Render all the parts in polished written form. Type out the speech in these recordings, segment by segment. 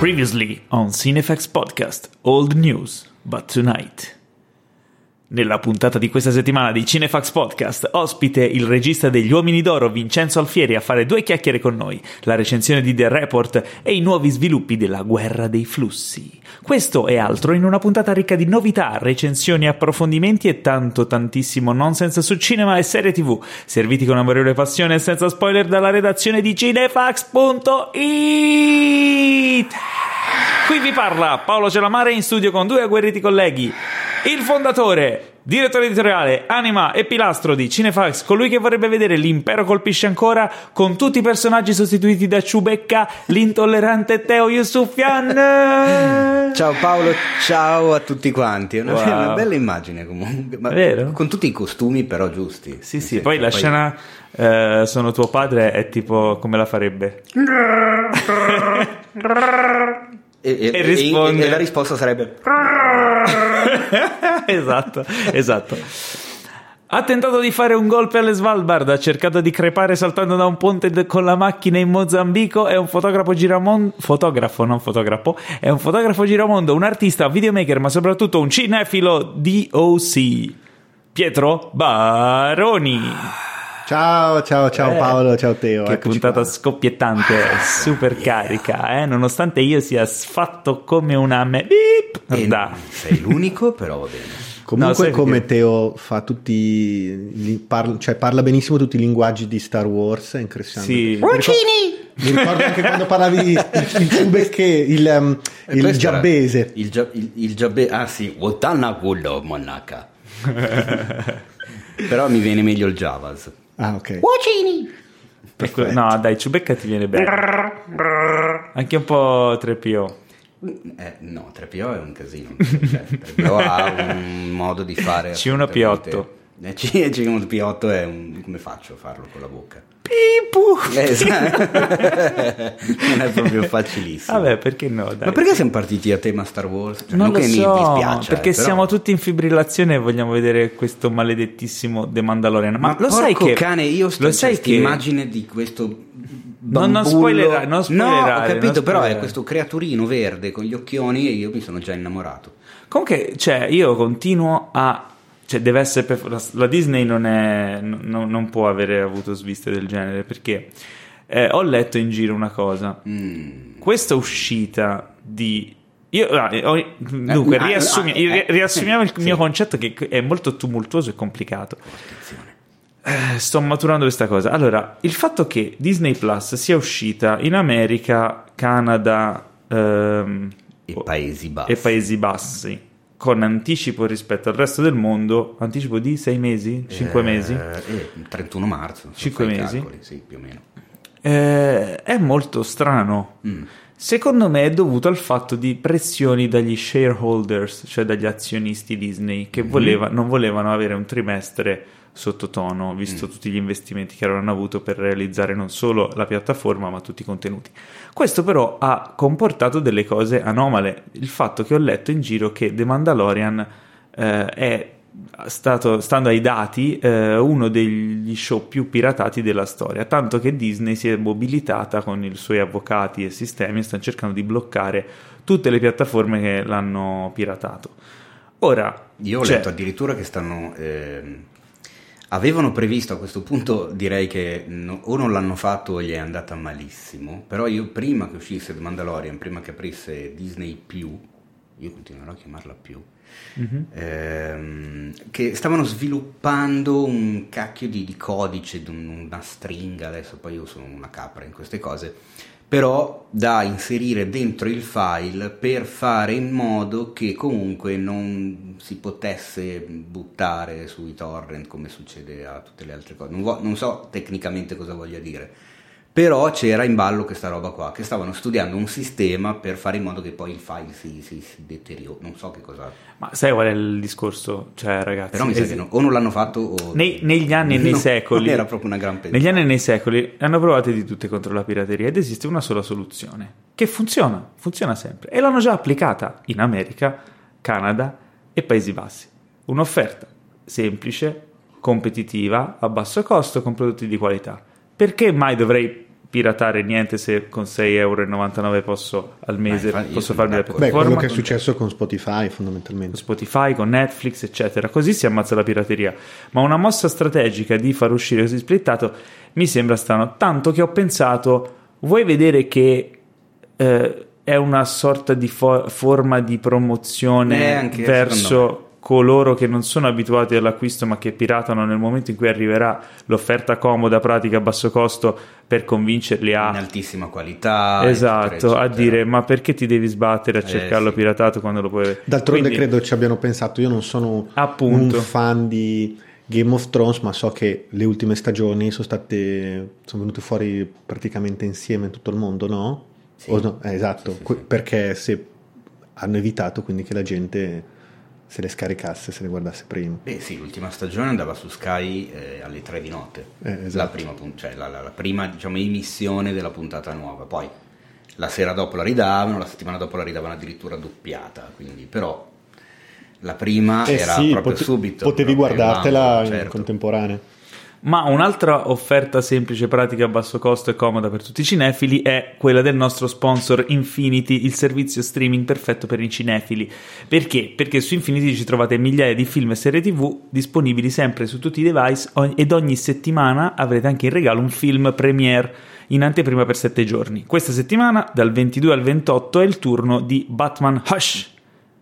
Previously on Cinefax Podcast, Old News, but Tonight. Nella puntata di questa settimana di Cinefax Podcast, ospite il regista degli Uomini d'Oro Vincenzo Alfieri a fare due chiacchiere con noi, la recensione di The Report e i nuovi sviluppi della Guerra dei Flussi. Questo e altro in una puntata ricca di novità, recensioni, approfondimenti e tantissimo nonsense su cinema e serie TV, serviti con amorevole passione e senza spoiler dalla redazione di cinefax.it. Qui vi parla Paolo Celamare in studio con due agguerriti colleghi, il fondatore, direttore editoriale, anima e pilastro di Cinefax, colui che vorrebbe vedere l'impero colpisce ancora con tutti i personaggi sostituiti da Ciubecca, l'intollerante Teo Yusufian. Ciao Paolo, ciao a tutti quanti. È una bella immagine comunque, ma vero? Con tutti i costumi però giusti. Sì, poi la scena sono tuo padre è tipo come la farebbe? E la risposta sarebbe esatto. Ha tentato di fare un golpe alle Svalbard, ha cercato di crepare saltando da un ponte con la macchina in Mozambico, è un fotografo giramondo, è un fotografo giramondo, un artista, un videomaker, ma soprattutto un cinefilo DOC. Pietro Baroni. Ciao Paolo, ciao Teo. Che puntata scoppiettante, super carica, nonostante io sia sfatto come una sei l'unico, però va bene. Comunque no, come Teo fa parla benissimo tutti i linguaggi di Star Wars, è impressionante. Sì. Mi ricordo anche quando parlavi il Ciubecche, il giabbese. Il giabbese, ah sì, Wotanna Kullo Monaka. Però mi viene meglio il Javas. Ah, ok. No, dai, Ciubecca ti viene bene. Anche un po' 3PO. No, 3PO è un casino. Cioè, 3PO ha un modo di fare. C1P8. C1P8 è come faccio a farlo con la bocca? Pipu! Non è proprio facilissimo. Vabbè, perché no? Dai. Ma perché siamo partiti a tema Star Wars? Cioè, non lo che so, mi dispiace, perché però siamo tutti in fibrillazione e vogliamo vedere questo maledettissimo The Mandalorian. Ma lo sai che cane, io sto immagine di questo non spoilerare. No, ho capito, però è questo creaturino verde con gli occhioni e io mi sono già innamorato. Comunque, io continuo a... deve essere la Disney non può avere avuto sviste del genere, perché ho letto in giro una cosa. Questa uscita di... riassumiamo il mio concetto, che è molto tumultuoso e complicato. Sto maturando questa cosa. Allora, il fatto che Disney Plus sia uscita in America, Canada e Paesi Bassi con anticipo rispetto al resto del mondo, anticipo di 6 mesi? 5 mesi? 31 marzo. 5 mesi? Calcoli, sì, più o meno. È molto strano. Secondo me è dovuto al fatto di pressioni dagli shareholders, cioè dagli azionisti Disney, che non volevano avere un trimestre sottotono, visto tutti gli investimenti che avevano avuto per realizzare non solo la piattaforma ma tutti i contenuti. Questo però ha comportato delle cose anomale. Il fatto che ho letto in giro che The Mandalorian è stato, stando ai dati, uno degli show più piratati della storia, tanto che Disney si è mobilitata con i suoi avvocati e sistemi e stanno cercando di bloccare tutte le piattaforme che l'hanno piratato. Ora, io ho letto addirittura che stanno avevano previsto, a questo punto direi che o non l'hanno fatto o gli è andata malissimo, però io prima che uscisse The Mandalorian, prima che aprisse Disney+, io continuerò a chiamarla più, che stavano sviluppando un cacchio di codice, una stringa, adesso poi io sono una capra in queste cose, però da inserire dentro il file per fare in modo che comunque non si potesse buttare sui torrent come succede a tutte le altre cose. Non so tecnicamente cosa voglia dire, però c'era in ballo questa roba qua, che stavano studiando un sistema per fare in modo che poi il file si deteriori, non so che cosa. Ma sai qual è il discorso? Cioè, ragazzi, però mi sa che o non l'hanno fatto o negli anni e nei secoli era proprio una gran pensata. Negli anni e nei secoli hanno provato di tutte contro la pirateria ed esiste una sola soluzione che funziona sempre, e l'hanno già applicata in America, Canada e Paesi Bassi. Un'offerta semplice, competitiva, a basso costo, con prodotti di qualità. Perché mai dovrei piratare niente se con 6,99 € posso al mese posso farmi la piattaforma. Quello che è successo con Spotify fondamentalmente. Con Spotify, con Netflix, eccetera. Così si ammazza la pirateria. Ma una mossa strategica di far uscire così splittato mi sembra strano, tanto che ho pensato, vuoi vedere che è una sorta di forma di promozione verso coloro che non sono abituati all'acquisto ma che piratano nel momento in cui arriverà l'offerta comoda, pratica, a basso costo, per convincerli a... in altissima qualità. Esatto, eccetera. A dire ma perché ti devi sbattere a cercarlo piratato quando lo puoi... D'altronde credo ci abbiano pensato, io non sono un fan di Game of Thrones, ma so che le ultime stagioni sono venute fuori praticamente insieme in tutto il mondo, no? Sì. Esatto, sì. Perché se hanno evitato quindi che la gente se le scaricasse, se le guardasse prima. Sì, l'ultima stagione andava su Sky alle 3 di notte, esatto. la prima diciamo emissione della puntata nuova, poi la sera dopo la ridavano, la settimana dopo la ridavano addirittura doppiata, quindi però la prima era proprio subito. Potevi guardartela in contemporanea. Ma un'altra offerta semplice, pratica, a basso costo e comoda per tutti i cinefili è quella del nostro sponsor Infinity, il servizio streaming perfetto per i cinefili. Perché? Perché su Infinity ci trovate migliaia di film e serie TV disponibili sempre su tutti i device ed ogni settimana avrete anche in regalo un film premiere in anteprima per 7 giorni. Questa settimana, dal 22 al 28, è il turno di Batman Hush,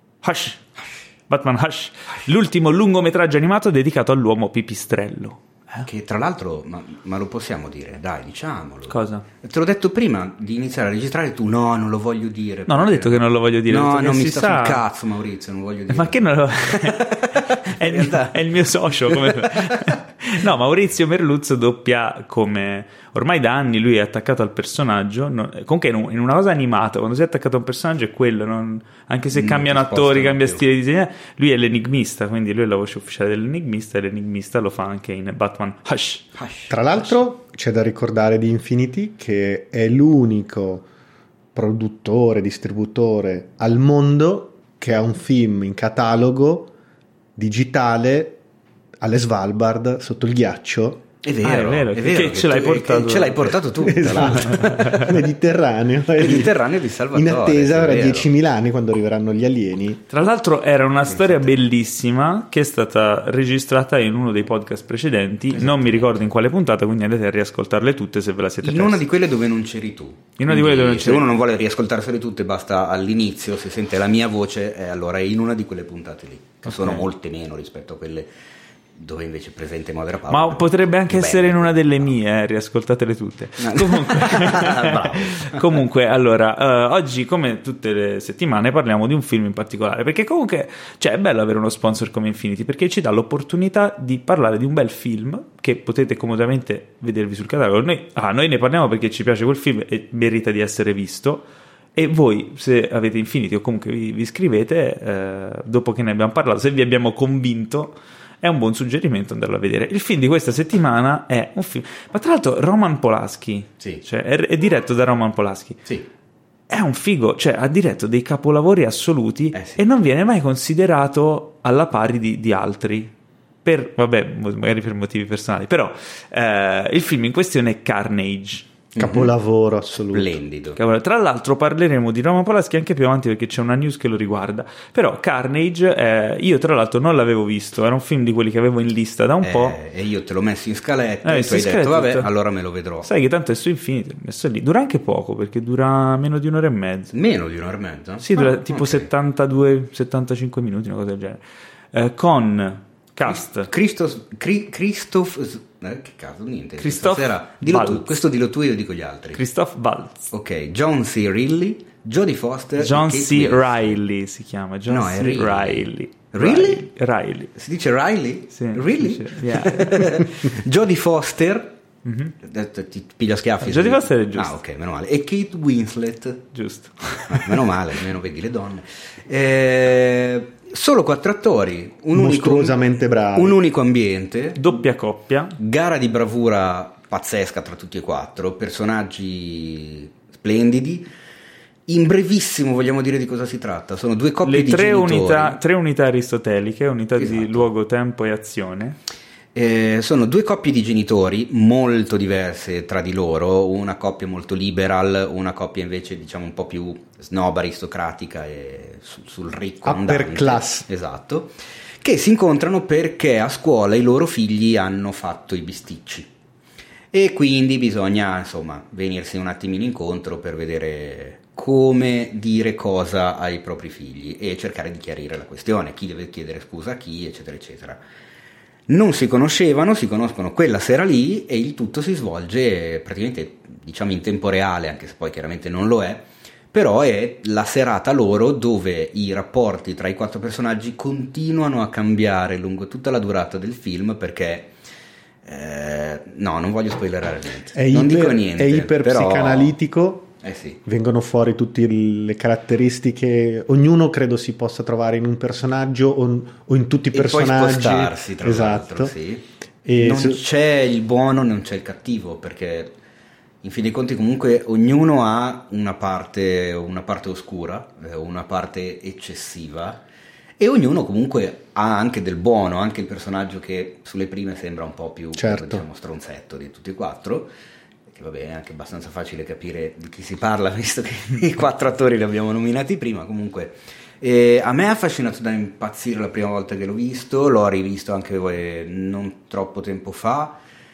l'ultimo lungometraggio animato dedicato all'uomo pipistrello. Che tra l'altro, ma lo possiamo dire, dai, diciamolo. Cosa? Te l'ho detto prima di iniziare a registrare, tu no, non lo voglio dire. No, non ho detto che non lo voglio dire. No, non mi sta sul cazzo, Maurizio, non voglio dire. Ma che non lo... è il mio socio. No, Maurizio Merluzzo doppia come... Ormai da anni lui è attaccato al personaggio, comunque in una cosa animata, quando sei attaccato a un personaggio è quello, anche se cambiano attori, cambia stile di disegno, lui è l'enigmista, quindi lui è la voce ufficiale dell'enigmista e l'enigmista lo fa anche in Batman Hush. Tra l'altro c'è da ricordare di Infinity che è l'unico produttore, distributore al mondo che ha un film in catalogo digitale alle Svalbard sotto il ghiaccio. È vero, che ce l'hai portato tu. Esatto. Mediterraneo di Salvatore. In attesa tra 10.000 anni quando arriveranno gli alieni. Tra l'altro era una storia bellissima che è stata registrata in uno dei podcast precedenti, non mi ricordo in quale puntata, quindi andate a riascoltarle tutte se ve la siete persi. In una di quelle dove non c'eri tu. Se uno non vuole riascoltarsele tutte, basta all'inizio, se sente la mia voce, allora è in una di quelle puntate lì, che sono molte meno rispetto a quelle dove invece presente Modera Paolo. Ma potrebbe anche essere in una delle mie, riascoltatele tutte. Comunque allora, oggi come tutte le settimane parliamo di un film in particolare, perché comunque è bello avere uno sponsor come Infinity, perché ci dà l'opportunità di parlare di un bel film che potete comodamente vedervi sul catalogo. Noi ne parliamo perché ci piace quel film e merita di essere visto. E voi, se avete Infinity o comunque vi iscrivete, dopo che ne abbiamo parlato, se vi abbiamo convinto, è un buon suggerimento andarlo a vedere. Il film di questa settimana è un film, ma tra l'altro Roman Polanski, è diretto da Roman Polanski. Sì. È un figo, ha diretto dei capolavori assoluti e non viene mai considerato alla pari di altri. Magari per motivi personali, però il film in questione è Carnage. Capolavoro assoluto, splendido. Tra l'altro parleremo di Roman Polanski anche più avanti perché c'è una news che lo riguarda. Però Carnage, io tra l'altro non l'avevo visto, era un film di quelli che avevo in lista da un po'. E io te l'ho messo in scaletta e tu hai detto vabbè, allora me lo vedrò. Sai che tanto è su Infinity, messo lì. Dura anche poco perché dura meno di un'ora e mezza. Meno di un'ora e mezza? Sì, dura tipo 72-75 minuti, una cosa del genere. Con cast Christoph che caso, niente. Christoph dillo tu, questo dillo tu e io dico gli altri. Christoph Waltz. Ok, John C. Reilly, Jodie Foster, John C. Reilly si chiama. John C. Reilly. Reilly. Si dice Reilly? Sì. Really? Yeah. Jodie Foster. Ti piglia schiaffi. Jodie Foster è giusto. Ok, meno male. E Kate Winslet. Giusto. Meno male, almeno vedi le donne. Solo 4 attori, mostruosamente bravi, un unico ambiente, doppia coppia, gara di bravura pazzesca tra tutti e 4, personaggi splendidi. In brevissimo vogliamo dire di cosa si tratta? Sono 2 coppie di genitori. 3 unità aristoteliche, unità di luogo, tempo e azione. Sono due coppie di genitori molto diverse tra di loro, una coppia molto liberal, una coppia invece diciamo un po' più snob, aristocratica e sul ricco upper andante. class. Esatto, che si incontrano perché a scuola i loro figli hanno fatto i bisticci e quindi bisogna insomma venirsi un attimino incontro per vedere come dire cosa ai propri figli e cercare di chiarire la questione, chi deve chiedere scusa a chi, eccetera eccetera. Non si conoscevano, si conoscono quella sera lì e il tutto si svolge praticamente diciamo in tempo reale, anche se poi chiaramente non lo è, però è la serata loro dove i rapporti tra i 4 personaggi continuano a cambiare lungo tutta la durata del film perché no, non voglio spoilerare niente, non dico niente, è iper però psicanalitico. Sì. Vengono fuori tutte le caratteristiche, ognuno credo si possa trovare in un personaggio o in tutti i personaggi, e poi spostarsi tra esatto. l'altro, sì. E non c'è il buono, non c'è il cattivo, perché in fin dei conti comunque ognuno ha una parte oscura, una parte eccessiva, e ognuno comunque ha anche del buono, anche il personaggio che sulle prime sembra un po' più diciamo stronzetto di tutti e 4, che vabbè è anche abbastanza facile capire di chi si parla visto che i 4 attori li abbiamo nominati prima. Comunque a me ha affascinato da impazzire la prima volta che l'ho visto, l'ho rivisto anche non troppo tempo fa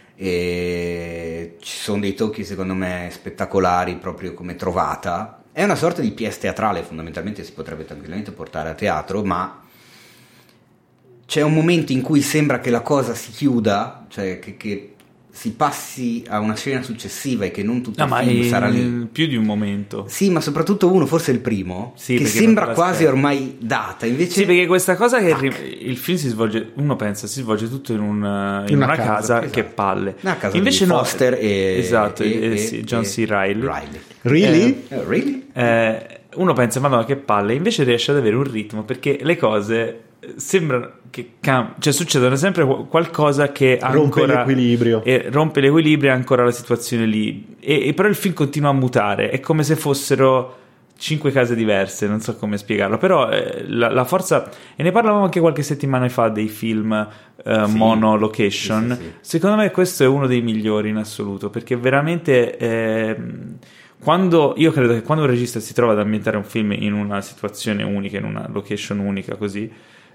e ci sono dei tocchi secondo me spettacolari proprio come trovata. È una sorta di pièce teatrale, fondamentalmente si potrebbe tranquillamente portare a teatro, ma c'è un momento in cui sembra che la cosa si chiuda, cioè che si passi a una scena successiva e che non tutto il film sarà lì. Più di un momento. Sì, ma soprattutto uno, forse il primo, sì, che sembra quasi ormai data. Invece sì, perché questa cosa che il film si svolge, uno pensa, si svolge tutto in una casa, esatto. Che palle. Una casa invece di Foster esatto, e John C. Reilly. Really? Really? Uno pensa, madonna che palle, invece riesce ad avere un ritmo perché le cose sembrano che cioè succedono sempre qualcosa che rompe l'equilibrio e rompe l'equilibrio ancora la situazione lì e però il film continua a mutare, è come se fossero 5 case diverse, non so come spiegarlo, però la forza, e ne parlavamo anche qualche settimana fa dei film sì, mono location, sì. Secondo me questo è uno dei migliori in assoluto perché veramente io credo che quando un regista si trova ad ambientare un film in una situazione unica, in una location unica così,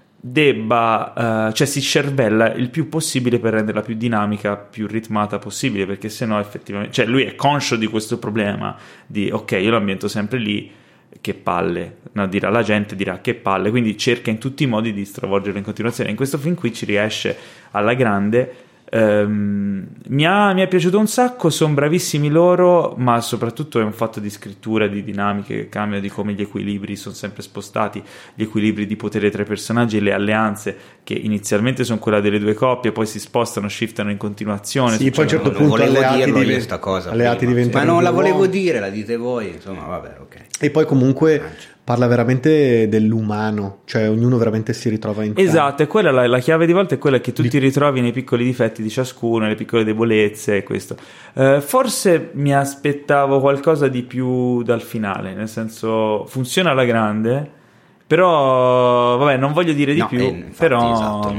cioè si scervella il più possibile per renderla più dinamica, più ritmata possibile, perché sennò effettivamente, cioè lui è conscio di questo problema di ok, io lo ambiento sempre lì, che palle, no, dirà la gente, dirà che palle, quindi cerca in tutti i modi di stravolgerlo in continuazione. In questo film qui ci riesce alla grande. Mi è piaciuto un sacco, sono bravissimi loro, ma soprattutto è un fatto di scrittura, di dinamiche che cambiano, di come gli equilibri sono sempre spostati, gli equilibri di potere tra i personaggi, le alleanze che inizialmente sono quella delle due coppie, poi si spostano, shiftano in continuazione. Sì, poi a un certo punto alleati diventano, ma non la volevo dire, la dite voi, insomma, vabbè, ok. E poi comunque parla veramente dell'umano, cioè ognuno veramente si ritrova in esatto, è quella la chiave di volta, è quella che tu ti ritrovi nei piccoli difetti di ciascuno, le piccole debolezze e questo. Forse mi aspettavo qualcosa di più dal finale, nel senso funziona alla grande, però vabbè, non voglio dire di più, infatti, però esatto,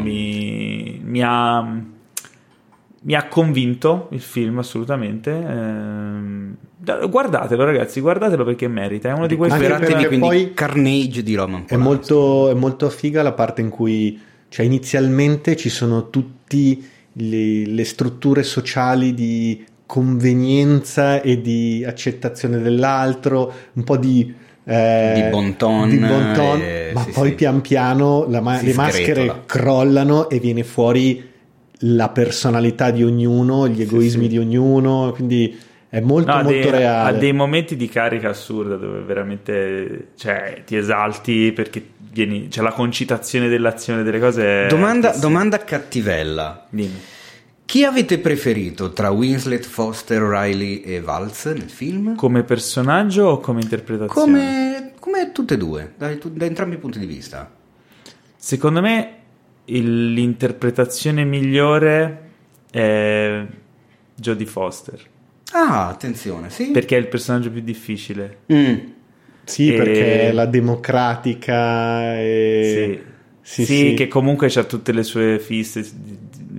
mi ha convinto il film assolutamente. Guardatelo ragazzi, guardatelo perché merita, è uno di quei film. Poi Carnage di Roman Polanski. È molto figa la parte in cui, cioè, inizialmente ci sono tutte le strutture sociali di convenienza e di accettazione dell'altro, un po' di bon ton, ma poi sì, pian piano le maschere crollano e viene fuori la personalità di ognuno, gli egoismi di ognuno, quindi è molto reale. Ha dei momenti di carica assurda dove veramente, cioè, ti esalti perché c'è la concitazione dell'azione delle cose. Domanda cattivella. Dimmi. Chi avete preferito tra Winslet, Foster, Riley e Waltz nel film? Come personaggio o come interpretazione? Come tutte e due, da entrambi i punti di vista. Secondo me l'interpretazione migliore è Jodie Foster. Ah, attenzione, sì. Perché è il personaggio più difficile. Sì, perché è la democratica e... Sì, che comunque ha tutte le sue fisse.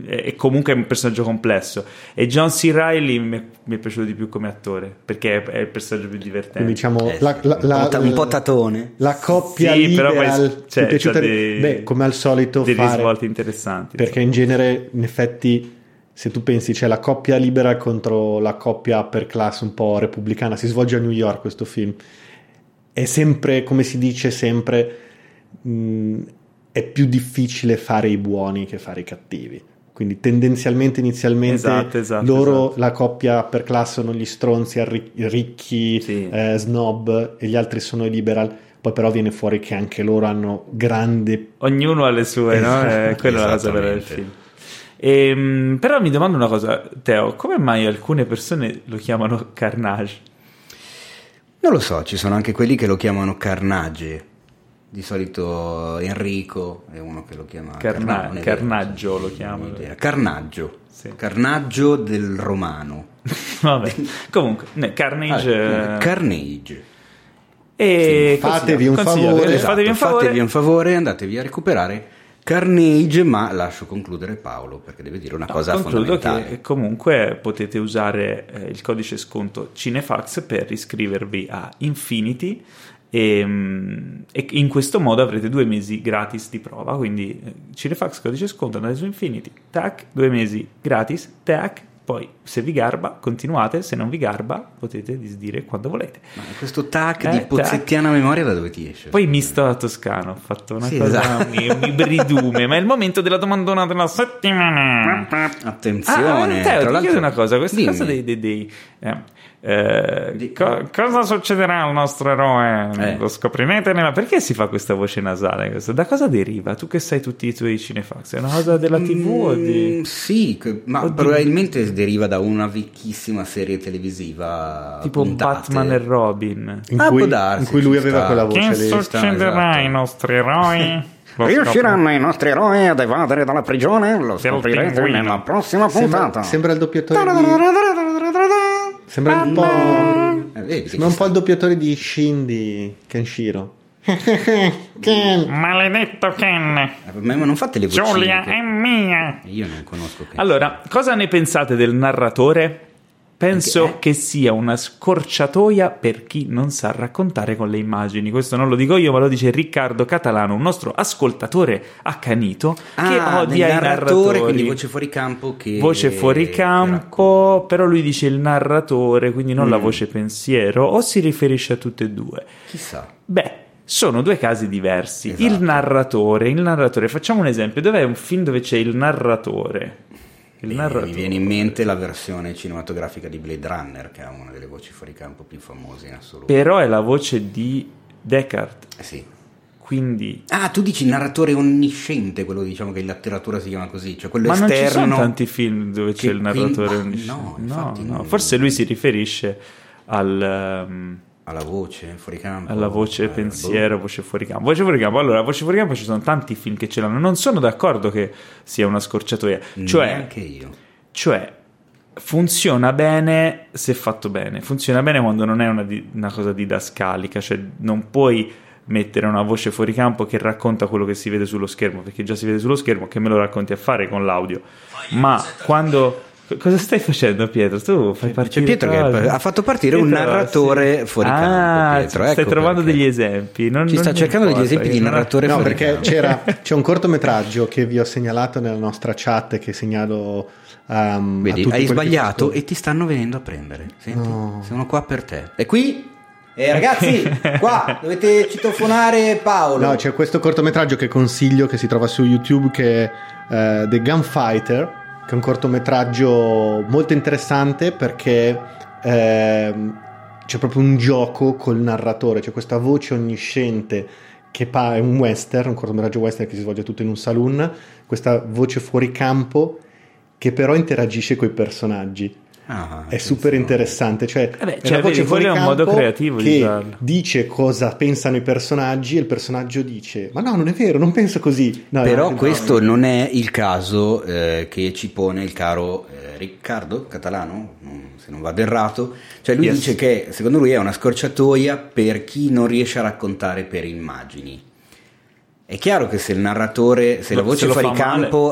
e comunque è un personaggio complesso, e John C. Reilly mi è piaciuto di più come attore perché è il personaggio più divertente. Quindi diciamo un po' tatone. La coppia sì, però liberal poi, ti è piaciuta come al solito dei fare risvolti interessanti, perché in genere, in effetti, se tu pensi c'è la coppia libera contro la coppia upper class un po' repubblicana, si svolge a New York questo film, è sempre, come si dice sempre, è più difficile fare i buoni che fare i cattivi, quindi tendenzialmente inizialmente esatto. La coppia upper class sono gli stronzi ricchi, sì. Snob, e gli altri sono i liberal. Poi però viene fuori che anche loro hanno grande... Ognuno ha le sue, no? Quella è la cosa bella del film. Però mi domando una cosa, Teo, come mai alcune persone lo chiamano Carnage? Non lo so, ci sono anche quelli che lo chiamano Carnage. Di solito Enrico è uno che lo chiama Carnaggio, lo chiamano. Carnaggio. Sì. Carnaggio del romano. Vabbè, comunque, Carnage. Carnage. E fatevi un favore, fatevi un favore, andatevi a recuperare Carnage, ma lascio concludere Paolo perché deve dire una cosa fondamentale. Concludo che comunque potete usare il codice sconto Cinefax per iscrivervi a Infinity e in questo modo avrete 2 mesi gratis di prova, quindi Cinefax codice sconto, andate su Infinity, tac, 2 mesi gratis, tac. Poi se vi garba continuate, se non vi garba potete disdire quando volete. Ma questo tac di pozzettiana memoria da dove ti esce? Poi misto a toscano, ho fatto una cosa, un ibridume, ma è il momento della domandona della settimana. Attenzione, Teo, ti chiedo una cosa, questa cosa cosa succederà al nostro eroe? Lo scoprirete perché si fa questa voce nasale? Da cosa deriva? Tu che sai tutti i tuoi cinefax, è una cosa della TV o di... Sì, ma probabilmente deriva da una vecchissima serie televisiva tipo puntate. Batman e Robin in cui lui aveva quella voce. Che succederà ai nostri eroi? Riusciranno i nostri eroi ad evadere dalla prigione? Lo scoprirete nella prossima puntata. Sembra il doppiatore Sembra un po' il doppiatore di Shin di Kenshiro. Ken. Maledetto Ken. Ma non fate le vocine. Giulia è mia. Io non conosco Ken. Allora, cosa ne pensate del narratore? Penso che sia una scorciatoia per chi non sa raccontare con le immagini. Questo non lo dico io, ma lo dice Riccardo Catalano, un nostro ascoltatore accanito che odia i narratori. Quindi voce fuori campo. Voce fuori campo, però lui dice il narratore, quindi non la voce pensiero, o si riferisce a tutte e due? Chissà. Beh, sono 2 casi diversi. Esatto. Il narratore, facciamo un esempio. Dov'è un film dove c'è il narratore? Mi viene in mente la versione cinematografica di Blade Runner, che ha una delle voci fuori campo più famose in assoluto. Però è la voce di Deckard. Sì. Quindi... tu dici il narratore onnisciente, quello diciamo che in letteratura si chiama così, cioè quello ma esterno. Ma non ci sono tanti film dove c'è il narratore onnisciente. No. Forse lui si riferisce alla voce fuori campo, alla voce pensiero, voce fuori campo. Allora, voce fuori campo ci sono tanti film che ce l'hanno. Non sono d'accordo che sia una scorciatoia. Neanche io. Cioè, funziona bene se fatto bene. Funziona bene quando non è una cosa didascalica. Cioè, non puoi mettere una voce fuori campo che racconta quello che si vede sullo schermo, perché già si vede sullo schermo, che me lo racconti a fare con l'audio. Ma quando... Cosa stai facendo, Pietro? Tu fai partire Pietro che ha fatto partire un narratore fuori campo. Pietro, stai trovando degli esempi. Sta cercando degli esempi di narratore fuori perché campo. C'è un cortometraggio che vi ho segnalato nella nostra chat, che segnalo vedi, hai sbagliato e ti stanno venendo a prendere. Senti, sono qua per te. E qui? Ragazzi, qua dovete citofonare Paolo. No, c'è questo cortometraggio che consiglio, che si trova su YouTube, che è The Gunfighter, che è un cortometraggio molto interessante perché c'è proprio un gioco col narratore, c'è questa voce onnisciente che è un western, un cortometraggio western che si svolge tutto in un saloon, questa voce fuori campo che però interagisce coi personaggi. È super interessante, cioè è la voce fuori campo, un modo creativo che di usarlo. Dice cosa pensano i personaggi e il personaggio dice ma no, non è vero, non penso così. Però questo non è il caso che ci pone il caro Riccardo Catalano, se non vado errato, cioè lui dice che secondo lui è una scorciatoia per chi non riesce a raccontare per immagini. È chiaro che se il narratore, se la voce fuori campo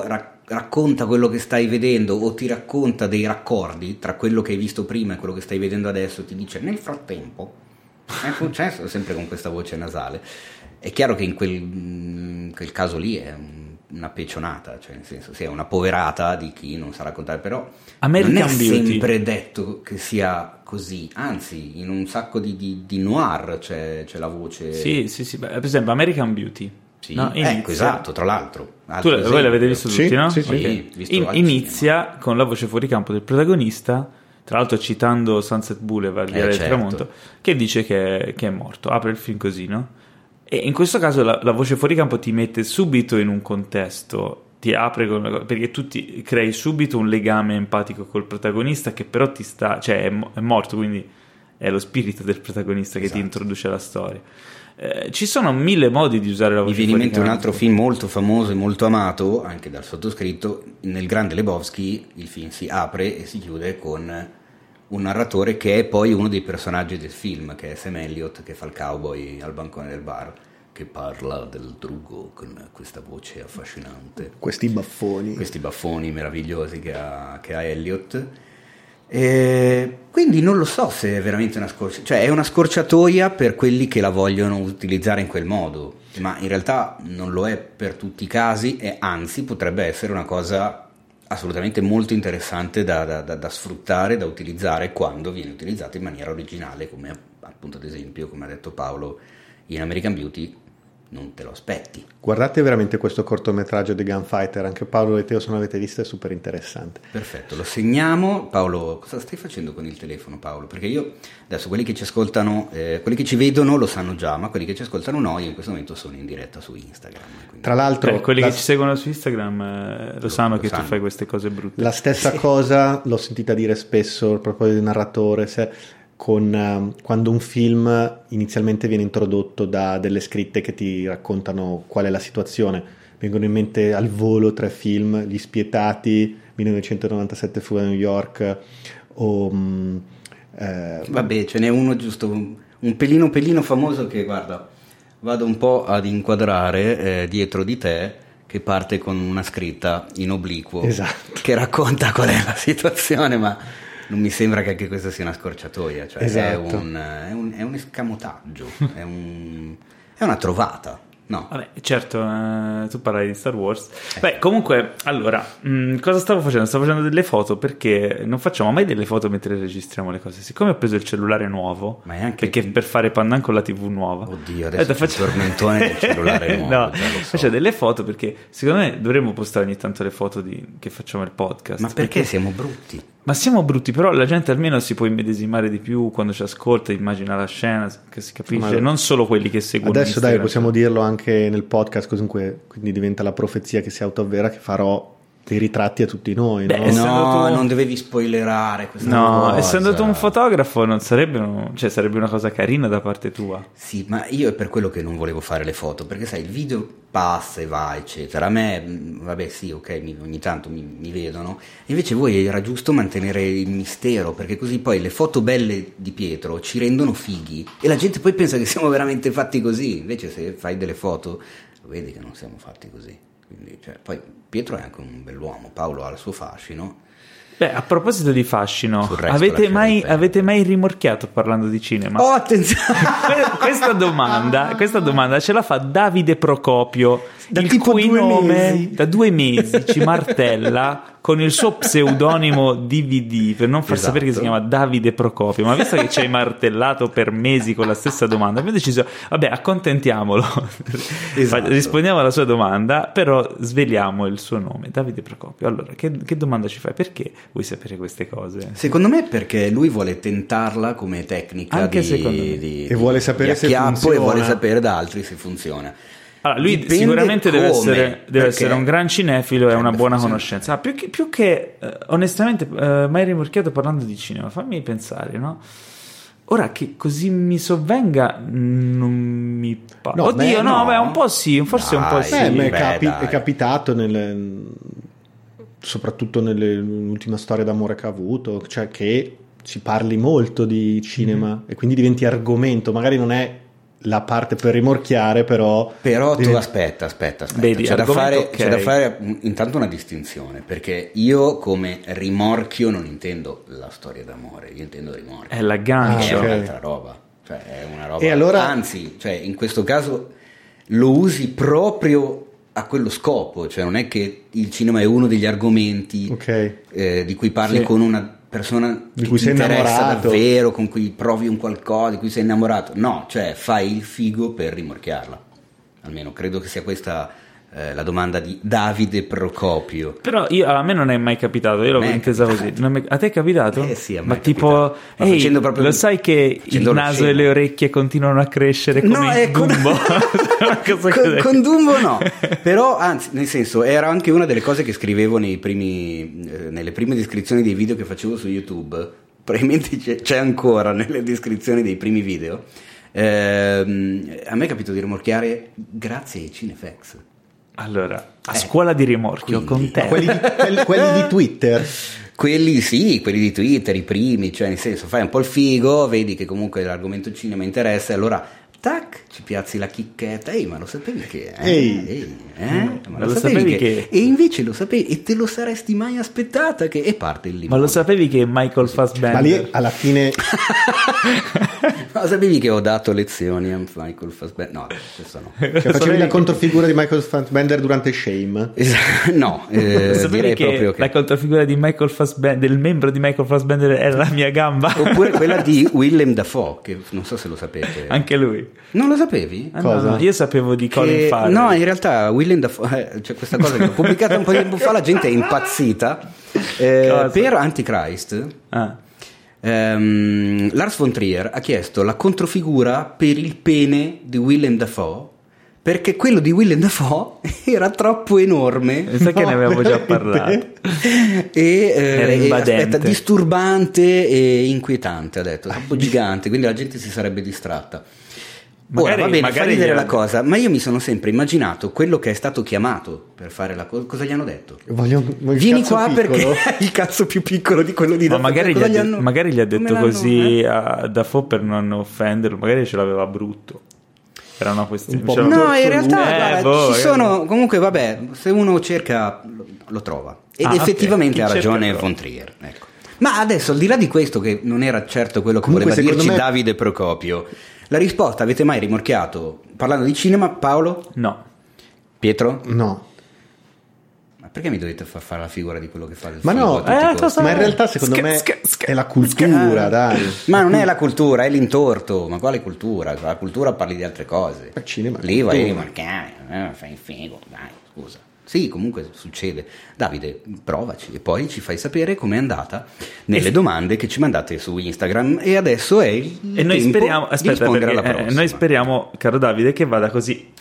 racconta quello che stai vedendo o ti racconta dei raccordi tra quello che hai visto prima e quello che stai vedendo adesso, ti dice nel frattempo è successo, sempre con questa voce nasale. È chiaro che in quel caso lì è una pecionata, cioè nel senso è una poverata di chi non sa raccontare, però American non è Beauty. sempre detto che sia così, anzi in un sacco di noir c'è la voce. Sì, per esempio American Beauty. Sì, No, ecco, esatto, tra l'altro. Voi l'avete visto Sì, tutti, no? sì, sì. Ok. Visto al Inizia con la voce fuori campo del protagonista, tra l'altro citando Sunset Boulevard, Via del certo. Tramonto, che dice che è morto. Apre il film così, no? E in questo caso la voce fuori campo ti mette subito in un contesto, ti apre perché tu ti crei subito un legame empatico col protagonista che però ti sta, cioè è morto, quindi è lo spirito del protagonista che ti introduce alla storia. Ci sono 1000 modi di usare la voce fuori campo. Mi viene in mente un campo. altro film molto famoso e molto amato anche dal sottoscritto, nel Grande Lebowski. Il film si apre e si chiude con un narratore che è poi uno dei personaggi del film, che è Sam Elliott, che fa il cowboy al bancone del bar, che parla del drugo con questa voce affascinante, Questi baffoni meravigliosi che ha Elliott. Quindi non lo so se è veramente cioè è una scorciatoia per quelli che la vogliono utilizzare in quel modo, ma in realtà non lo è per tutti i casi, e anzi potrebbe essere una cosa assolutamente molto interessante da sfruttare, da utilizzare quando viene utilizzata in maniera originale, come appunto ad esempio, come ha detto Paolo, in American Beauty. Non te lo aspetti. Guardate veramente questo cortometraggio di Gunfighter, anche Paolo e Teo se non l'avete visto è super interessante. Perfetto, lo segniamo. Paolo, cosa stai facendo con il telefono, Paolo? Perché io adesso quelli che ci ascoltano, quelli che ci vedono lo sanno già, ma quelli che ci ascoltano no, io in questo momento sono in diretta su Instagram. Quindi... Tra l'altro quelli che ci seguono su Instagram lo sanno che tu fai queste cose brutte. La stessa cosa l'ho sentita dire spesso proprio del narratore, quando un film inizialmente viene introdotto da delle scritte che ti raccontano qual è la situazione. Vengono in mente al volo 3 film: Gli Spietati, 1997 Fuga a New York, vabbè, ce n'è uno giusto un pelino famoso che, guarda, vado un po' ad inquadrare dietro di te, che parte con una scritta in obliquo, esatto, che racconta qual è la situazione, ma non mi sembra che anche questa sia una scorciatoia, cioè esatto. è un escamotaggio, è una trovata, no? Vabbè, certo, tu parlavi di Star Wars. Beh, comunque, allora, cosa stavo facendo? Stavo facendo delle foto, perché non facciamo mai delle foto mentre registriamo le cose. Siccome ho preso il cellulare nuovo, ma è anche perché per fare pandan con la TV nuova. Oddio, adesso faccio il tormentone del cellulare nuovo. No, faccio delle foto perché secondo me dovremmo postare ogni tanto le foto che facciamo il podcast. Ma perché siamo brutti? Ma siamo brutti, però la gente almeno si può immedesimare di più quando ci ascolta, immagina la scena, che si capisce, non solo quelli che seguono adesso Instagram. Dai, possiamo dirlo anche nel podcast, comunque, quindi diventa la profezia che si autoavvera, che farò dei ritratti a tutti noi. Beh, no, non dovevi spoilerare questa cosa. Essendo tu un fotografo non sarebbe una cosa carina da parte tua. Sì, ma io è per quello che non volevo fare le foto, perché sai, il video passa e va, eccetera. A me, vabbè, sì, ok, ogni tanto mi vedono. Invece voi era giusto mantenere il mistero, perché così poi le foto belle di Pietro ci rendono fighi e la gente poi pensa che siamo veramente fatti così. Invece se fai delle foto vedi che non siamo fatti così. Quindi, poi Pietro è anche un bell'uomo, Paolo ha il suo fascino. Beh, a proposito di fascino, avete mai rimorchiato parlando di cinema? Oh, attenzione! questa domanda ce la fa Davide Procopio, il cui nome da 2 mesi ci martella con il suo pseudonimo DVD per non far sapere che si chiama Davide Procopio. Ma visto che ci hai martellato per mesi con la stessa domanda, abbiamo deciso, vabbè, accontentiamolo, rispondiamo alla sua domanda, però sveliamo il suo nome, Davide Procopio. Allora, che domanda ci fai? Perché vuoi sapere queste cose? Secondo me perché lui vuole tentarla come tecnica anche e vuole sapere se funziona, e vuole sapere da altri se funziona. Allora, lui dipende sicuramente deve essere un gran cinefilo e una buona conoscenza. Più che onestamente mai rimorchiato parlando di cinema, fammi pensare, no? Ora che così mi sovvenga non mi pare. Oddio, no, beh, un po' sì, forse un po' sì. È capitato soprattutto nell'ultima storia d'amore che ha avuto, cioè che si parli molto di cinema e quindi diventi argomento, magari non è la parte per rimorchiare, però tu aspetta. Vedi, c'è da fare okay. Intanto una distinzione, perché io come rimorchio non intendo la storia d'amore, io intendo rimorchio, è l'aggancio, è un'altra roba, cioè è una roba, e allora... anzi, cioè in questo caso lo usi proprio a quello scopo, cioè non è che il cinema è uno degli argomenti di cui parli con una persona di che cui ti sei interessa innamorato, davvero, con cui provi un qualcosa, di cui sei innamorato. No, cioè fai il figo per rimorchiarla. Almeno credo che sia questa la domanda di Davide Procopio. Però a me non è mai capitato, io l'ho intesa così. A te è capitato? Sì, a me ma è tipo, proprio, lo sai che il naso e le orecchie continuano a crescere come in Dumbo? Con Dumbo no, però anzi, nel senso, era anche una delle cose che scrivevo nelle prime descrizioni dei video che facevo su YouTube. Probabilmente c'è ancora nelle descrizioni dei primi video. A me è capitato di rimorchiare grazie ai Cinefx. Allora, a scuola di rimorchio con te. Quelli di Twitter. Quelli di Twitter, i primi, cioè nel senso, fai un po' il figo, vedi che comunque l'argomento cinema interessa e allora tac, ci piazzi la chicchetta. Ma lo sapevi che? Ma lo sapevi che? E invece lo sapevi e te lo saresti mai aspettata che? E parte il limone. Ma lo sapevi che Michael Fassbender? Ma lì alla fine Ma sapevi che ho dato lezioni a Michael Fassbender? No, questo no. Cioè, facevi la controfigura di Michael Fassbender durante Shame? No, sapevi che proprio che la controfigura di Michael Fassbender, del membro di Michael Fassbender, era la mia gamba? Oppure quella di Willem Dafoe, che non so se lo sapete. Anche lui. Non lo sapevi? Cosa? No, io sapevo di Colin Farrell. No, in realtà Willem Dafoe, c'è questa cosa che ho pubblicato un po' di tempo fa, la gente è impazzita per Antichrist. Lars von Trier ha chiesto la controfigura per il pene di Willem Dafoe perché quello di Willem Dafoe era troppo enorme. Sai che ne avevamo già parlato. E aspetta, disturbante e inquietante, ha detto, troppo gigante, quindi la gente si sarebbe distratta. Ora, va bene, fa ridere la cosa, ma io mi sono sempre immaginato quello che è stato chiamato per fare la cosa. Cosa gli hanno detto? Vieni qua piccolo. Perché è il cazzo più piccolo di quello di Ma Dafoe. magari gli ha detto così a Dafoe per non offenderlo, magari ce l'aveva brutto. Era una questione. No, in realtà ci sono. Comunque, vabbè, se uno cerca lo trova. Ed effettivamente ha ragione von Trier. Ecco. Ma adesso, al di là di questo, che non era certo quello che voleva dirci Davide Procopio, la risposta: avete mai rimorchiato parlando di cinema? Paolo? No. Pietro? No. Ma perché mi dovete far fare la figura di quello che fa il ma figo no, a tutti i costi? ma in realtà secondo me è la cultura, dai. Ma non è la cultura, è l'intorto. Ma quale cultura? La cultura parli di altre cose. Il cinema, lì vai a rimorchiare, fai il figo, dai, scusa. Sì, comunque succede. Davide, provaci e poi ci fai sapere com'è andata nelle domande che ci mandate su Instagram. E adesso è il e noi tempo speriamo, di aspetta, rispondere alla prossima. Noi speriamo, caro Davide, che vada così.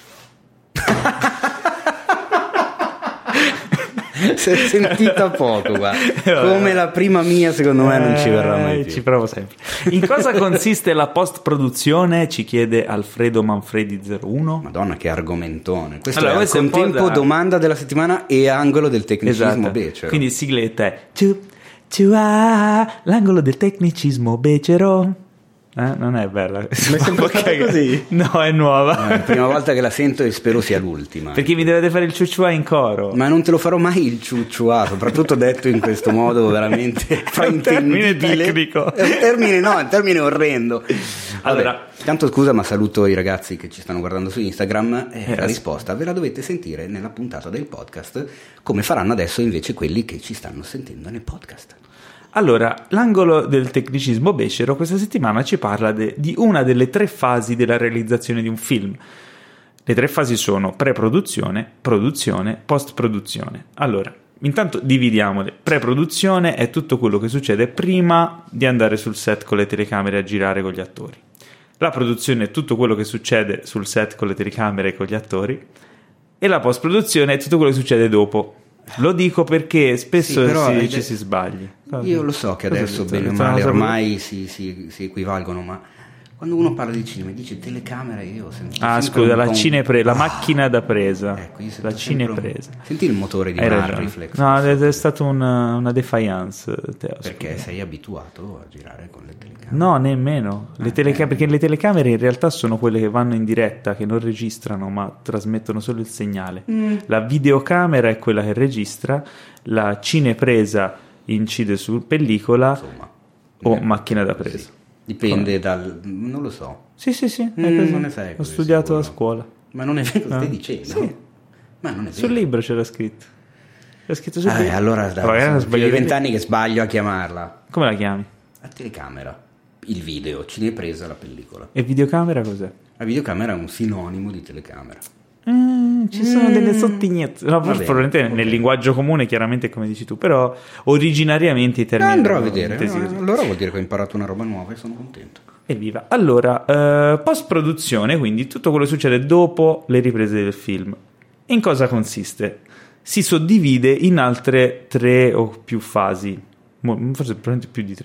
Si è sentita poco, guarda. Come la prima mia, secondo me non ci verrà mai più. Ci provo sempre. In cosa consiste la post-produzione? Ci chiede Alfredo Manfredi 01. Madonna, che argomentone. Questo allora, è al contempo domanda della settimana e angolo del tecnicismo becero. Quindi sigletta è l'angolo del tecnicismo becero. Non è bella. Ma è sempre stata così? No, è nuova. È la prima volta che la sento e spero sia l'ultima. Perché mi dovete fare il ciucciua in coro. Ma non te lo farò mai il ciucciua, soprattutto detto in questo modo veramente fraintendibile. Tecnico. È un termine orrendo. Allora, tanto scusa, ma saluto i ragazzi che ci stanno guardando su Instagram. La risposta ve la dovete sentire nella puntata del podcast, come faranno adesso invece quelli che ci stanno sentendo nel podcast. Allora, l'angolo del tecnicismo becero questa settimana ci parla di una delle 3 fasi della realizzazione di un film. Le 3 fasi sono pre-produzione, produzione, post-produzione. Allora, intanto dividiamole. Pre-produzione è tutto quello che succede prima di andare sul set con le telecamere a girare con gli attori. La produzione è tutto quello che succede sul set con le telecamere e con gli attori. E la post-produzione è tutto quello che succede dopo. Lo dico perché spesso ci si sbagli. Io lo so che adesso bene o male ormai si equivalgono, ma Quando uno parla di cinema e dice telecamera, io sento scusa, la macchina da presa. Ecco, io sento la cinepresa. Senti il motore di Hai un ragione. Arriflex. No, è stata una defiance, Teo, perché scusa. sei abituato a girare con le telecamere. No, nemmeno. Perché le telecamere in realtà sono quelle che vanno in diretta, che non registrano, ma trasmettono solo il segnale. La videocamera è quella che registra, la cinepresa incide su pellicola. Insomma, o macchina da presa. Sì. Dipende non lo so. Sì, è così. Non ne sei Ho così studiato sicuro. a scuola. Ma non è vero, stai dicendo? Sì. Ma non è vero. Sul libro c'era scritto. C'era scritto sul libro. Allora Magari sono ho sbagliato. 20 anni che sbaglio a chiamarla. Come la chiami? La telecamera, il video, cinepresa, la pellicola. E videocamera cos'è? La videocamera è un sinonimo di telecamera. Ci sono delle sottigliezze. No, forse probabilmente nel linguaggio comune, chiaramente come dici tu, però originariamente i termini. Andrò a vedere. intesi così. Allora vuol dire che ho imparato una roba nuova e sono contento. Evviva. Allora, post-produzione, quindi tutto quello che succede dopo le riprese del film. In cosa consiste? Si suddivide in altre 3 o più fasi, forse probabilmente più di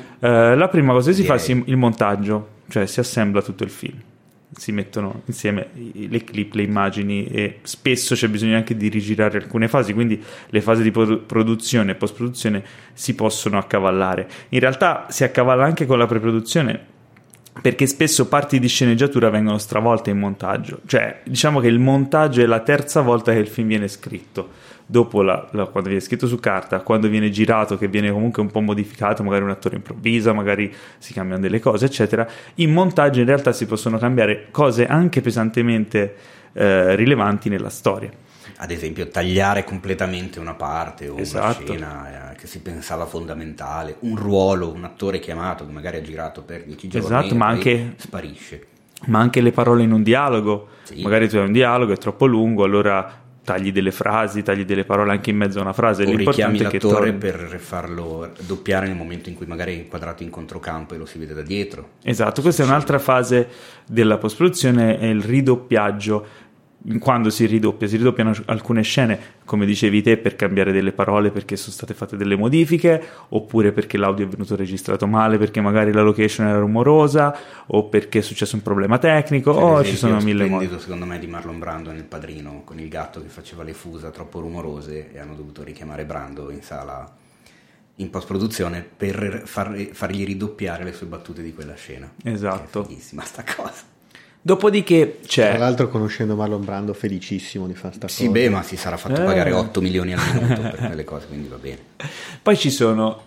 3. La prima cosa che si fa è il montaggio, cioè si assembla tutto il film. Si mettono insieme le clip, le immagini, e spesso c'è bisogno anche di rigirare alcune fasi, quindi le fasi di produzione e post-produzione si possono accavallare. In realtà si accavalla anche con la pre-produzione, perché spesso parti di sceneggiatura vengono stravolte in montaggio. Cioè, diciamo che il montaggio è la terza volta che il film viene scritto. Dopo quando viene scritto su carta, quando viene girato, che viene comunque un po' modificato, magari un attore improvvisa, magari si cambiano delle cose, eccetera. In montaggio in realtà si possono cambiare cose anche pesantemente rilevanti nella storia. Ad esempio tagliare completamente una parte o Esatto. una scena che si pensava fondamentale, un ruolo, un attore chiamato che magari ha girato per 10 giorni, Esatto, ma poi anche sparisce. Ma anche le parole in un dialogo. Sì. Magari tu hai un dialogo, è troppo lungo, allora tagli delle frasi, tagli delle parole anche in mezzo a una frase. O richiami L'importante è che l'attore torni. per farlo doppiare nel momento in cui magari è inquadrato in controcampo e lo si vede da dietro. Esatto, questa è un'altra fase della post-produzione, è il ridoppiaggio. Quando si ridoppiano alcune scene, come dicevi te, per cambiare delle parole perché sono state fatte delle modifiche, oppure perché l'audio è venuto registrato male, perché magari la location era rumorosa, o perché è successo un problema tecnico, ci sono mille modi. Secondo me di Marlon Brando nel Padrino, con il gatto che faceva le fusa troppo rumorose e hanno dovuto richiamare Brando in sala in post-produzione per fargli ridoppiare le sue battute di quella scena. Esatto. È fighissima sta cosa. Dopodiché c'è... Tra l'altro, conoscendo Marlon Brando, felicissimo di fare sta cosa. Sì, beh, ma si sarà fatto pagare 8 milioni al minuto per quelle cose, quindi va bene. Poi ci sono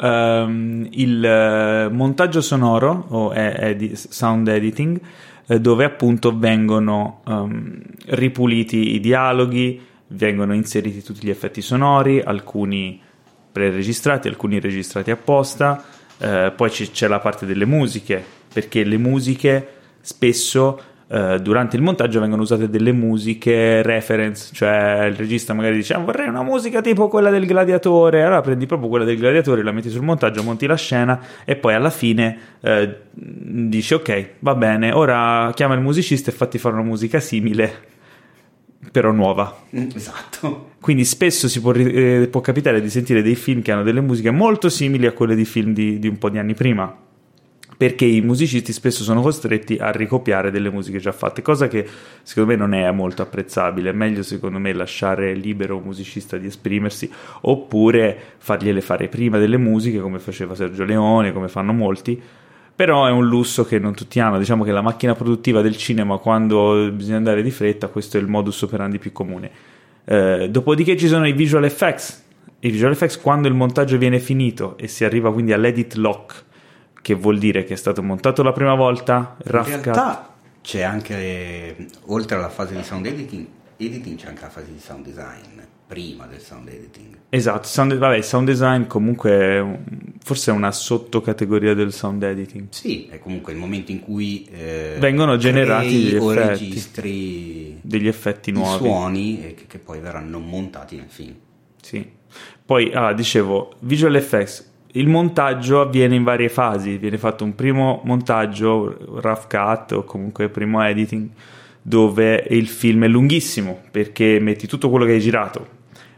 il montaggio sonoro o sound editing, dove appunto vengono ripuliti i dialoghi, vengono inseriti tutti gli effetti sonori, alcuni pre-registrati, alcuni registrati apposta. Poi c'è la parte delle musiche, perché le musiche spesso durante il montaggio vengono usate delle musiche reference, cioè il regista magari dice vorrei una musica tipo quella del Gladiatore, allora prendi proprio quella del Gladiatore, la metti sul montaggio, monti la scena e poi alla fine dici ok, va bene, ora chiama il musicista e fatti fare una musica simile però nuova. Esatto. Quindi spesso può capitare di sentire dei film che hanno delle musiche molto simili a quelle di film di un po' di anni prima, perché i musicisti spesso sono costretti a ricopiare delle musiche già fatte, cosa che secondo me non è molto apprezzabile. È meglio secondo me lasciare libero un musicista di esprimersi, oppure fargliele fare prima delle musiche come faceva Sergio Leone, come fanno molti. Però è un lusso che non tutti hanno. Diciamo che la macchina produttiva del cinema, quando bisogna andare di fretta, questo è il modus operandi più comune. Dopodiché ci sono i visual effects. I visual effects quando il montaggio viene finito e si arriva quindi all'edit lock, che vuol dire che è stato montato la prima volta, in realtà c'è anche, oltre alla fase di sound editing c'è anche la fase di sound design prima del sound editing. Esatto, sound design comunque forse è una sottocategoria del sound editing. Sì, è comunque il momento in cui vengono generati degli effetti, registri degli effetti nuovi, suoni che poi verranno montati nel film. Sì. Poi dicevo, visual effects. Il montaggio avviene in varie fasi, viene fatto un primo montaggio, rough cut o comunque primo editing, dove il film è lunghissimo perché metti tutto quello che hai girato,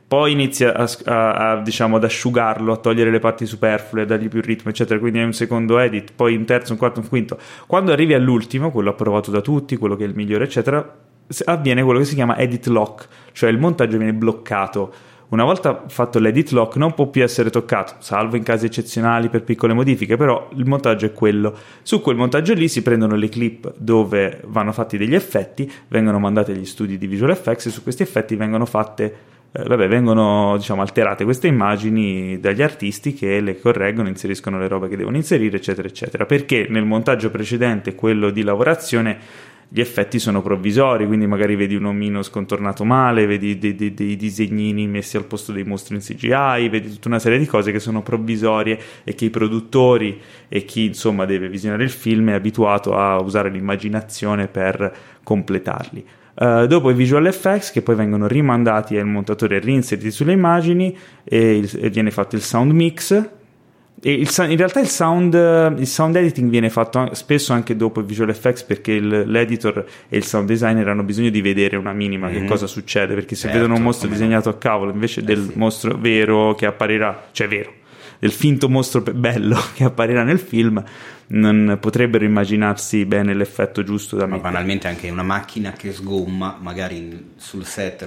poi inizia diciamo ad asciugarlo, a togliere le parti superflue, a dargli più ritmo eccetera, quindi hai un secondo edit, poi un terzo, un quarto, un quinto. Quando arrivi all'ultimo, quello approvato da tutti, quello che è il migliore eccetera, avviene quello che si chiama edit lock, cioè il montaggio viene bloccato. Una volta fatto l'edit lock non può più essere toccato, salvo in casi eccezionali per piccole modifiche, però il montaggio è quello. Su quel montaggio lì si prendono le clip dove vanno fatti degli effetti, vengono mandate agli studi di visual effects e su questi effetti vengono vengono diciamo alterate queste immagini dagli artisti che le correggono, inseriscono le robe che devono inserire eccetera eccetera, perché nel montaggio precedente, quello di lavorazione, gli effetti sono provvisori, quindi magari vedi un omino scontornato male, vedi dei disegnini messi al posto dei mostri in CGI, vedi tutta una serie di cose che sono provvisorie e che i produttori e chi insomma deve visionare il film è abituato a usare l'immaginazione per completarli. Dopo i visual effects che poi vengono rimandati al montatore e reinseriti sulle immagini e viene fatto il sound mix. E in realtà il sound editing viene fatto spesso anche dopo i visual effects, perché l'editor e il sound designer hanno bisogno di vedere una minima che cosa succede, perché se vedono un mostro disegnato a cavolo invece del mostro vero che apparirà, cioè vero, del finto mostro bello che apparirà nel film, non potrebbero immaginarsi bene l'effetto giusto da mettere. Ma banalmente anche una macchina che sgomma, magari sul set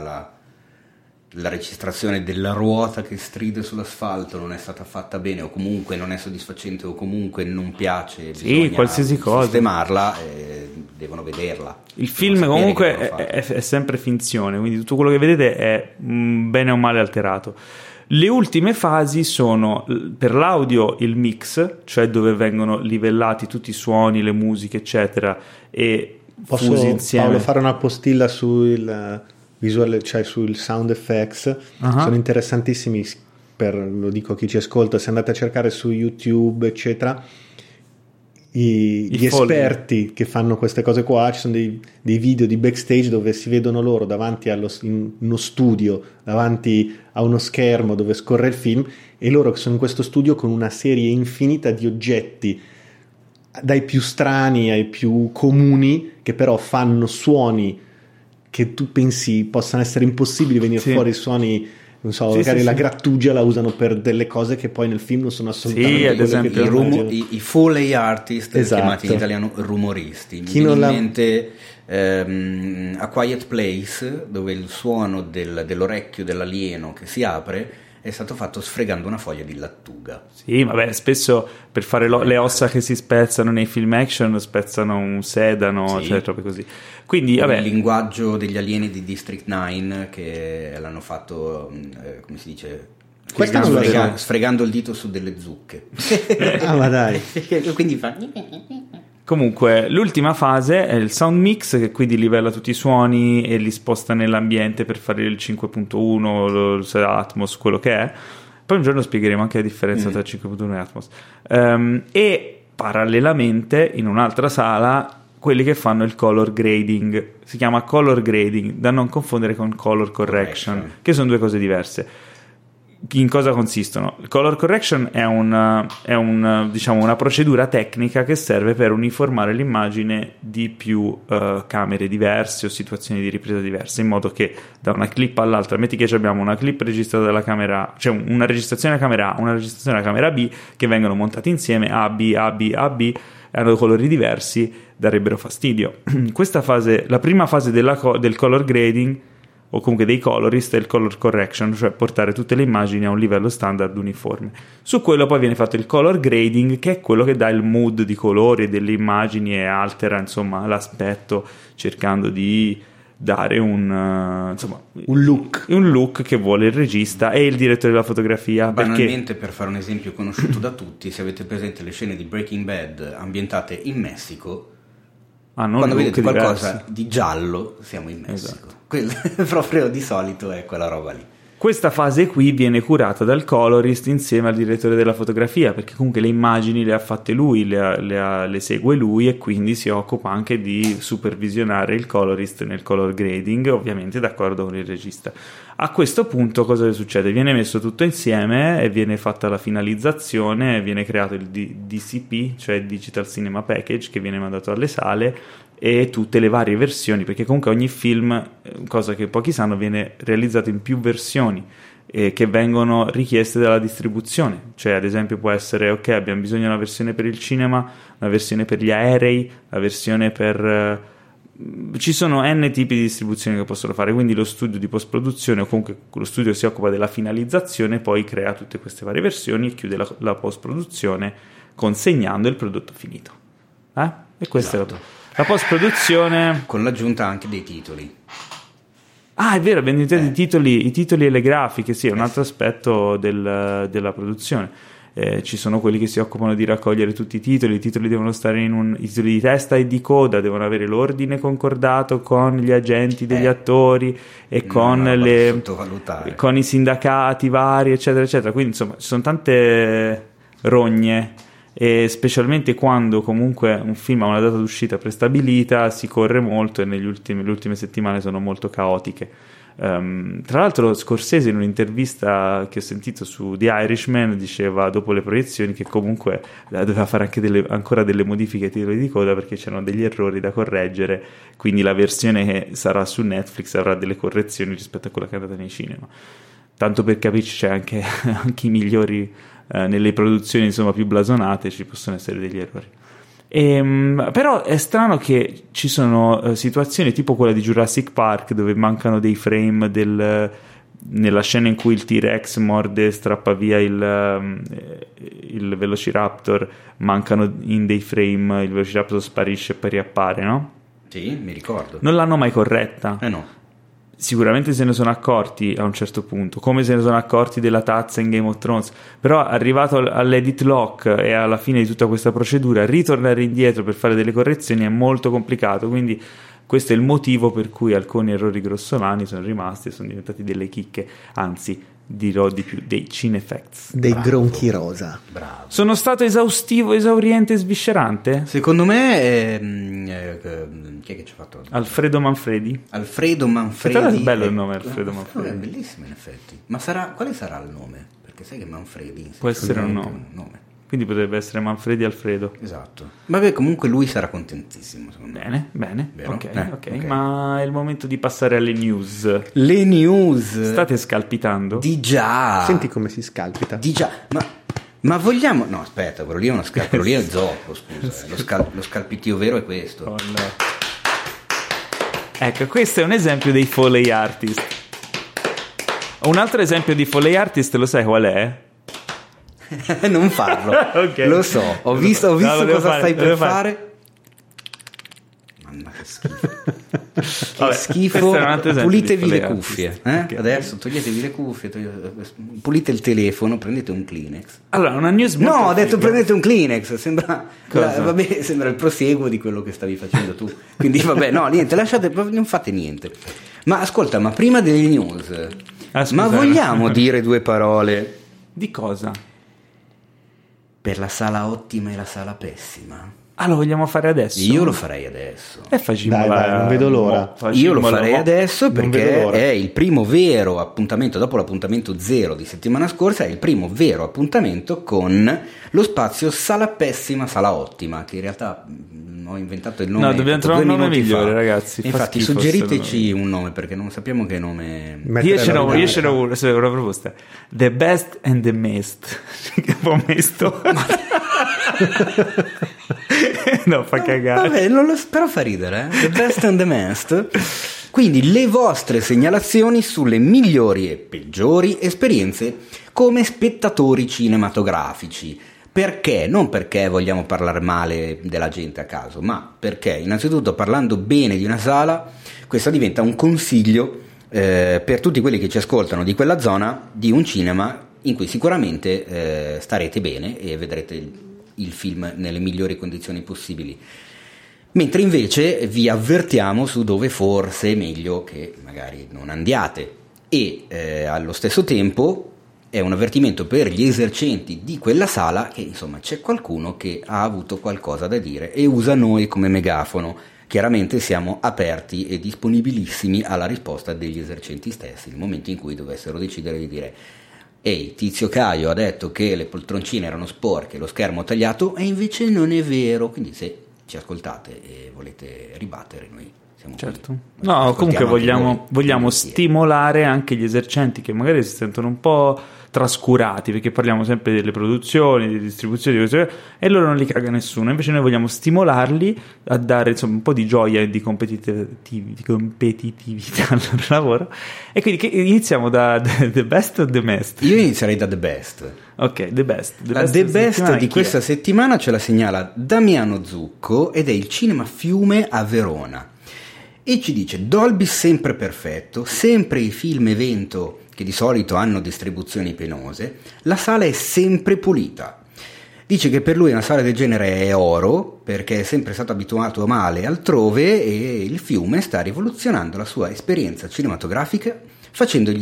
la registrazione della ruota che stride sull'asfalto non è stata fatta bene, o comunque non è soddisfacente, o comunque non piace, sì, qualsiasi cosa, sistemarla, devono vederla. Il film comunque è sempre finzione, quindi tutto quello che vedete è bene o male alterato. Le ultime fasi sono per l'audio il mix, cioè dove vengono livellati tutti i suoni, le musiche eccetera e fusi insieme. Paolo, fare una postilla sul visuale, cioè sul sound effects, sono interessantissimi, lo dico a chi ci ascolta, se andate a cercare su YouTube eccetera, gli esperti che fanno queste cose qua, ci sono dei video di backstage dove si vedono loro davanti in uno studio, davanti a uno schermo dove scorre il film, e loro che sono in questo studio con una serie infinita di oggetti, dai più strani ai più comuni, che però fanno suoni che tu pensi possano essere impossibili venire fuori, suoni, non so, magari la grattugia la usano per delle cose che poi nel film non sono assolutamente ad esempio i Foley artist, chiamati in italiano rumoristi. Chi non in mente A Quiet Place, dove il suono dell'orecchio dell'alieno che si apre è stato fatto sfregando una foglia di lattuga. Sì, vabbè, spesso per fare le ossa che si spezzano nei film action spezzano un sedano, cioè proprio così. Quindi, vabbè, il linguaggio degli alieni di District 9 che l'hanno fatto, come si dice, sfregando il dito su delle zucche. Ah, ma dai. Quindi fa... Comunque, l'ultima fase è il sound mix, che quindi livella tutti i suoni e li sposta nell'ambiente per fare il 5.1, Atmos, quello che è. Poi un giorno spiegheremo anche la differenza tra 5.1 e Atmos. E parallelamente, in un'altra sala, quelli che fanno il color grading. Si chiama color grading, da non confondere con color correction, che sono due cose diverse. In cosa consistono? Il color correction è diciamo una procedura tecnica che serve per uniformare l'immagine di più camere diverse o situazioni di ripresa diverse, in modo che da una clip all'altra, metti che abbiamo una clip registrata dalla camera, cioè una registrazione alla camera A, una registrazione alla camera B, che vengono montate insieme, A, B, A, B, A, B, hanno colori diversi, darebbero fastidio. Questa fase, la prima fase del color grading, o comunque dei colorist, è il color correction, cioè portare tutte le immagini a un livello standard uniforme. Su quello poi viene fatto il color grading, che è quello che dà il mood di colori delle immagini e altera insomma l'aspetto, cercando di dare un look che vuole il regista e il direttore della fotografia. Banalmente, per fare un esempio conosciuto da tutti, se avete presente le scene di Breaking Bad ambientate in Messico, quando vedete qualcosa di giallo siamo in Messico. Esatto. Proprio di solito è quella roba lì. Questa fase qui viene curata dal colorist insieme al direttore della fotografia, perché comunque le immagini le ha fatte lui, le segue lui, e quindi si occupa anche di supervisionare il colorist nel color grading, ovviamente d'accordo con il regista. A questo punto cosa succede? Viene messo tutto insieme e viene fatta la finalizzazione, viene creato il DCP, cioè il Digital Cinema Package, che viene mandato alle sale e tutte le varie versioni, perché comunque ogni film, cosa che pochi sanno, viene realizzato in più versioni che vengono richieste dalla distribuzione. Cioè, ad esempio, può essere: ok, abbiamo bisogno di una versione per il cinema, una versione per gli aerei, una versione per ci sono n tipi di distribuzione che possono fare, quindi lo studio di post-produzione, o comunque lo studio si occupa della finalizzazione, poi crea tutte queste varie versioni e chiude la post-produzione consegnando il prodotto finito. E questa Esatto. è la post-produzione, con l'aggiunta anche dei titoli. Ah, è vero, abbiamo i titoli e le grafiche, sì, è un altro aspetto della produzione. Ci sono quelli che si occupano di raccogliere tutti i titoli devono stare i titoli di testa e di coda, devono avere l'ordine concordato con gli agenti degli attori e con i sindacati vari, eccetera, eccetera. Quindi, insomma, ci sono tante rogne, e specialmente quando comunque un film ha una data d'uscita prestabilita si corre molto, e le ultime settimane sono molto caotiche. Tra l'altro Scorsese, in un'intervista che ho sentito su The Irishman, diceva dopo le proiezioni che comunque doveva fare anche ancora delle modifiche ai titoli di coda perché c'erano degli errori da correggere, quindi la versione che sarà su Netflix avrà delle correzioni rispetto a quella che è andata nei cinema. Tanto per capirci, c'è anche i migliori, nelle produzioni insomma più blasonate ci possono essere degli errori. Però è strano che ci sono situazioni tipo quella di Jurassic Park dove mancano dei frame nella scena in cui il T-Rex morde e strappa via il Velociraptor, mancano in dei frame, il Velociraptor sparisce e poi riappare, no? Sì, mi ricordo. Non l'hanno mai corretta. No. Sicuramente se ne sono accorti a un certo punto, come se ne sono accorti della tazza in Game of Thrones, però arrivato all'edit lock e alla fine di tutta questa procedura, ritornare indietro per fare delle correzioni è molto complicato, quindi questo è il motivo per cui alcuni errori grossolani sono rimasti e sono diventati delle chicche, anzi dirò di più, dei cinefacts. Dei gronchi rosa. Bravo. Sono stato esaustivo, esauriente e sviscerante? Secondo me chi è che ci ha fatto? Alfredo Manfredi? Alfredo Manfredi. È bello il nome, Alfredo Manfredi. È bellissimo in effetti. Ma quale sarà il nome? Perché sai che Manfredi può essere un nome. Quindi potrebbe essere Manfredi Alfredo. Esatto. Vabbè, comunque lui sarà contentissimo, secondo me. Bene. Vero? Ok. Ma è il momento di passare alle news. Le news. State scalpitando? Di già. Senti come si scalpita. Di già. Ma vogliamo... No, aspetta, quello lì è uno quello lì è il zoppo, scusa. Lo scalpitio vero è questo. Oh, no. Ecco, questo è un esempio dei Foley artist. Un altro esempio di Foley artist, lo sai qual è? Non farlo. Okay. Lo so, ho visto cosa stai per fare. Mamma che schifo. Vabbè, schifo. Pulitevi le cuffie. Okay. Adesso toglietevi le cuffie, pulite il telefono, prendete un Kleenex. Allora, una news molto No, ho detto figa. prendete un Kleenex. Sembra il proseguo di quello che stavi facendo tu. Quindi vabbè, no, niente, lasciate, non fate niente. Ma ascolta, ma prima delle news, ma vogliamo dire due parole? Di cosa? Per la sala ottima e la sala pessima. Ah, lo vogliamo fare adesso? Io lo farei adesso. Dai, non vedo l'ora. Io lo farei adesso perché è il primo vero appuntamento, dopo l'appuntamento 0 di settimana scorsa, è il primo vero appuntamento con lo spazio Sala Pessima, Sala Ottima, che in realtà ho inventato il nome. No, dobbiamo trovare un nome migliore, ragazzi. Infatti, suggeriteci un nome, perché non sappiamo che nome. Io ce n'ho una proposta. The Best and the Mest. Che po' mesto. No, fa cagare. Vabbè, però fa ridere, The Best and the Mest. Quindi le vostre segnalazioni sulle migliori e peggiori esperienze come spettatori cinematografici. Perché? Non perché vogliamo parlare male della gente a caso, ma perché innanzitutto, parlando bene di una sala, questa diventa un consiglio per tutti quelli che ci ascoltano di quella zona, di un cinema in cui sicuramente starete bene e vedrete il film nelle migliori condizioni possibili, mentre invece vi avvertiamo su dove forse è meglio che magari non andiate, e allo stesso tempo è un avvertimento per gli esercenti di quella sala che insomma c'è qualcuno che ha avuto qualcosa da dire e usa noi come megafono. Chiaramente siamo aperti e disponibilissimi alla risposta degli esercenti stessi nel momento in cui dovessero decidere di dire: ehi, Tizio Caio ha detto che le poltroncine erano sporche, lo schermo tagliato, e invece non è vero. Quindi se ci ascoltate e volete ribattere, noi siamo Certo. qui. No, comunque vogliamo volentieri. stimolare anche gli esercenti che magari si sentono un po' trascurati, perché parliamo sempre delle produzioni, di distribuzioni, di cose, e loro non li caga nessuno. Invece noi vogliamo stimolarli a dare, insomma, un po' di gioia e di competitività al loro lavoro. E quindi iniziamo da The Best o The Mest? Io inizierei da The Best. Ok, The Best. La The Best di questa settimana. settimana ce la segnala Damiano Zucco ed è il Cinema Fiume a Verona. E ci dice: Dolby sempre perfetto, sempre i film evento che di solito hanno distribuzioni penose, la sala è sempre pulita. Dice che per lui una sala del genere è oro, perché è sempre stato abituato male altrove e il Fiume sta rivoluzionando la sua esperienza cinematografica, facendogli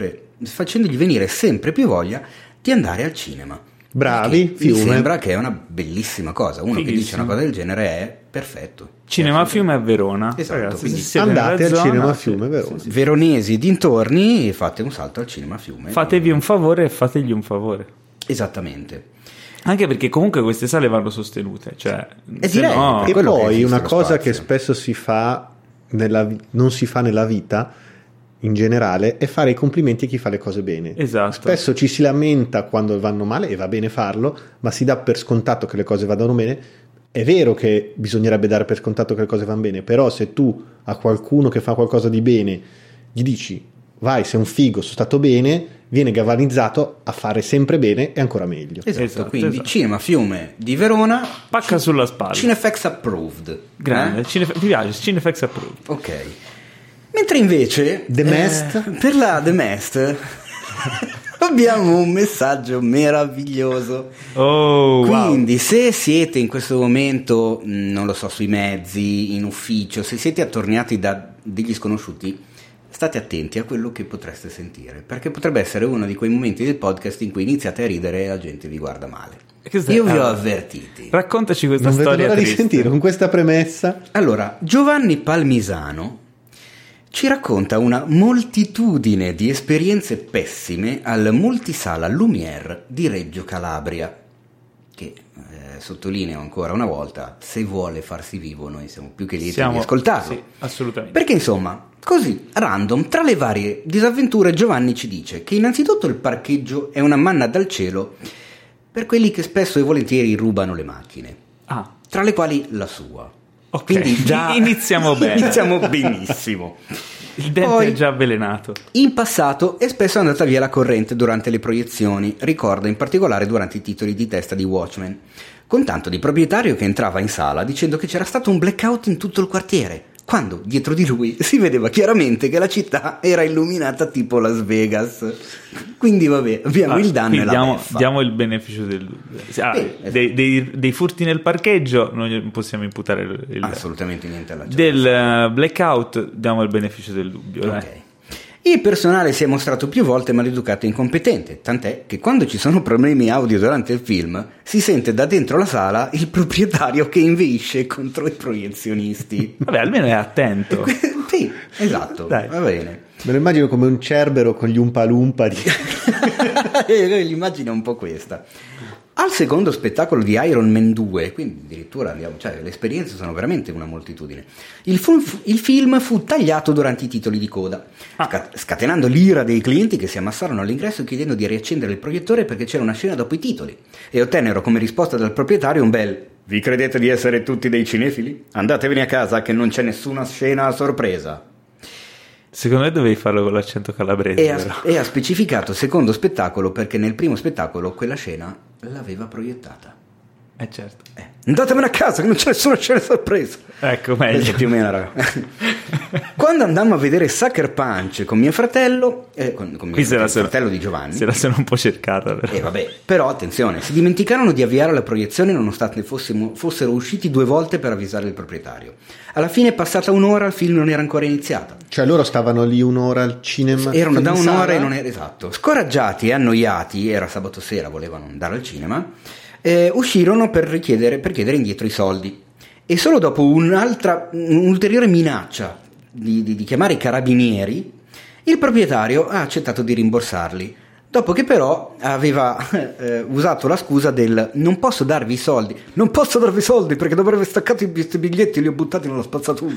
venire sempre più voglia di andare al cinema. Bravi, Che mi Fiume. sembra che è una bellissima cosa. Uno che dice Fighissimo. una cosa del genere è perfetto. Cinema Fiume a Verona. Esatto, Ragazzi, quindi se siete andate nella al zona, Cinema sì, Fiume Verona. sì, sì. Veronesi dintorni e fate un salto al Cinema Fiume. Fatevi un favore e fategli un favore. Esattamente. Anche perché comunque queste sale vanno sostenute, cioè, E se direi, no, per E quello che poi esiste una lo cosa spazio. che spesso si fa non si fa nella vita in generale è fare i complimenti a chi fa le cose bene. Esatto. Spesso ci si lamenta quando vanno male e va bene farlo, ma si dà per scontato che le cose vadano bene. È vero che bisognerebbe dare per scontato che le cose vanno bene, però se tu a qualcuno che fa qualcosa di bene gli dici vai, sei un figo, sono stato bene, viene galvanizzato a fare sempre bene e ancora meglio. Esatto, quindi Cinema Fiume di Verona, pacca sulla spalla. Cinefx approved. Grande, mi piace, Cinefx approved. Ok. Mentre invece The Mest? per la The Mest abbiamo un messaggio meraviglioso. Oh, wow. Quindi se siete in questo momento, non lo so, sui mezzi, in ufficio, se siete attorniati da degli sconosciuti, state attenti a quello che potreste sentire, perché potrebbe essere uno di quei momenti del podcast in cui iniziate a ridere e la gente vi guarda male. Io vi ho avvertiti. Raccontaci questa Non vedo storia l'ora di triste. sentire con questa premessa. Allora, Giovanni Palmisano ci racconta una moltitudine di esperienze pessime al multisala Lumière di Reggio Calabria, che sottolineo ancora una volta, se vuole farsi vivo noi siamo più che lieti di ascoltarlo. Sì, assolutamente. Perché insomma, così, random, tra le varie disavventure, Giovanni ci dice che innanzitutto il parcheggio è una manna dal cielo per quelli che spesso e volentieri rubano le macchine, tra le quali la sua. Ok, Quindi già iniziamo bene. Iniziamo benissimo. Il dente Poi, è già avvelenato. in passato è spesso andata via la corrente durante le proiezioni, ricorda in particolare durante i titoli di testa di Watchmen, con tanto di proprietario che entrava in sala dicendo che c'era stato un blackout in tutto il quartiere, quando dietro di lui si vedeva chiaramente che la città era illuminata tipo Las Vegas. Quindi vabbè, abbiamo il danno e la beffa. Diamo il beneficio del dubbio. esatto. Dei furti nel parcheggio non possiamo imputare Assolutamente niente alla gente. del blackout, diamo il beneficio del dubbio. Ok. Dai. Il personale si è mostrato più volte maleducato e incompetente, tant'è che quando ci sono problemi audio durante il film si sente da dentro la sala il proprietario che inveisce contro i proiezioni. Vabbè, almeno è attento. Sì, esatto, Dai. va bene. Me lo immagino come un cerbero con gli Umpa Lumpa di... L'immagine è un po' questa. Al secondo spettacolo di Iron Man 2, quindi addirittura le esperienze sono veramente una moltitudine, il film fu tagliato durante i titoli di coda, scatenando l'ira dei clienti che si ammassarono all'ingresso chiedendo di riaccendere il proiettore perché c'era una scena dopo i titoli, e ottennero come risposta dal proprietario un bel "Vi credete di essere tutti dei cinefili? Andatevene a casa che non c'è nessuna scena a sorpresa". Secondo me dovevi farlo con l'accento calabrese. E ha specificato secondo spettacolo perché nel primo spettacolo quella scena l'aveva proiettata. Certo. Andatevene a casa che non c'è nessuna scena sorpresa. Ecco, meglio. Più o meno, raga. Quando andammo a vedere Sucker Punch con mio fratello, fratello di Giovanni, se la sono un po' cercata, però. Vabbè, però attenzione, si dimenticarono di avviare la proiezione nonostante fossero usciti 2 volte per avvisare il proprietario. Alla fine, passata un'ora, il film non era ancora iniziato. Cioè loro stavano lì un'ora al cinema? Erano da un'ora sala? e non era esatto. Scoraggiati e annoiati, era sabato sera, volevano andare al cinema, uscirono per chiedere indietro i soldi. E solo dopo un'ulteriore minaccia di chiamare i carabinieri, il proprietario ha accettato di rimborsarli, Dopo che però aveva usato la scusa del non posso darvi i soldi perché dopo aver staccato questi biglietti li ho buttati nella spazzatura.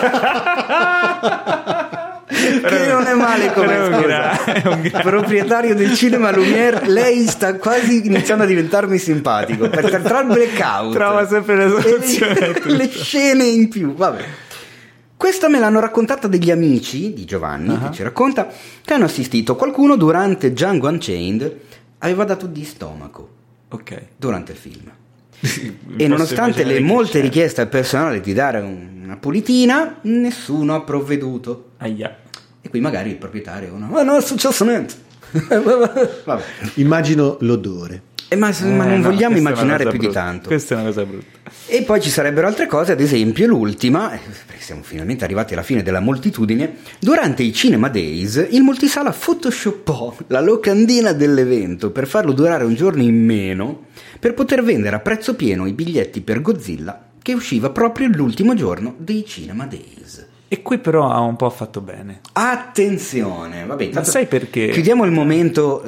Che non è male come scusa. Proprietario del cinema Lumière, lei sta quasi iniziando a diventarmi simpatico perché tra il blackout trova sempre le soluzioni le scene in più, vabbè. Questa me l'hanno raccontata degli amici di Giovanni, che ci racconta che hanno assistito. Qualcuno durante Django Unchained aveva dato di stomaco durante il film. E nonostante le molte richieste al personale di dare una pulitina, nessuno ha provveduto. Aia. E qui magari il proprietario ma non è successo niente. Vabbè. Immagino l'odore. Ma non vogliamo immaginare più di tanto. Questa è una cosa brutta. E poi ci sarebbero altre cose, ad esempio l'ultima, perché siamo finalmente arrivati alla fine della moltitudine. Durante i Cinema Days il multisala photoshoppò la locandina dell'evento per farlo durare un giorno in meno, per poter vendere a prezzo pieno i biglietti per Godzilla, che usciva proprio l'ultimo giorno dei Cinema Days. E qui però ha un po' fatto bene. Attenzione, vabbè, ma sai perché? Chiudiamo il momento,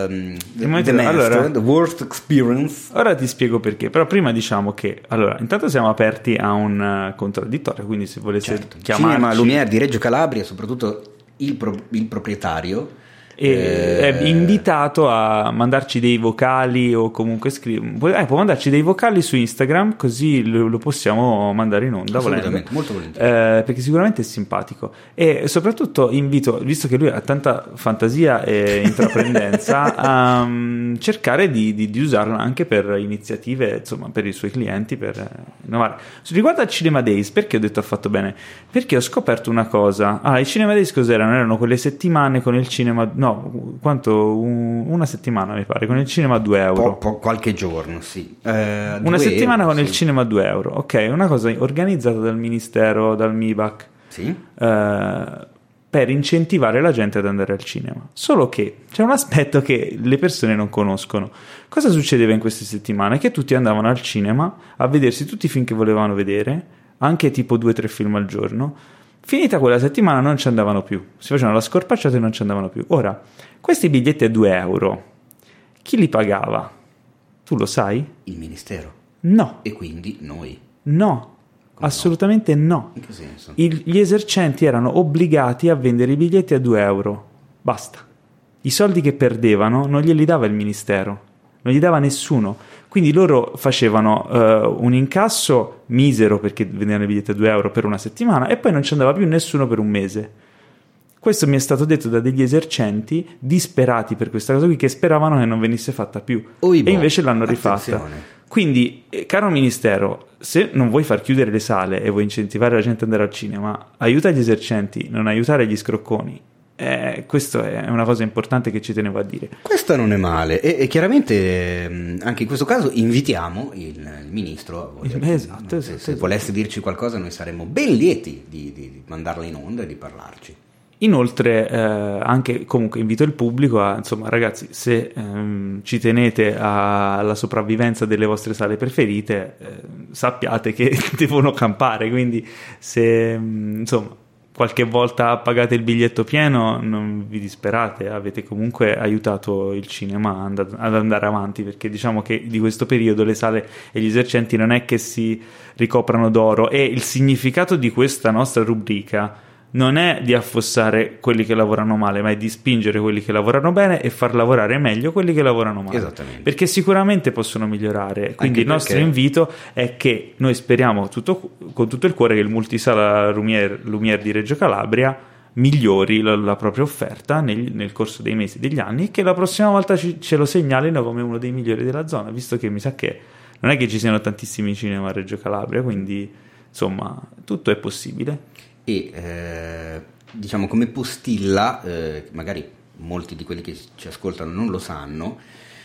the worst experience. Ora ti spiego perché, però prima diciamo che allora intanto siamo aperti a un contraddittorio, quindi se volete chiamarci Cinema Lumière di Reggio Calabria, soprattutto il proprietario è invitato a mandarci dei vocali o comunque può mandarci dei vocali su Instagram, così lo possiamo mandare in onda assolutamente, molto volentieri, perché sicuramente è simpatico. E soprattutto invito, visto che lui ha tanta fantasia e intraprendenza, a cercare di usarla anche per iniziative, insomma, per i suoi clienti, per innovare. Riguardo al Cinema Days, perché ho detto ha fatto bene? Perché ho scoperto una cosa. I Cinema Days cos'erano? Erano quelle settimane con il cinema, una settimana mi pare, con il cinema a 2 euro. Qualche giorno, sì. Una settimana con il cinema a 2 euro. Ok, una cosa organizzata dal Ministero, dal MIBAC, sì. Per incentivare la gente ad andare al cinema. Solo che c'è un aspetto che le persone non conoscono. Cosa succedeva in queste settimane? Che tutti andavano al cinema a vedersi tutti i film che volevano vedere, anche tipo 2-3 film al giorno. Finita quella settimana non ci andavano più, si facevano la scorpacciata e non ci andavano più. Ora, questi biglietti a 2 euro, chi li pagava? Tu lo sai? Il Ministero. No. E quindi noi? No, assolutamente no. In che senso? Gli esercenti erano obbligati a vendere i biglietti a 2 euro. Basta. I soldi che perdevano non glieli dava il Ministero, non gli dava nessuno. Quindi loro facevano un incasso misero perché vendevano i biglietti a 2 euro per una settimana e poi non ci andava più nessuno per un mese. Questo mi è stato detto da degli esercenti disperati per questa cosa qui, che speravano che non venisse fatta più. E invece l'hanno rifatta. Quindi, caro Ministero, se non vuoi far chiudere le sale e vuoi incentivare la gente ad andare al cinema, aiuta gli esercenti, non aiutare gli scrocconi. Questo è una cosa importante che ci tenevo a dire. Questa non è male e chiaramente anche in questo caso invitiamo il ministro esatto, se volesse dirci qualcosa noi saremmo ben lieti di mandarla in onda e di parlarci. Inoltre anche comunque invito il pubblico a, insomma, ragazzi, se ci tenete alla sopravvivenza delle vostre sale preferite, sappiate che devono campare, quindi se insomma qualche volta pagate il biglietto pieno, non vi disperate, avete comunque aiutato il cinema ad andare avanti, perché diciamo che di questo periodo le sale e gli esercenti non è che si ricoprano d'oro, e il significato di questa nostra rubrica non è di affossare quelli che lavorano male, ma è di spingere quelli che lavorano bene e far lavorare meglio quelli che lavorano male. Esattamente. Perché sicuramente possono migliorare. Quindi il nostro invito è che noi speriamo con tutto il cuore che il multisala Lumière di Reggio Calabria migliori la propria offerta nel corso dei mesi, degli anni, e che la prossima volta ce lo segnalino come uno dei migliori della zona, visto che mi sa che non è che ci siano tantissimi cinema a Reggio Calabria, quindi insomma tutto è possibile. E diciamo come postilla, magari molti di quelli che ci ascoltano non lo sanno,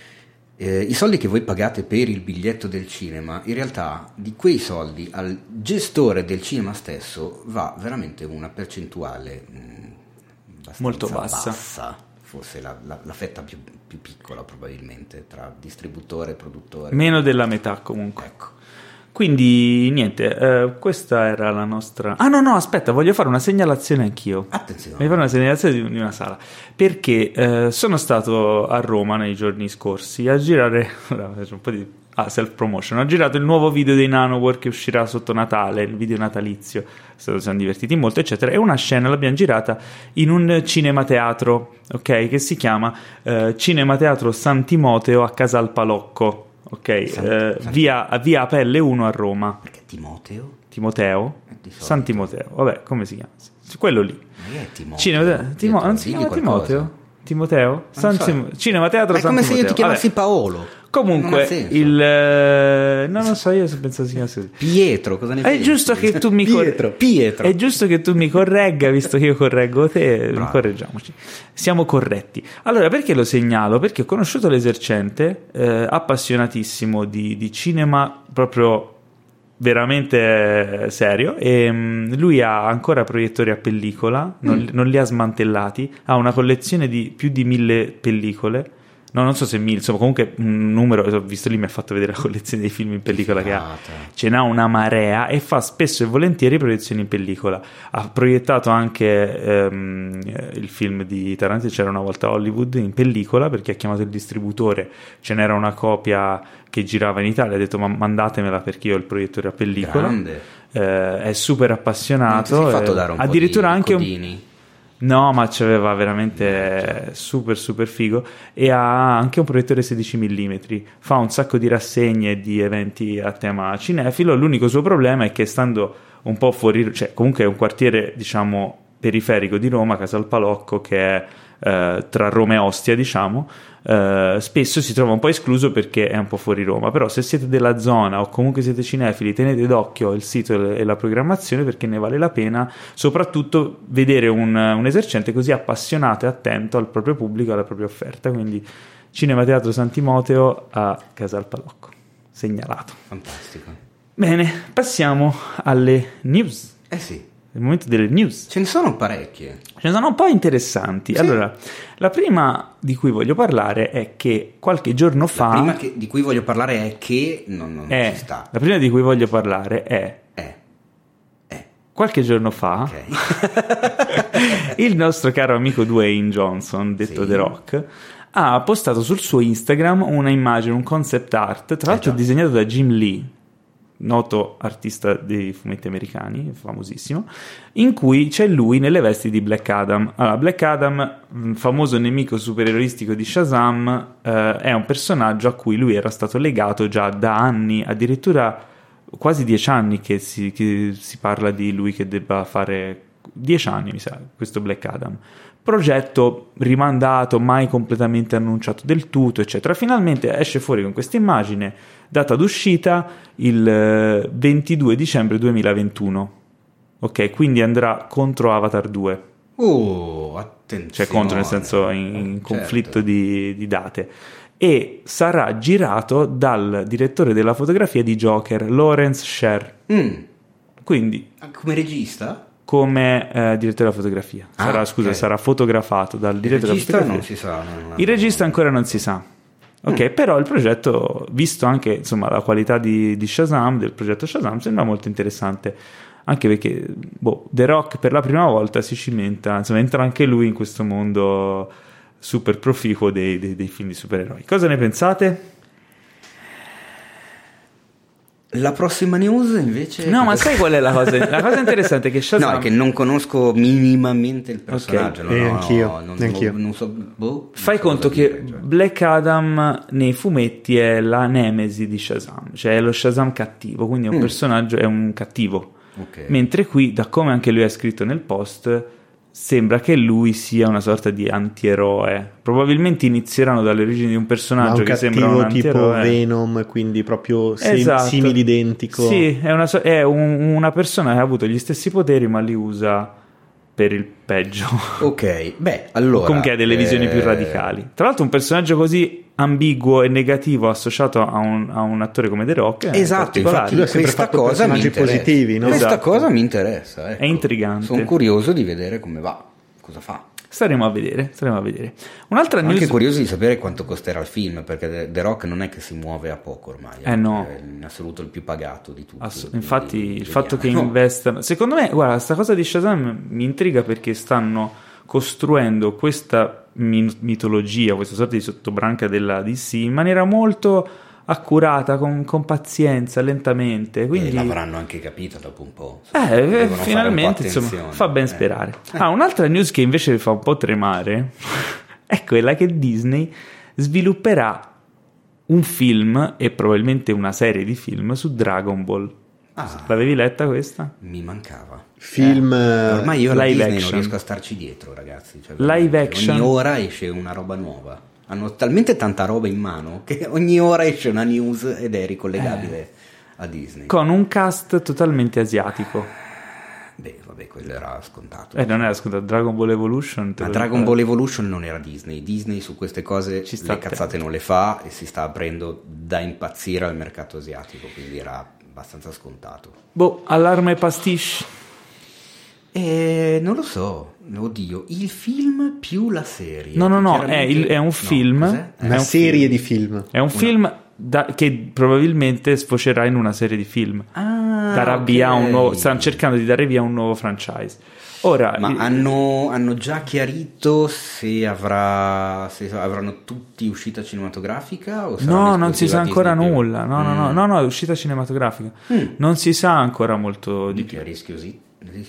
i soldi che voi pagate per il biglietto del cinema, in realtà di quei soldi al gestore del cinema stesso va veramente una percentuale molto bassa, forse la fetta più piccola probabilmente tra distributore e produttore, meno della metà comunque. Ecco. Quindi niente, questa era la nostra... Ah no, aspetta, voglio fare una segnalazione anch'io. Attenzione. Voglio fare una segnalazione di una sala, perché sono stato a Roma nei giorni scorsi a girare... Faccio un po' di self-promotion. Ho girato il nuovo video dei Nanowar che uscirà sotto Natale, il video natalizio. Siamo divertiti molto, eccetera. E una scena l'abbiamo girata in un cinemateatro, ok? Che si chiama Cinemateatro San Timoteo a Casal Palocco. Ok, via Apelle 1 a Roma. Perché Timoteo? Timoteo? San Timoteo, vabbè, come si chiama? Quello lì. Ma è Timoteo? Non si chiama Timoteo? Timoteo? Cinemateatro Ma è San come Timoteo. se io ti chiamassi Paolo. Comunque, non so, io penso si chiamasse Pietro, cosa ne pensi? È giusto che tu mi Pietro. È giusto che tu mi corregga, visto che io correggo te, correggiamoci. Siamo corretti. Allora, perché lo segnalo? Perché ho conosciuto l'Esercente, appassionatissimo di cinema proprio veramente serio, e lui ha ancora proiettori a pellicola, non li ha smantellati, ha una collezione di più di 1000 pellicole. No, non so se 1000, insomma, comunque un numero, ho visto lì, mi ha fatto vedere la collezione dei film in pellicola che ha, ce n'ha una marea, e fa spesso e volentieri proiezioni in pellicola. Ha proiettato anche il film di Tarantino, C'era una volta Hollywood, in pellicola, perché ha chiamato il distributore, ce n'era una copia che girava in Italia, ha detto ma mandatemela perché io ho il proiettore a pellicola. È super appassionato, non ti sei fatto dare un addirittura po' di anche codini? No, ma c'aveva veramente super figo, e ha anche un proiettore 16 mm, fa un sacco di rassegne e di eventi a tema cinefilo. L'unico suo problema è che, stando un po' fuori, cioè comunque è un quartiere diciamo periferico di Roma, Casal Palocco, che è tra Roma e Ostia, diciamo, spesso si trova un po' escluso perché è un po' fuori Roma. Però se siete della zona o comunque siete cinefili, tenete d'occhio il sito e la programmazione, perché ne vale la pena, soprattutto vedere un esercente così appassionato e attento al proprio pubblico, alla propria offerta. Quindi Cinemateatro San Timoteo a Casal Palocco, segnalato. Fantastico. Bene, passiamo alle news. Sì. Il momento delle news. Ce ne sono parecchie. Ce ne sono un po' interessanti. Sì. Allora, la prima di cui voglio parlare è che qualche giorno fa... La prima di cui voglio parlare è che non ci sta. La prima di cui voglio parlare è... Qualche giorno fa, il nostro caro amico Dwayne Johnson, detto The Rock, ha postato sul suo Instagram una immagine, un concept art, tra l'altro disegnato da Jim Lee, noto artista dei fumetti americani, famosissimo, in cui c'è lui nelle vesti di Black Adam. Allora, Black Adam, famoso nemico supereroistico di Shazam, è un personaggio a cui lui era stato legato già da anni, addirittura quasi 10 anni che si parla di lui che debba fare 10 anni, mi sa, questo Black Adam. Progetto rimandato, mai completamente annunciato del tutto, eccetera. Finalmente esce fuori con questa immagine, data d'uscita il 22 dicembre 2021. Ok, quindi andrà contro Avatar 2. Attenzione. Cioè contro, nel senso in conflitto di date. E sarà girato dal direttore della fotografia di Joker, Lawrence Sher. Quindi come regista? Come direttore della fotografia. Sarà fotografato dal direttore della fotografia. Non si sa. Il regista ancora non si sa. Ok, però il progetto, visto anche insomma la qualità di Shazam, del progetto Shazam, sembra molto interessante. Anche perché The Rock per la prima volta si cimenta, insomma, entra anche lui in questo mondo super proficuo dei film di supereroi. Cosa ne pensate? La prossima news invece... No, ma sai qual è la cosa? La cosa interessante è che Shazam... No, è che non conosco minimamente il personaggio. Okay. Anch'io. Non so, Fai conto che Black Adam nei fumetti è la nemesi di Shazam, cioè è lo Shazam cattivo, quindi è un personaggio, è un cattivo. Okay. Mentre qui, da come anche lui ha scritto nel post, sembra che lui sia una sorta di antieroe. Probabilmente inizieranno dalle origini di un personaggio che sembra un antieroe, tipo Venom, quindi proprio esatto, simile identico. Sì, è una persona che ha avuto gli stessi poteri ma li usa per il peggio. Ok, beh, allora comunque ha delle visioni più radicali. Tra l'altro un personaggio così ambiguo e negativo associato a un attore come The Rock, esatto, infatti questa cosa mi interessa. Positivi, no? Questa esatto. cosa mi interessa, ecco. È intrigante. Sono curioso di vedere come va, cosa fa. Staremo a vedere. Un'altra Sono news... anche curioso di sapere quanto costerà il film, perché The Rock non è che si muove a poco ormai, no. È in assoluto il più pagato di tutti. Infatti il fatto che investano, secondo me, guarda, sta cosa di Shazam mi intriga perché stanno costruendo questa mitologia, questa sorta di sottobranca della DC in maniera molto accurata, con pazienza, lentamente, quindi E l'avranno anche capito dopo un po'. Finalmente, insomma, fa ben sperare. Un'altra news che invece fa un po' tremare è quella che Disney svilupperà un film e probabilmente una serie di film su Dragon Ball. L'avevi letta questa? Mi mancava. Film ormai io alla live Disney action. non riesco a starci dietro, ragazzi. Cioè, Live action. Ogni ora esce una roba nuova. Hanno talmente tanta roba in mano che ogni ora esce una news ed è ricollegabile a Disney. Con un cast totalmente asiatico. Beh, vabbè, quello era scontato. Non era scontato. Dragon Ball Evolution. Ma Dragon Ball Evolution non era Disney. Disney su queste cose Ci sta le cazzate non le fa e si sta aprendo da impazzire al mercato asiatico, quindi era abbastanza scontato. Allarme pastiche. Non lo so, oddio, il film più la serie. No, è un film. Cos'è? una serie di film. È un film che probabilmente sfocerà in una serie di film. Darà via un nuovo, stanno cercando di dare via un nuovo franchise. Ora, Ma hanno già chiarito se avranno tutti uscita cinematografica o no, non si sa ancora Disney nulla. No, è uscita cinematografica. Non si sa ancora molto di più. È rischiosino.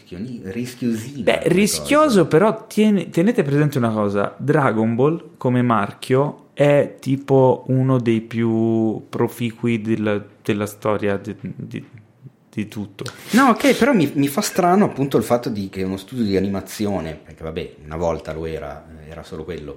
Rischioso, però tenete presente una cosa: Dragon Ball come marchio è tipo uno dei più proficui della storia di tutto. No, ok, però mi fa strano appunto il fatto che uno studio di animazione, perché vabbè, una volta lo era solo quello,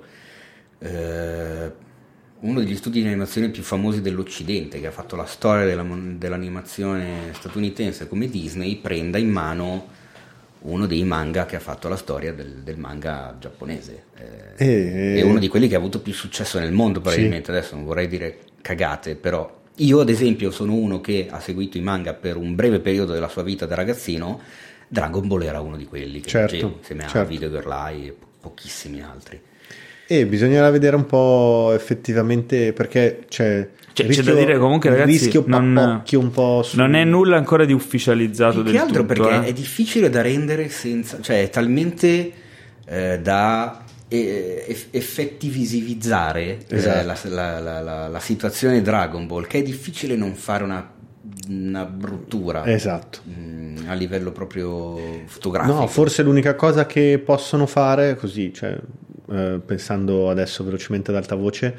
uno degli studi di animazione più famosi dell'Occidente, che ha fatto la storia dell'animazione statunitense come Disney, prenda in mano uno dei manga che ha fatto la storia del manga giapponese. È uno di quelli che ha avuto più successo nel mondo, probabilmente. Sì. Adesso non vorrei dire cagate, però io ad esempio sono uno che ha seguito i manga per un breve periodo della sua vita da ragazzino. Dragon Ball era uno di quelli che leggevo insieme a Video Girl Eye e pochissimi altri. E bisognerà vedere un po' effettivamente, perché c'è da dire comunque, ragazzi, rischio un po' non è nulla ancora di ufficializzato del che altro tutto, perché è difficile da rendere senza, cioè è talmente da effettivivizzare la situazione Dragon Ball che è difficile non fare una bruttura a livello proprio fotografico. No, forse l'unica cosa che possono fare così, cioè pensando adesso velocemente ad alta voce,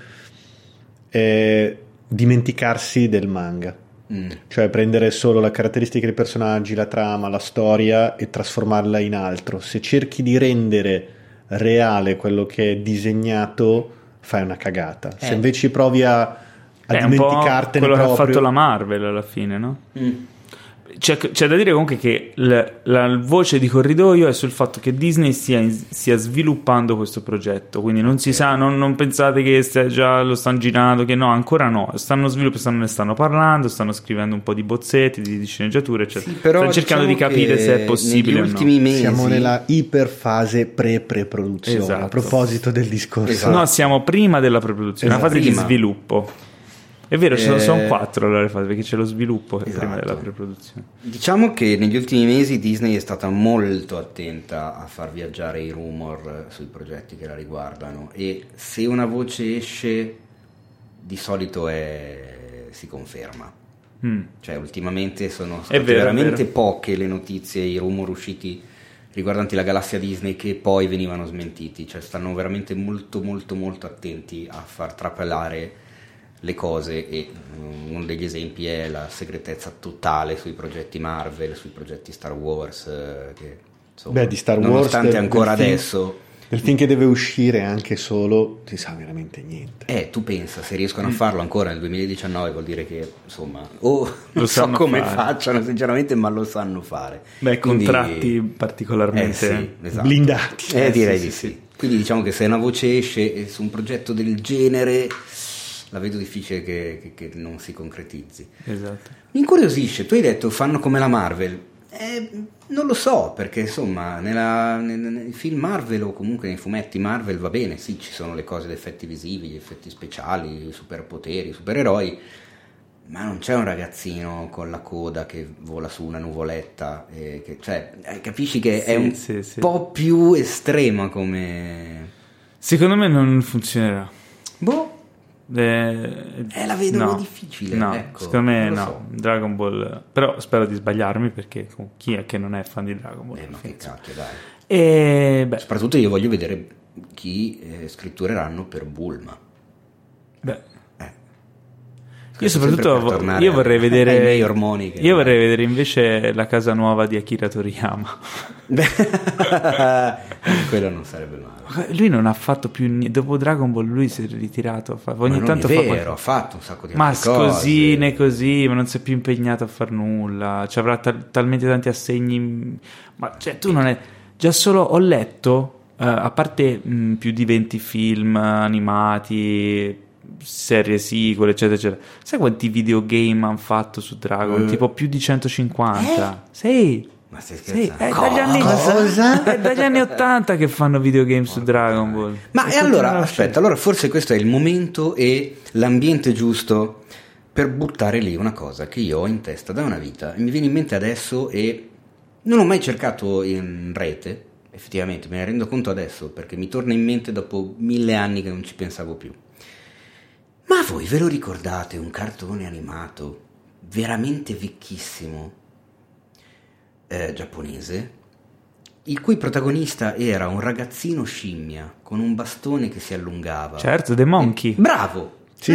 è dimenticarsi del manga, cioè prendere solo le caratteristiche dei personaggi, la trama, la storia e trasformarla in altro. Se cerchi di rendere reale quello che è disegnato, fai una cagata. Se invece provi a dimenticartene, quello proprio... che ha fatto la Marvel alla fine, no? C'è da dire comunque che la voce di corridoio è sul fatto che Disney stia sviluppando questo progetto, quindi non si sa, non pensate che già lo stanno girando, che no, ancora no, stanno sviluppando, ne stanno parlando, stanno scrivendo un po' di bozzetti, di sceneggiature, eccetera. Sì, però stanno cercando di capire se è possibile o no. Mesi... Siamo nella iperfase pre-produzione, esatto. A proposito del discorso. Esatto. No, siamo prima della pre-produzione, una fase di sviluppo. È vero, sono 4 le fasi, perché c'è lo sviluppo prima della pre-produzione. Diciamo che negli ultimi mesi Disney è stata molto attenta a far viaggiare i rumor sui progetti che la riguardano, e se una voce esce di solito si conferma. Cioè ultimamente sono state veramente poche le notizie, i rumor usciti riguardanti la galassia Disney che poi venivano smentiti, cioè stanno veramente molto molto molto attenti a far trapelare le cose, e uno degli esempi è la segretezza totale sui progetti Marvel, sui progetti Star Wars, che insomma, di Star Wars, nonostante ancora adesso del film che deve uscire anche solo, si sa veramente niente. Tu pensa, se riescono a farlo ancora nel 2019 vuol dire che insomma non so come facciano sinceramente, ma lo sanno fare. Contratti particolarmente blindati. Direi di sì. Quindi diciamo che se una voce esce su un progetto del genere, la vedo difficile che non si concretizzi. Esatto. Mi incuriosisce, tu hai detto fanno come la Marvel. Non lo so, perché insomma nei film Marvel o comunque nei fumetti Marvel va bene, sì, ci sono le cose, gli effetti visivi, gli effetti speciali, i superpoteri, i supereroi, ma non c'è un ragazzino con la coda che vola su una nuvoletta, capisci che è un po' più estrema come... Secondo me non funzionerà. La vedo difficile. No, ecco, secondo me no. So. Dragon Ball, però spero di sbagliarmi, perché chi è che non è fan di Dragon Ball? Ma che cacchio, dai. Soprattutto io voglio vedere chi scrittureranno per Bulma. Io soprattutto vorrei vedere i miei ormoni vorrei vedere invece la casa nuova di Akira Toriyama. Quello non sarebbe male. Lui non ha fatto più niente ha ritirato, ogni tanto ha fatto un sacco di altre cose. Così, ma non si è più impegnato a far nulla, ci avrà talmente tanti assegni, ma cioè tu non è già solo ho letto a parte più di 20 film animati, serie sequel eccetera eccetera, sai quanti videogame hanno fatto su Dragon? Tipo più di 150. Sì. Ma stai scherzando? È dagli anni 80 che fanno videogame su Dragon Ball. Ma e allora, aspetta, allora forse questo è il momento e l'ambiente giusto per buttare lì una cosa che io ho in testa da una vita e mi viene in mente adesso e non ho mai cercato in rete, effettivamente me ne rendo conto adesso perché mi torna in mente dopo 1000 anni che non ci pensavo più. Ma voi ve lo ricordate un cartone animato veramente vecchissimo giapponese, il cui protagonista era un ragazzino scimmia con un bastone che si allungava? Certo, The Monkey. Bravo! Sì.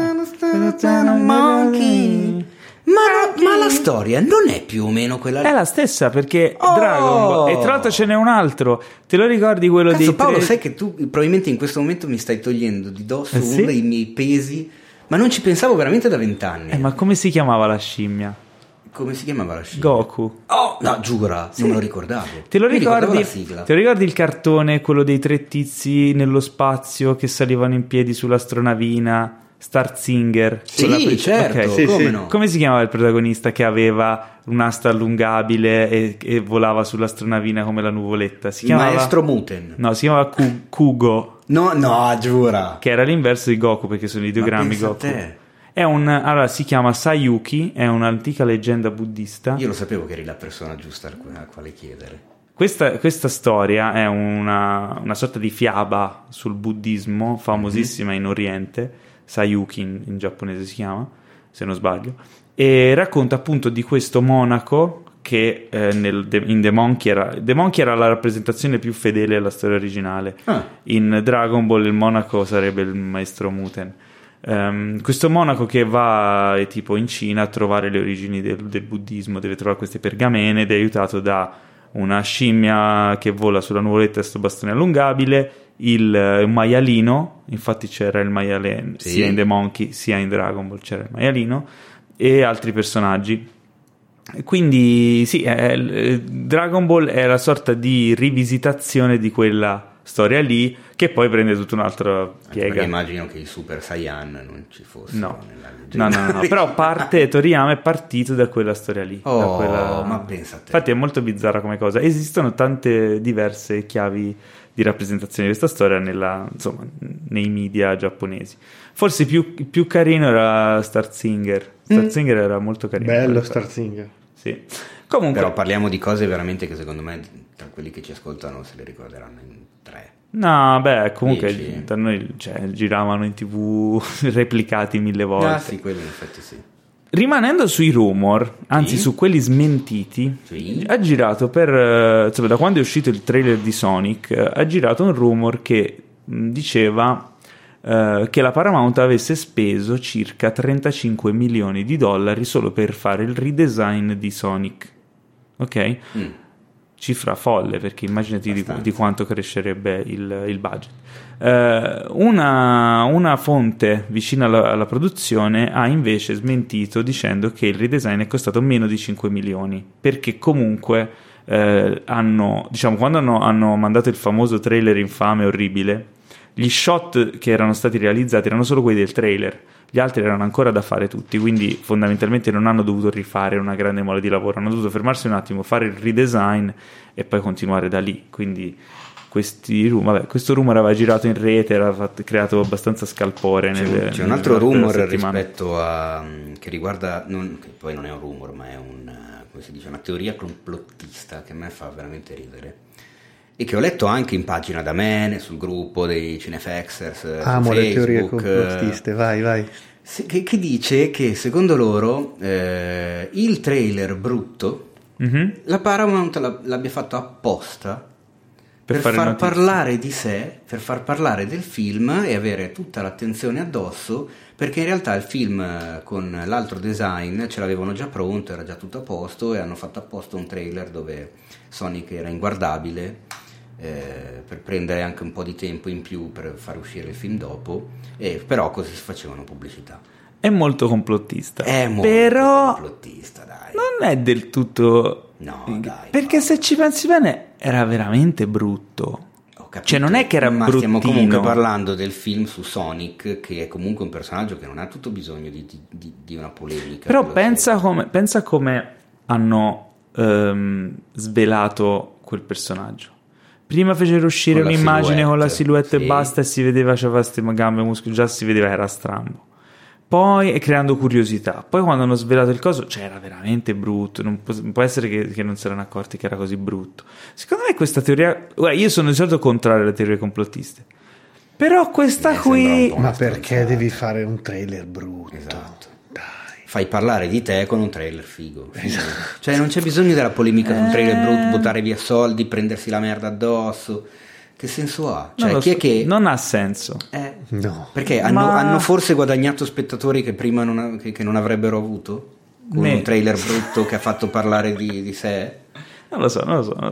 Monkey. Ma la storia non è più o meno quella? È la stessa, perché Dragon Ball, e tra l'altro ce n'è un altro, te lo ricordi quello dei Paolo, sai che tu probabilmente in questo momento mi stai togliendo di dosso uno dei miei pesi, ma non ci pensavo veramente da 20 anni. Ma come si chiamava la scimmia? Come si chiamava la scimmia? Goku. Oh, no, giura, non me lo ricordavo. Te lo ricordi il cartone, quello dei 3 tizi nello spazio che salivano in piedi sull'astronavina? Star Singer. Sì, certo, okay. Come no? Come si chiamava il protagonista che aveva un'asta allungabile e volava sull'astronavina come la nuvoletta? Si chiamava Maestro Muten. No, si chiamava Kugo. No, giura. Che era l'inverso di Goku, perché sono ideogrammi Goku. Allora si chiama Sayuki, è un'antica leggenda buddista. Io lo sapevo che eri la persona giusta a quale chiedere. Questa storia è una sorta di fiaba sul buddismo famosissima in Oriente. Sayuki in giapponese si chiama, se non sbaglio, e racconta appunto di questo monaco che in The Monkey era la rappresentazione più fedele alla storia originale. In Dragon Ball il monaco sarebbe il maestro Muten. Questo monaco che va tipo in Cina a trovare le origini del buddismo, deve trovare queste pergamene ed è aiutato da una scimmia che vola sulla nuvoletta e sto bastone allungabile, il maialino, infatti c'era il maialino sia in The Monkey sia in Dragon Ball, c'era il maialino, e altri personaggi. Quindi sì, Dragon Ball è la sorta di rivisitazione di quella storia lì, che poi prende tutta un'altra piega. Perché immagino che i Super Saiyan non ci fossero nella leggenda. No, però Toriyama è partito da quella storia lì. Ma pensa a te. Infatti è molto bizzarra come cosa. Esistono tante diverse chiavi di rappresentazione di questa storia nei media giapponesi. Forse più carino era Star Singer. Star Singer era molto carino. Bello Star Singer. Sì. Comunque, però parliamo di cose veramente che secondo me tra quelli che ci ascoltano se le ricorderanno in 3. No, comunque da noi giravano in TV replicati 1000 volte. Sì, quelli in effetti sì. Rimanendo sui rumor, anzi su quelli smentiti, ha girato da quando è uscito il trailer di Sonic, ha girato un rumor che diceva che la Paramount avesse speso circa $35 milioni solo per fare il redesign di Sonic. Ok? Cifra folle, perché immaginati di quanto crescerebbe il budget. Una fonte vicina alla produzione ha invece smentito dicendo che il redesign è costato meno di 5 milioni, perché comunque quando hanno mandato il famoso trailer infame orribile, gli shot che erano stati realizzati erano solo quelli del trailer, gli altri erano ancora da fare tutti, quindi fondamentalmente non hanno dovuto rifare una grande mole di lavoro, hanno dovuto fermarsi un attimo, fare il redesign e poi continuare da lì. Quindi questo rumor aveva girato in rete, era creato abbastanza scalpore. C'è un altro rumor rispetto a che riguarda che poi non è un rumor, ma è come si dice, una teoria complottista che a me fa veramente ridere e che ho letto anche in pagina da me sul gruppo dei Cinefexers. Amo le teorie complottiste, vai. Che dice che secondo loro il trailer brutto la Paramount l'abbia fatto apposta per far parlare di sé, per far parlare del film e avere tutta l'attenzione addosso, perché in realtà il film con l'altro design ce l'avevano già pronto, era già tutto a posto, e hanno fatto apposta un trailer dove Sonic era inguardabile, per prendere anche un po' di tempo in più per far uscire il film dopo, e però così si facevano pubblicità. È molto complottista. Però complottista, dai. Non è del tutto... No, dai. Perché se ci pensi bene era veramente brutto. Cioè non è che era bruttino. Stiamo comunque parlando del film su Sonic, che è comunque un personaggio che non ha tutto bisogno di una polemica. Però pensa come hanno svelato quel personaggio. Prima fecero uscire un'immagine con la silhouette e basta, e si vedeva, c'aveva queste gambe, muscoli, già si vedeva, era strambo. Poi creando curiosità, poi quando hanno svelato il coso, cioè era veramente brutto, non può essere che non si erano accorti che era così brutto. Secondo me questa teoria, io sono di solito contrario alle teorie complottiste, però questa qui... Ma perché devi fare un trailer brutto? Esatto. Dai. Fai parlare di te con un trailer figo. Esatto. Cioè non c'è bisogno della polemica su un trailer brutto, buttare via soldi, prendersi la merda addosso. Che senso ha? Cioè, chi è che... Non ha senso. No. Perché hanno forse guadagnato spettatori che prima che non avrebbero avuto? Con un trailer brutto che ha fatto parlare di sé? Non lo so.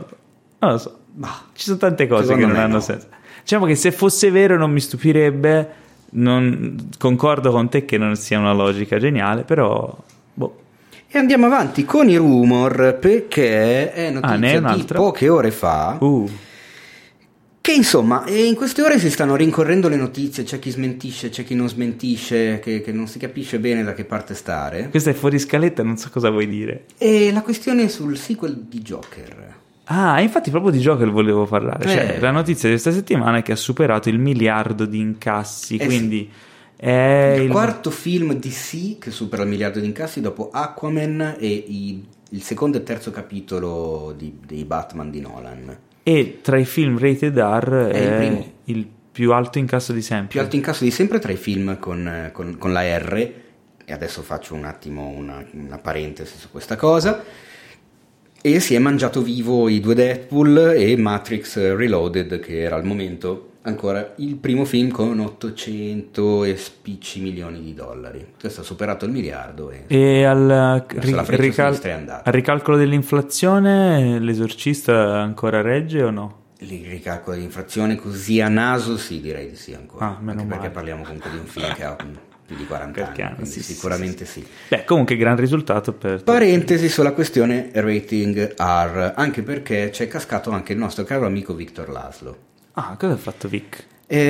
Bah, ci sono tante cose che non hanno senso. Diciamo che se fosse vero non mi stupirebbe, concordo con te che non sia una logica geniale, però... E andiamo avanti con i rumor, perché è notizia di poche ore fa... Che insomma, in queste ore si stanno rincorrendo le notizie, c'è chi smentisce, c'è chi non smentisce, che non si capisce bene da che parte stare. Questa è fuori scaletta, non so cosa vuoi dire. E la questione è sul sequel di Joker. Infatti proprio di Joker volevo parlare. Cioè, la notizia di questa settimana è che ha superato il 1 miliardo di incassi, quindi... Sì. È il quarto film DC che supera il 1 miliardo di incassi dopo Aquaman e il secondo e terzo capitolo dei Batman di Nolan. E tra i film rated R è il più alto incasso di sempre. Più alto incasso di sempre tra i film con la R. E adesso faccio un attimo una parentesi su questa cosa. E si è mangiato vivo i 2 Deadpool e Matrix Reloaded, che era al momento ancora il primo film con 800 e spicci milioni di dollari. Questo ha superato il 1 miliardo e al ricalcolo dell'inflazione l'esorcista ancora regge o no? Il ricalcolo dell'inflazione così a naso sì, direi di sì ancora, meno male. Perché parliamo comunque di un film che ha più di 40 anni, sì, sicuramente sì. Beh, comunque gran risultato per... Parentesi sulla questione rating R, anche perché c'è cascato anche il nostro caro amico Victor Laszlo. Cosa ha fatto Vic?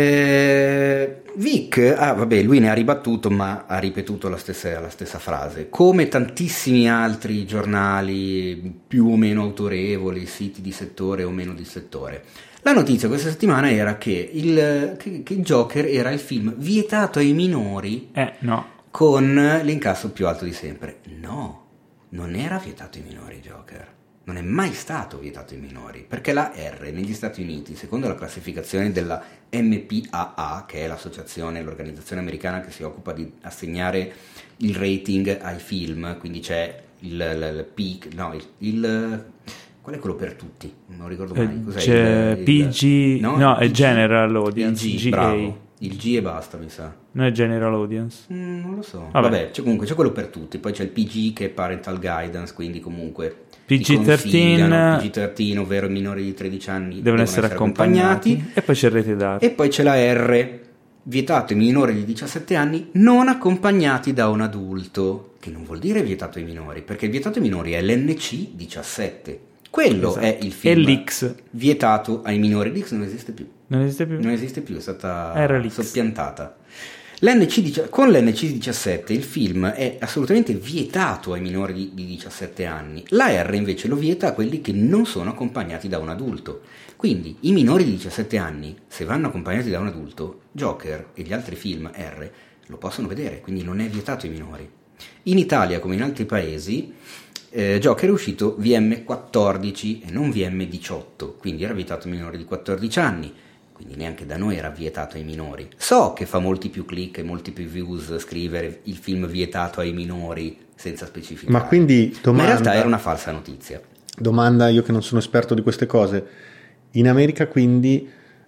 Vic, lui ne ha ribattuto, ma ha ripetuto la stessa frase, come tantissimi altri giornali più o meno autorevoli, siti di settore o meno di settore. La notizia questa settimana era che il Joker era il film vietato ai minori con l'incasso più alto di sempre. No, non era vietato ai minori Joker. Non è mai stato vietato ai minori, perché la R negli Stati Uniti, secondo la classificazione della MPAA, che è l'organizzazione americana che si occupa di assegnare il rating ai film, quindi c'è il peak, qual è quello per tutti? Non ricordo mai. Cos'è c'è PG, è General Audience, GA. Bravo. Il G e basta, mi sa. Non è General Audience? Non lo so. Vabbè, comunque c'è quello per tutti, poi c'è il PG che è Parental Guidance, quindi comunque... PG-13, ovvero i minori di 13 anni devono essere accompagnati. E poi c'è il rated R. E poi c'è la R, vietato ai minori di 17 anni non accompagnati da un adulto, che non vuol dire vietato ai minori, perché il vietato ai minori è l'NC 17. Quello è il film. E l'X vietato ai minori. L'X non esiste più. Non esiste più? Non esiste più, è stata soppiantata. Con l'NC-17 il film è assolutamente vietato ai minori di 17 anni, la R invece lo vieta a quelli che non sono accompagnati da un adulto. Quindi i minori di 17 anni, se vanno accompagnati da un adulto, Joker e gli altri film R lo possono vedere, quindi non è vietato ai minori. In Italia, come in altri paesi, Joker è uscito VM14 e non VM18, quindi era vietato ai minori di 14 anni. Quindi neanche da noi era vietato ai minori. So che fa molti più click e molti più views scrivere il film vietato ai minori senza specificare. Ma quindi domanda, ma in realtà era una falsa notizia. Domanda, io che non sono esperto di queste cose. In America quindi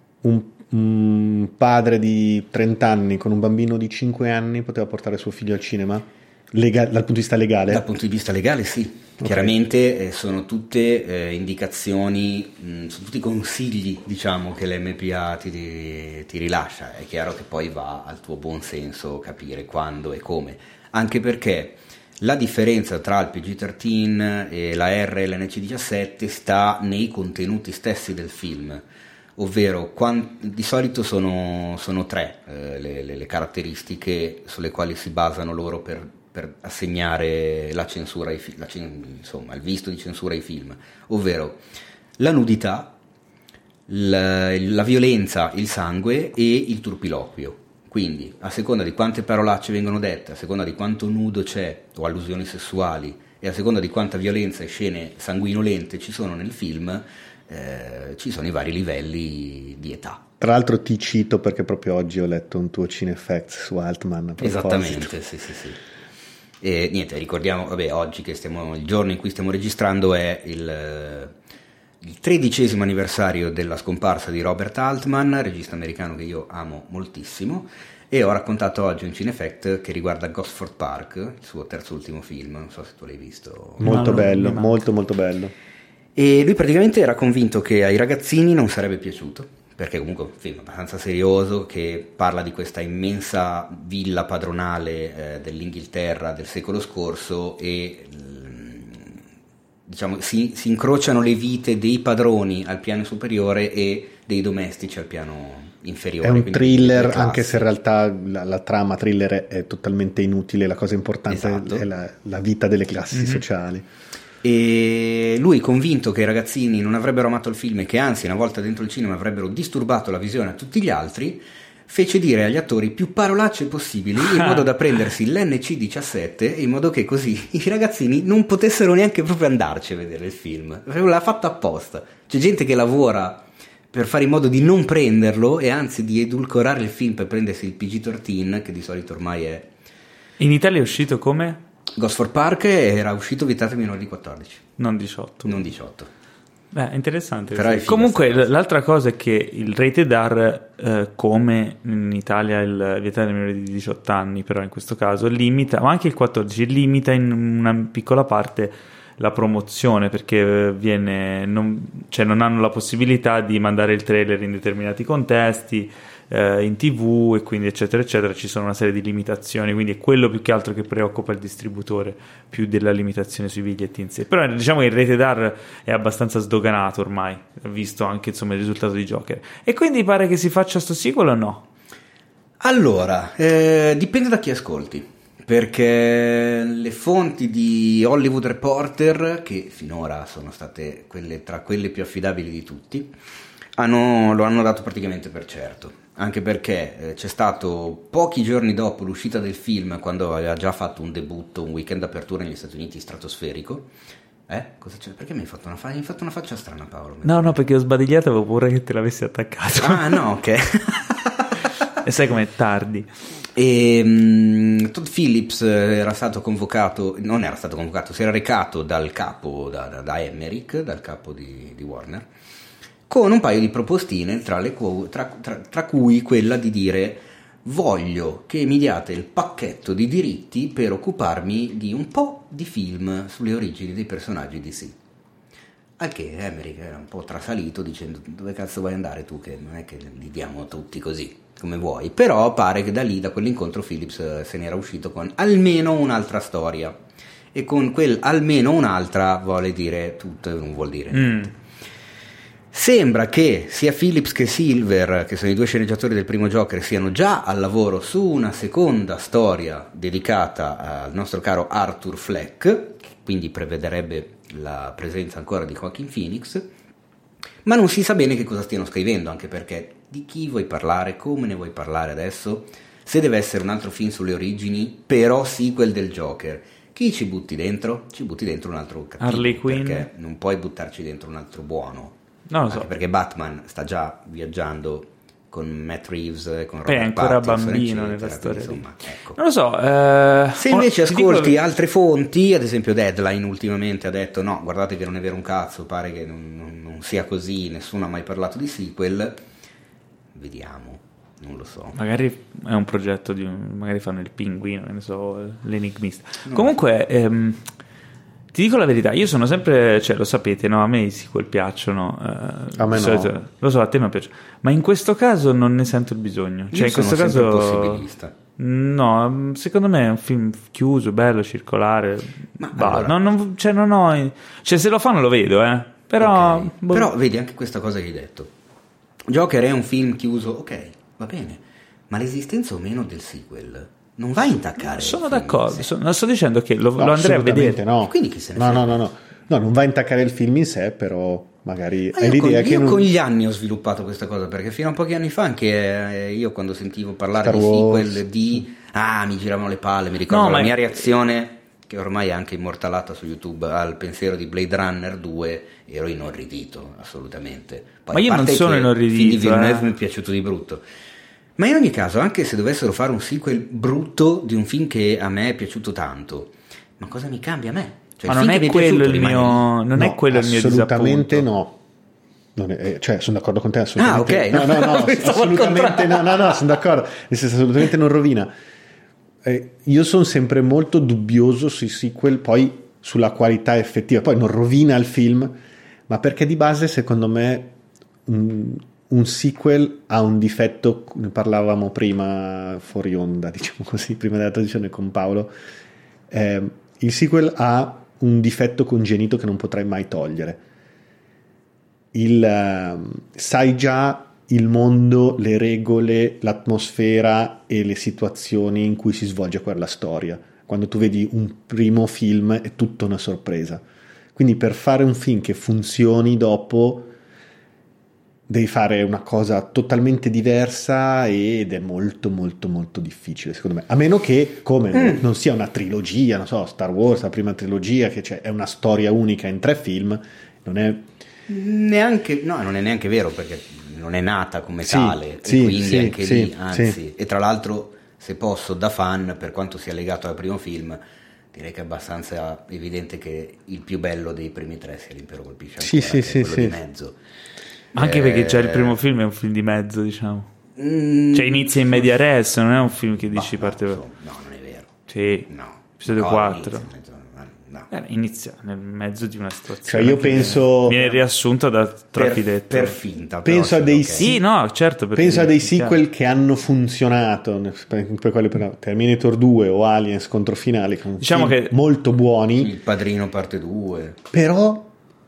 un padre di 30 anni con un bambino di 5 anni poteva portare suo figlio al cinema? Dal punto di vista legale? Dal punto di vista legale sì, okay. Chiaramente sono tutte indicazioni, sono tutti consigli, diciamo, che l'MPA ti rilascia. È chiaro che poi va al tuo buon senso capire quando e come, anche perché la differenza tra il PG-13 e la R e l'NC-17 sta nei contenuti stessi del film, ovvero di solito sono tre le caratteristiche sulle quali si basano loro per assegnare la censura insomma il visto di censura ai film, ovvero la nudità, la violenza, il sangue e il turpiloquio. Quindi a seconda di quante parolacce vengono dette, a seconda di quanto nudo c'è o allusioni sessuali e a seconda di quanta violenza e scene sanguinolente ci sono nel film, ci sono i vari livelli di età. Tra l'altro ti cito perché proprio oggi ho letto un tuo Cinefacts su Altman. Esattamente, sì. E niente, ricordiamo, oggi il giorno in cui stiamo registrando è il 13° anniversario della scomparsa di Robert Altman, regista americano che io amo moltissimo, e ho raccontato oggi un Cinefact che riguarda Gosford Park, il suo terzo ultimo film, non so se tu l'hai visto. Molto bello, molto molto bello. E lui praticamente era convinto che ai ragazzini non sarebbe piaciuto, perché comunque è un film abbastanza serioso che parla di questa immensa villa padronale dell'Inghilterra del secolo scorso e diciamo si incrociano le vite dei padroni al piano superiore e dei domestici al piano inferiore. È un thriller, anche se in realtà la trama thriller è totalmente inutile, la cosa importante esatto. È la vita delle classi sociali. E lui, convinto che i ragazzini non avrebbero amato il film e che anzi una volta dentro il cinema avrebbero disturbato la visione a tutti gli altri, fece dire agli attori più parolacce possibili in modo da prendersi l'NC-17 in modo che così i ragazzini non potessero neanche proprio andarci a vedere il film. L'ha fatto apposta. C'è gente che lavora per fare in modo di non prenderlo e anzi di edulcorare il film per prendersi il PG-13, che di solito ormai è... In Italia è uscito come? Gosford Park era uscito vietato ai minori di 14. Non 18. Non 18. Beh, interessante. Però comunque l'altra cosa è che il rated R, come in Italia il vietato ai minori di 18 anni, però in questo caso limita, ma anche il 14 limita in una piccola parte la promozione, perché non hanno la possibilità di mandare il trailer in determinati contesti, in TV, e quindi eccetera eccetera, ci sono una serie di limitazioni, quindi è quello più che altro che preoccupa il distributore più della limitazione sui biglietti in sé. Però diciamo che il rated R è abbastanza sdoganato ormai, visto anche insomma il risultato di Joker, e quindi pare che si faccia sto sequel o no? Allora, dipende da chi ascolti, perché le fonti di Hollywood Reporter, che finora sono state tra quelle più affidabili di tutti, lo hanno dato praticamente per certo, anche perché c'è stato pochi giorni dopo l'uscita del film, quando aveva già fatto un debutto, un weekend d'apertura negli Stati Uniti stratosferico. Cosa c'è? Perché mi hai fatto una faccia strana, Paolo? No, perché ho sbadigliato, avevo paura che te l'avessi attaccato. Ah no, ok. E sai com'è tardi. E Todd Phillips era stato convocato, non era stato convocato, si era recato dal capo, da Emmerich, dal capo di Warner, con un paio di propostine, tra cui quella di dire: voglio che mi diate il pacchetto di diritti per occuparmi di un po' di film sulle origini dei personaggi DC. Al che Emmerich era un po' trasalito, dicendo: dove cazzo vuoi andare tu, che non è che li diamo tutti così come vuoi. Però pare che da quell'incontro Phillips se ne era uscito con almeno un'altra storia, e con quel almeno un'altra vuole dire tutto e non vuol dire niente. Sembra che sia Phillips che Silver, che sono i due sceneggiatori del primo Joker, siano già al lavoro su una seconda storia dedicata al nostro caro Arthur Fleck, che quindi prevederebbe la presenza ancora di Joaquin Phoenix, ma non si sa bene che cosa stiano scrivendo, anche perché di chi vuoi parlare, come ne vuoi parlare adesso, se deve essere un altro film sulle origini, però sequel del Joker. Chi ci butti dentro? Ci butti dentro un altro cattivo, Harley Quinn, perché non puoi buttarci dentro un altro buono. Non lo so. Anche perché Batman sta già viaggiando con Matt Reeves e con Beh, Robert è ancora Pattinson, bambino eccetera, nella storia. quindi, insomma, ecco. Non lo so. Se invece ti ascolti dico- altre fonti, ad esempio Deadline ultimamente ha detto no, guardate che non è vero un cazzo, pare che non sia così, nessuno ha mai parlato di sequel, vediamo, non lo so. Magari è un progetto magari fanno il pinguino, che ne so, l'enigmista. Comunque, ti dico la verità, io sono sempre, cioè lo sapete, no? A me i sequel piacciono. A me di no. solito- Lo so, a te non piace. Ma in questo caso non ne sento il bisogno. Cioè, Io in questo sono sempre caso. possibilista. No, secondo me è un film chiuso, bello, circolare. Ma Bah, allora- non ho. Cioè, se lo fanno lo vedo, Però. Ok. boh. Però vedi anche questa cosa che hai detto. Joker è un film chiuso, ok, va bene, ma l'esistenza o meno del sequel non va a intaccare. Sono il film d'accordo. in sé. Non sto dicendo che lo No, andrei a assolutamente vedere. no. E quindi chi se ne no, frega? no, non va a intaccare il film in sé, però magari Ma hai io l'idea con, che io non... con gli anni ho sviluppato questa cosa, perché fino a pochi anni fa anche io quando sentivo parlare Star di Wars. sequel mi giravano le palle, mi ricordo No, la ma- mia reazione, che ormai è anche immortalata su YouTube, al pensiero di Blade Runner 2, ero inorridito, assolutamente. Poi, Ma io a parte non sono che inorridito, il film di Villeneuve eh. mi è piaciuto di brutto. Ma in ogni caso, anche se dovessero fare un sequel brutto di un film che a me è piaciuto tanto, ma cosa mi cambia a me? Cioè, Ma il non film è che mi quello piaciuto il rimane lì. mio. Non è quello il mio assolutamente disappunto. no. Non è- cioè, sono d'accordo con te, assolutamente. Ah, ok, no, no. no, Pensavo al assolutamente no, sono d'accordo. Nel senso, assolutamente non rovina. Io sono sempre molto dubbioso sui sequel, poi sulla qualità effettiva. Poi non rovina il film, ma perché di base, secondo me, un sequel ha un difetto, ne parlavamo prima fuori onda, diciamo così, prima della trasmissione con Paolo. Il sequel ha un difetto congenito che non potrai mai togliere. Sai già il mondo, le regole, l'atmosfera e le situazioni in cui si svolge quella storia. Quando tu vedi un primo film è tutta una sorpresa. Quindi per fare un film che funzioni dopo devi fare una cosa totalmente diversa ed è molto molto molto difficile, secondo me, a meno che non sia una trilogia, non so, Star Wars, la prima trilogia, che è una storia unica in 3 film, non è Neanche, no, non è neanche vero, perché non è nata come Sì, tale, sì, e quindi sì, anche sì, lì, anzi, sì. e tra l'altro, se posso, da fan, per quanto sia legato al primo film, direi che è abbastanza evidente che il più bello dei primi 3 sia l'Impero colpisce ancora, Sì, che è sì, quello sì. di mezzo. Anche perché già il primo film è un film di mezzo, diciamo. Cioè inizia in media res, non è un film che dici parte. No, non è vero. Sì, No. episodio No, 4. inizia in mezzo, no. Inizia nel mezzo di una cioè situazione. io che penso viene riassunta da Trafidetto. per finta. Penso però a dei sì, ok. Sì, no, certo. perché- penso a dei chiaro. sequel che hanno funzionato, per quelli per Terminator 2 o Alien Scontro Finale, che sono Diciamo film che- molto buoni, Il Padrino parte 2. però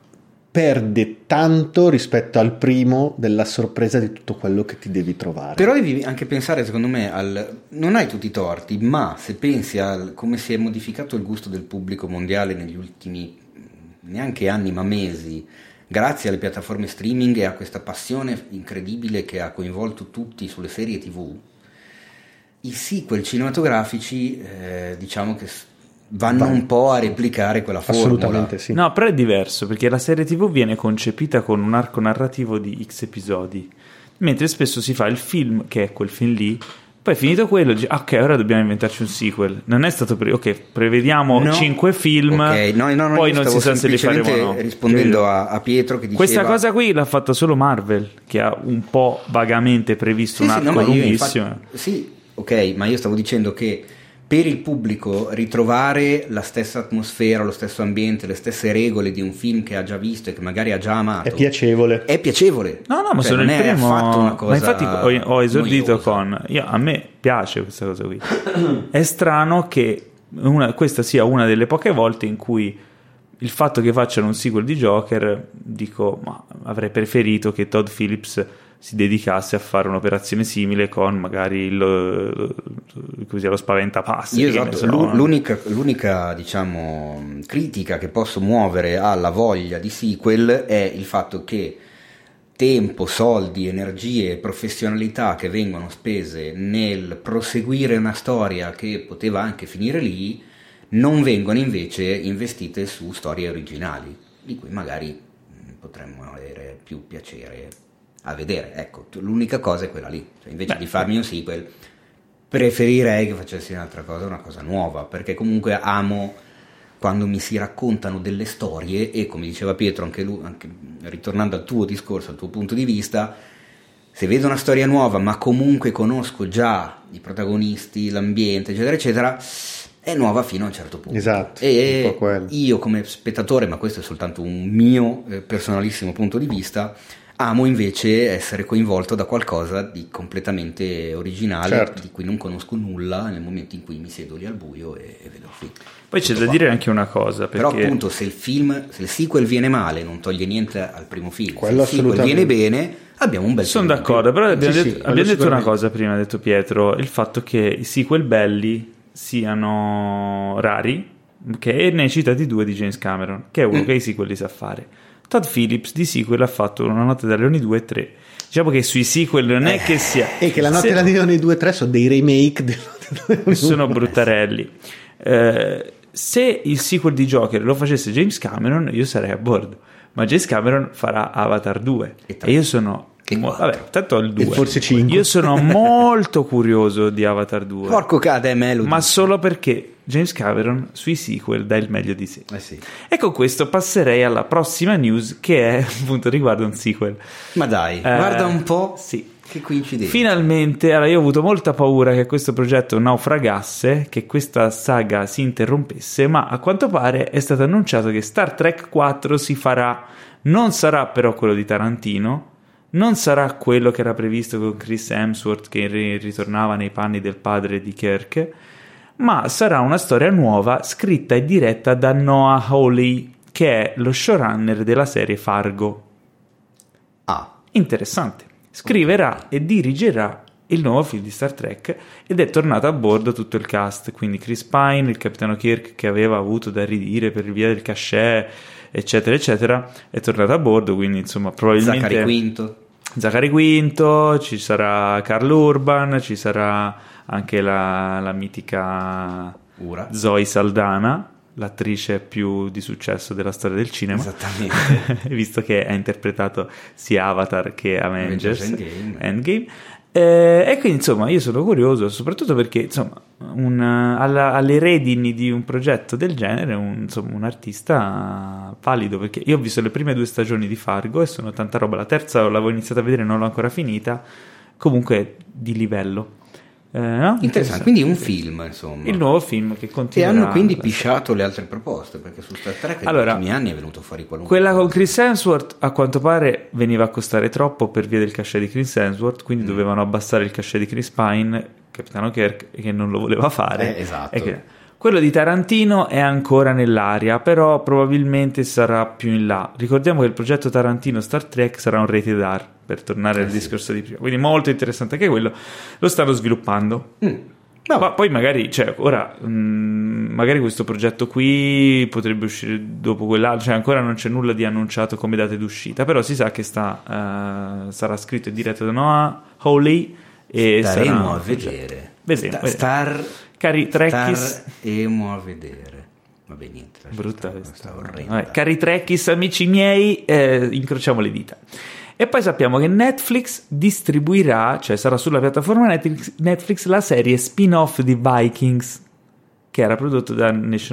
perde tanto rispetto al primo della sorpresa di tutto quello che ti devi trovare. Però devi anche pensare, secondo me, non hai tutti i torti, ma se pensi a come si è modificato il gusto del pubblico mondiale negli ultimi neanche anni ma mesi, grazie alle piattaforme streaming e a questa passione incredibile che ha coinvolto tutti sulle serie TV, i sequel cinematografici diciamo che vanno un po' a replicare quella formula. Assolutamente sì. No, però è diverso perché la serie TV viene concepita con un arco narrativo di X episodi, mentre spesso si fa il film, che è quel film lì, poi finito quello, dici, ok, ora dobbiamo inventarci un sequel. Non è stato ok, prevediamo No. 5 film, Ok, no, poi io non si stavo sa se li faremo o semplicemente no. rispondendo a Pietro che diceva Questa cosa qui l'ha fatta solo Marvel, che ha un po' vagamente previsto un arco ma io lunghissimo. infatti, sì, ok, ma io stavo dicendo che per il pubblico ritrovare la stessa atmosfera, lo stesso ambiente, le stesse regole di un film che ha già visto e che magari ha già amato È piacevole. è piacevole. No, ma Cioè, sono non il è primo. affatto una cosa Ma infatti ho esordito noiosa. con. A me piace questa cosa qui. È strano che questa sia una delle poche volte in cui il fatto che facciano un sequel di Joker, dico, ma avrei preferito che Todd Phillips si dedicasse a fare un'operazione simile con magari lo spaventapasseri. Io esatto, l'unica diciamo critica che posso muovere alla voglia di sequel è il fatto che tempo, soldi, energie e professionalità che vengono spese nel proseguire una storia che poteva anche finire lì non vengono invece investite su storie originali, di cui magari potremmo avere più piacere a vedere. Ecco, l'unica cosa è quella lì, cioè, invece di farmi un sequel preferirei che facessi un'altra cosa, una cosa nuova, perché comunque amo quando mi si raccontano delle storie e, come diceva Pietro, anche lui, anche ritornando al tuo discorso, al tuo punto di vista, se vedo una storia nuova ma comunque conosco già i protagonisti, l'ambiente, eccetera eccetera, è nuova fino a un certo punto. Esatto. E io come spettatore, ma questo è soltanto un mio personalissimo punto di vista, amo invece essere coinvolto da qualcosa di completamente originale, certo, di cui non conosco nulla nel momento in cui mi siedo lì al buio e vedo il film. Poi c'è da dire anche una cosa, perché... però appunto se il sequel viene male non toglie niente al primo film, se il sequel viene bene abbiamo un bel film. Sono d'accordo, però abbiamo detto una cosa prima, ha detto Pietro, il fatto che i sequel belli siano rari, che ne hai citati 2 di James Cameron, che è uno che i sequel li sa fare. Todd Phillips di sequel ha fatto Una notte da leoni 2 e 3. Diciamo che sui sequel non è che sia... E che La notte da leoni 2 e 3 sono dei remake sono bruttarelli. Se il sequel di Joker lo facesse James Cameron, io sarei a bordo. Ma James Cameron farà Avatar 2 e io sono... vabbè, tanto il 2. Forse 5. Io sono molto curioso di Avatar 2. Porco cade, ma solo perché James Cameron sui sequel dà il meglio di sé. Sì. E con questo passerei alla prossima news, che è appunto riguardo un sequel. Ma dai, guarda un po'. Sì. Che coincidenza. Finalmente, allora io ho avuto molta paura che questo progetto naufragasse, che questa saga si interrompesse, ma a quanto pare è stato annunciato che Star Trek 4 si farà. Non sarà però quello di Tarantino, non sarà quello che era previsto con Chris Hemsworth che ritornava nei panni del padre di Kirk, ma sarà una storia nuova scritta e diretta da Noah Hawley, che è lo showrunner della serie Fargo. Interessante. Scriverà e dirigerà il nuovo film di Star Trek ed è tornato a bordo tutto il cast, quindi Chris Pine, il capitano Kirk che aveva avuto da ridire per via del cachet, eccetera eccetera, è tornato a bordo, quindi insomma probabilmente Zachary Quinto, ci sarà Carl Urban, ci sarà anche la mitica Zoe Saldana, l'attrice più di successo della storia del cinema. Esattamente. Visto che ha interpretato sia Avatar che Avengers Endgame. E quindi insomma io sono curioso, soprattutto perché insomma alle redini di un progetto del genere un artista valido, perché io ho visto le prime 2 stagioni di Fargo e sono tanta roba, la terza l'avevo iniziata a vedere e non l'ho ancora finita, comunque di livello. No? Interessante, quindi un film, insomma. Il nuovo film che continuerà. E hanno quindi pisciato le altre proposte, perché su Star Trek negli ultimi anni è venuto fuori qualunque quella con Chris Hemsworth a quanto pare veniva a costare troppo per via del cachet di Chris Hemsworth, quindi dovevano abbassare il cachet di Chris Pine, capitano Kirk, che non lo voleva fare. Esatto. Quello di Tarantino è ancora nell'aria, però probabilmente sarà più in là. Ricordiamo che il progetto Tarantino Star Trek sarà un rated R, per tornare al discorso di prima, quindi molto interessante anche quello, lo stanno sviluppando. Ma poi magari, magari questo progetto qui potrebbe uscire dopo quell'altro, cioè ancora non c'è nulla di annunciato come date d'uscita, però si sa che sarà scritto e diretto da Noah Hawley e staremo a vedere. Cari Trekkies, staremo a vedere. Vabbè, niente, brutta questa orrenda. Cari Trekkies, amici miei, incrociamo le dita. E poi sappiamo che Netflix distribuirà, cioè sarà sulla piattaforma Netflix la serie spin-off di Vikings, che era prodotto da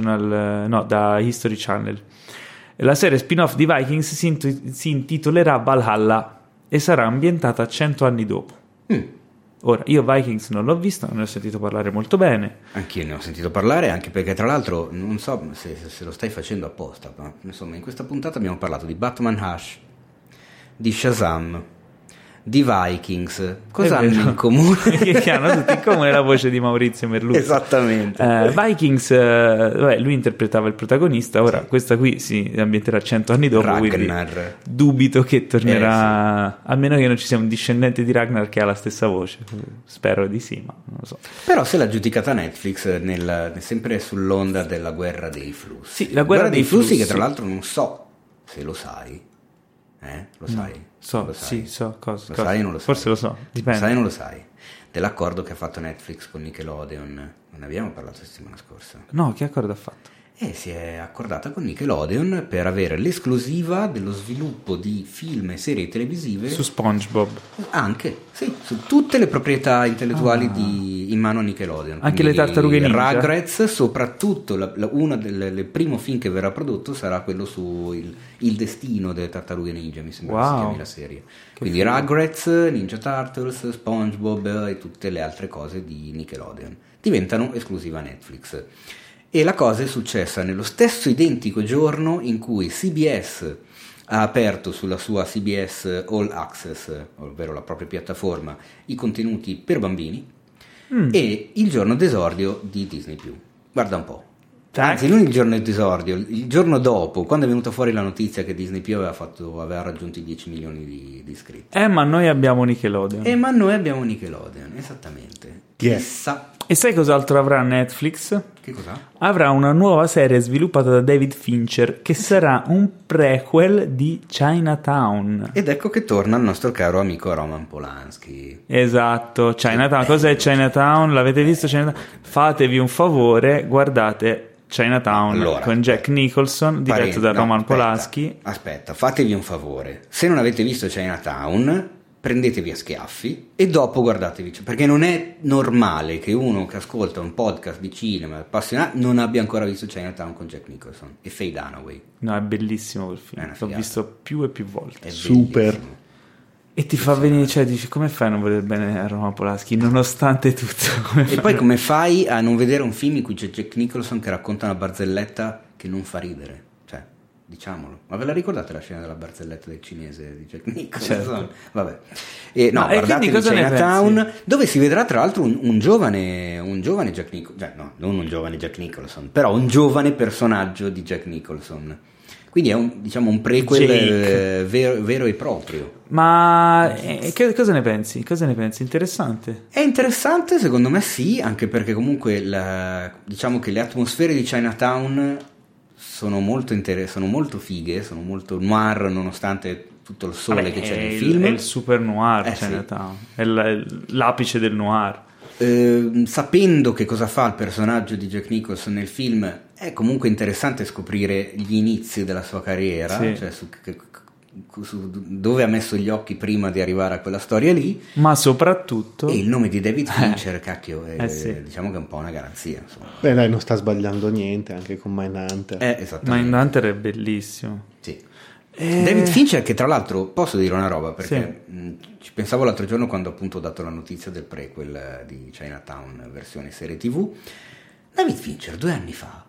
da History Channel. La serie spin-off di Vikings si intitolerà Valhalla e sarà ambientata 100 anni dopo. Ora, io Vikings non l'ho visto, non ne ho sentito parlare molto bene. Anch'io ne ho sentito parlare, anche perché tra l'altro non so se lo stai facendo apposta, ma insomma in questa puntata abbiamo parlato di Batman Hush, di Shazam, di Vikings. Cosa È vero. hanno in comune? Che hanno tutti in comune la voce di Maurizio Merluzzi. Esattamente. Vikings, vabbè, lui interpretava il protagonista, ora questa qui si ambienterà 100 anni dopo, quindi Ragnar. dubito che tornerà, a meno che non ci sia un discendente di Ragnar che ha la stessa voce, spero di sì, ma non lo so. Però se l'ha giudicata Netflix sempre sull'onda della guerra dei flussi. Sì, la guerra dei flussi, che tra l'altro non so se lo sai. Lo sai? So, Lo sai? sì, so cosa. Lo sai o non lo sai? Forse lo so, dipende. Lo sai o non lo sai? Dell'accordo che ha fatto Netflix con Nickelodeon. Non ne abbiamo parlato la settimana scorsa. No, che accordo ha fatto? E si è accordata con Nickelodeon per avere l'esclusiva dello sviluppo di film e serie televisive Su SpongeBob. anche, sì, su tutte le proprietà intellettuali in mano a Nickelodeon. Anche Quindi le tartarughe ninja? Rugrats, soprattutto uno del primo film che verrà prodotto sarà quello su il destino delle tartarughe ninja, mi sembra che si chiami la serie. Quindi Rugrats, Ninja Turtles, SpongeBob e tutte le altre cose di Nickelodeon diventano esclusiva Netflix. E la cosa è successa nello stesso identico giorno in cui CBS ha aperto sulla sua CBS All Access, ovvero la propria piattaforma, i contenuti per bambini, e il giorno d'esordio di Disney+. Guarda un po'. Anzi, non il giorno d'esordio, il giorno dopo, quando è venuta fuori la notizia che Disney aveva raggiunto i 10 milioni di iscritti. Ma noi abbiamo Nickelodeon. Ma noi abbiamo Nickelodeon, esattamente. Chissà. E sai cos'altro avrà Netflix? Che cos'ha? Avrà una nuova serie sviluppata da David Fincher che sarà un prequel di Chinatown. Ed ecco che torna il nostro caro amico Roman Polanski. Esatto, Chinatown. Cos'è Chinatown? L'avete visto Chinatown? Fatevi un favore, guardate Chinatown con Jack Nicholson, diretto da Roman Polanski. Aspetta, fatevi un favore. Se non avete visto Chinatown, prendetevi a schiaffi e dopo guardatevi, perché non è normale che uno che ascolta un podcast di cinema appassionato non abbia ancora visto Chinatown con Jack Nicholson e Faye Dunaway. No, è bellissimo quel film, l'ho visto più e più volte. È super bellissimo. E ti fa venire, cioè dici, come fai a non voler bene a Roman Polanski nonostante tutto? E poi come fai a non vedere un film in cui c'è Jack Nicholson che racconta una barzelletta che non fa ridere? Cioè, diciamolo. Ma ve la ricordate la scena della barzelletta del cinese di Jack Nicholson? Certo. Vabbè. Guardatevi Chinatown, dove si vedrà tra l'altro un giovane Jack Nicholson, cioè no, non un giovane Jack Nicholson, però un giovane personaggio di Jack Nicholson. Quindi è un prequel vero e proprio. Ma cosa ne pensi? Cosa ne pensi? Interessante? È interessante, secondo me sì, anche perché comunque diciamo che le atmosfere di Chinatown sono molto fighe, sono molto noir nonostante tutto il sole che c'è nel film. È il super noir Chinatown, sì. È l'apice del noir. Sapendo che cosa fa il personaggio di Jack Nicholson nel film, è comunque interessante scoprire gli inizi della sua carriera, sì. Cioè su dove ha messo gli occhi prima di arrivare a quella storia lì, ma soprattutto e il nome di David Fincher diciamo che è un po' una garanzia, insomma. Beh dai, non sta sbagliando niente anche con Mindhunter. Esattamente. Mindhunter è bellissimo, sì. David Fincher, che tra l'altro posso dire una roba perché ci pensavo l'altro giorno quando appunto ho dato la notizia del prequel di Chinatown versione serie TV. David Fincher 2 anni fa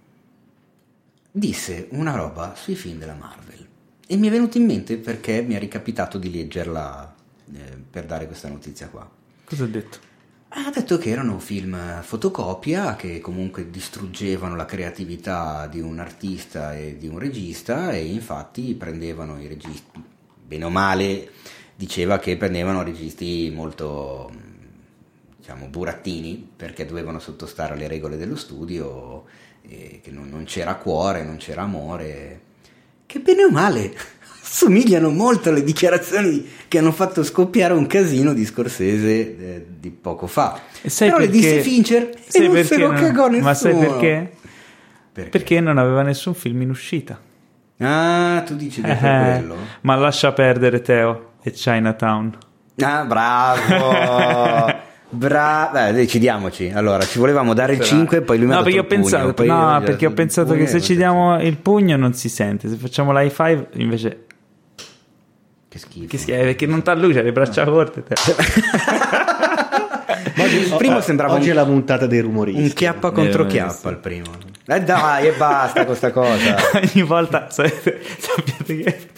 disse una roba sui film della Marvel e mi è venuto in mente perché mi è ricapitato di leggerla per dare questa notizia qua. Cosa ha detto? Ha detto che erano film fotocopia che comunque distruggevano la creatività di un artista e di un regista, e infatti prendevano i registi, bene o male diceva che prendevano registi molto burattini, perché dovevano sottostare alle regole dello studio, e che non c'era cuore, non c'era amore, che bene o male somigliano molto alle dichiarazioni che hanno fatto scoppiare un casino di Scorsese di poco fa. Però le disse Fincher e non se lo cagò nessuno. Ma sai perché? Perché non aveva nessun film in uscita. Ah, tu dici per quello? Ma lascia perdere Teo e Chinatown. Ah, bravo! Beh, decidiamoci. Allora, ci volevamo dare il 5 e poi lui mi ha dato il pugno. Perché ho pensato che se ci diamo il pugno non si sente, se facciamo l'high five invece... Che schifo. Perché non t'ha luce, le braccia corte. Il primo sembrava oggi è la puntata dei rumoristi. Un chiappa contro chiappa il primo. Dai e basta questa cosa. Ogni volta sappiate che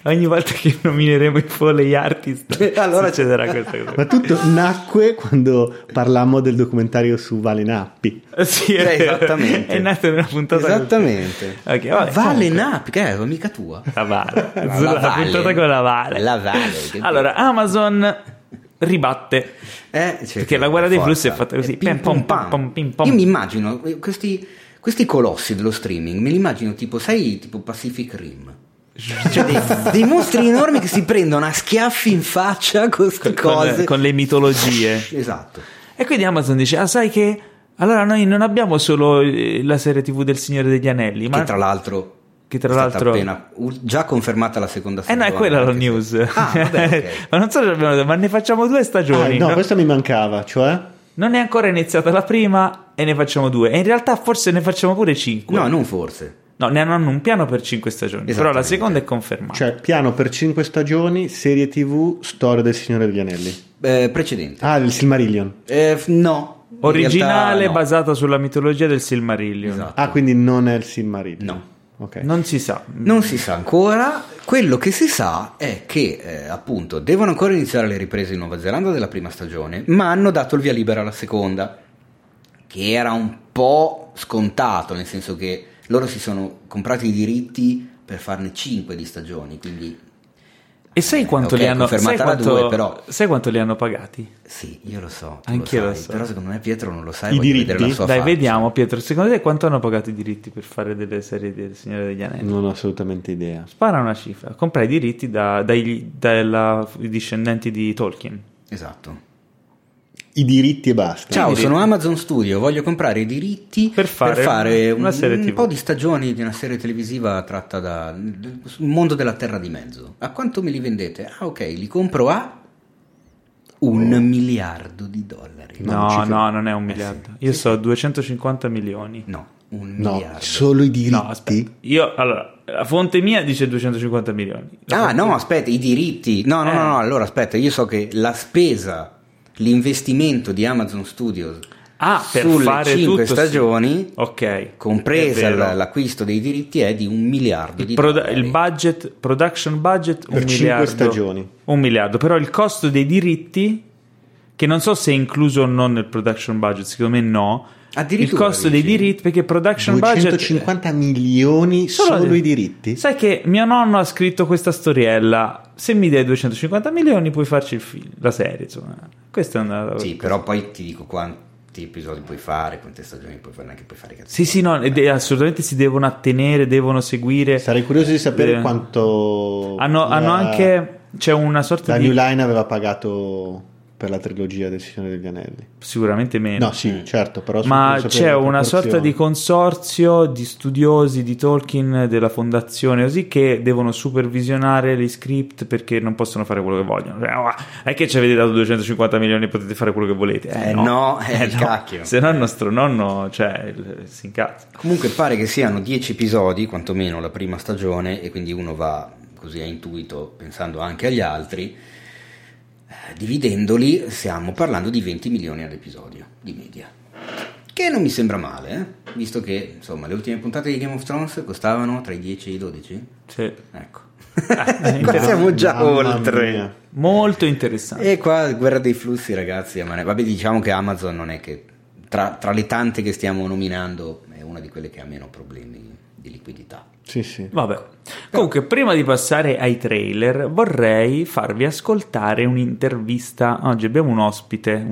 ogni volta che nomineremo i Foley Artist Allora succederà questa cosa. Ma tutto nacque quando parlammo del documentario su Vale Nappi. Sì, esattamente. È nata una puntata Esattamente. Ok, vabbè, Vale comunque. Nappi, che è mica tua. La Vale. La La Vale. puntata con la Vale. La Vale. che- Allora, Amazon ribatte. cioè, Perché la guerra dei forza. flussi è fatta così. Pim, Pim, pom, pom, pom, pim, pom. Io mi immagino questi colossi dello streaming, me li immagino tipo, sai, tipo Pacific Rim. Cioè dei mostri enormi che si prendono a schiaffi in faccia con queste cose. Con le mitologie. Esatto. E quindi Amazon dice: sai che allora noi non abbiamo solo la serie TV del Signore degli Anelli, ma Che tra l'altro che tra è stata l'altro appena già confermata la seconda no, stagione. è quella la anche se- news. Ah, vabbè, ok. Ma non so se abbiamo detto, ma ne facciamo 2 stagioni. No, no? questa mi mancava, cioè... Non è ancora iniziata la prima e ne facciamo 2. E in realtà forse ne facciamo pure 5. No, non forse. No, ne hanno un piano per 5 stagioni. Però la Esattamente. seconda è confermata. Cioè, piano per 5 stagioni, serie TV, storia del Signore degli Anelli. Precedente. Ah, il Silmarillion. No. In Originale, realtà no. basata sulla mitologia del Silmarillion. Esatto. Ah, quindi non è il Silmarillion. No. Ok. Non si sa. Non si sa ancora. Quello che si sa è che appunto devono ancora iniziare le riprese in Nuova Zelanda della prima stagione, ma hanno dato il via libera alla seconda, che era un po' scontato, nel senso che loro si sono comprati i diritti per farne 5 di stagioni, quindi E sai quanto ok, li hanno confermata sai la quanto, 2, però. Sai quanto li hanno pagati? sì, io lo so, tu Anch'io lo lo sai, so. però secondo me Pietro non lo sa, I voglio diritti? vedere la sua Dai, faccia. vediamo Pietro, secondo te quanto hanno pagato i diritti per fare delle serie del Signore degli Anelli? Non ho assolutamente idea. Spara una cifra, compra i diritti dai discendenti di Tolkien. Esatto. I diritti e basta. Ciao, sono Amazon Studio, voglio comprare i diritti Per fare una serie un TV. po' di stagioni di una serie televisiva tratta dal mondo della Terra di Mezzo. A quanto me li vendete? Ah, ok, li compro a $1 miliardo. No, non è un miliardo. Io Sì, so 250 milioni. No, un No, miliardo. solo i diritti. No, aspetta. Allora, la fonte mia dice 250 milioni. Ah, no, aspetta, i diritti. No, allora aspetta, io so che la spesa, l'investimento di Amazon Studios Per sulle fare 5 tutto, stagioni, sì. Ok. compresa È vero. l'acquisto dei diritti, è di $1 miliardo. Il budget, production budget, Per 1 5 miliardo. stagioni. 1 miliardo, però il costo dei diritti, che non so se è incluso o non nel production budget, secondo me no. Il Addirittura, costo dei dici? diritti, perché production budget 250 milioni solo i diritti? Sai che mio nonno ha scritto questa storiella: se mi dai 250 milioni puoi farci il film, la serie, insomma. Questa è una Sì, però poi ti dico quanti episodi puoi fare, quante stagioni puoi fare, neanche puoi fare cazzo. Sì, no, assolutamente si devono attenere, devono seguire. Sarei curioso di sapere quanto Hanno anche, c'è una sorta la di, New Line aveva pagato per la trilogia del Signore degli Anelli. sicuramente meno. No, sì, certo, però Ma voglio sapere c'è le una proporzioni. sorta di consorzio di studiosi di Tolkien, della fondazione, così, che devono supervisionare gli script perché non possono fare quello che vogliono. Cioè, è che ci avete dato 250 milioni e potete fare quello che volete. No, cacchio. Se no il nostro nonno, si incazza. Comunque pare che siano 10 episodi, quantomeno la prima stagione, e quindi uno va così a intuito pensando anche agli altri. Dividendoli stiamo parlando di 20 milioni ad episodio di media, che non mi sembra male, visto che insomma le ultime puntate di Game of Thrones costavano tra i 10 e i 12. Sì. Ecco, interessante. qua siamo già Mamma oltre. mia. Molto interessante. E qua guerra dei flussi, ragazzi. Vabbè, diciamo che Amazon non è che tra le tante che stiamo nominando è una di quelle che ha meno problemi di liquidità. Sì. Vabbè. Comunque, prima di passare ai trailer, vorrei farvi ascoltare un'intervista. Oggi abbiamo un ospite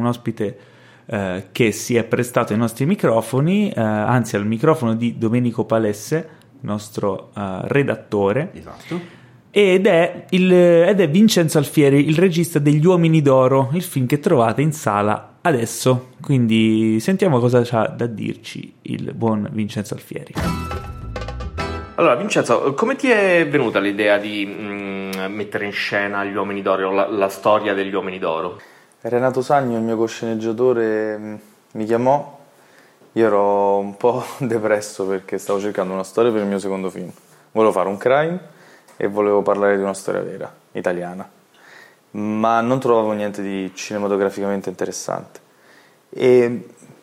che si è prestato ai nostri microfoni, anzi al microfono di Domenico Palesse, nostro redattore. Esatto. Ed è Vincenzo Alfieri, il regista degli Uomini d'Oro, il film che trovate in sala adesso. Quindi sentiamo cosa c'ha da dirci il buon Vincenzo Alfieri. Allora, Vincenzo, come ti è venuta l'idea di mettere in scena gli Uomini d'Oro, la storia degli Uomini d'Oro? Renato Sagno, il mio cosceneggiatore, mi chiamò. Io ero un po' depresso perché stavo cercando una storia per il mio secondo film. Volevo fare un crime e volevo parlare di una storia vera, italiana, ma non trovavo niente di cinematograficamente interessante. E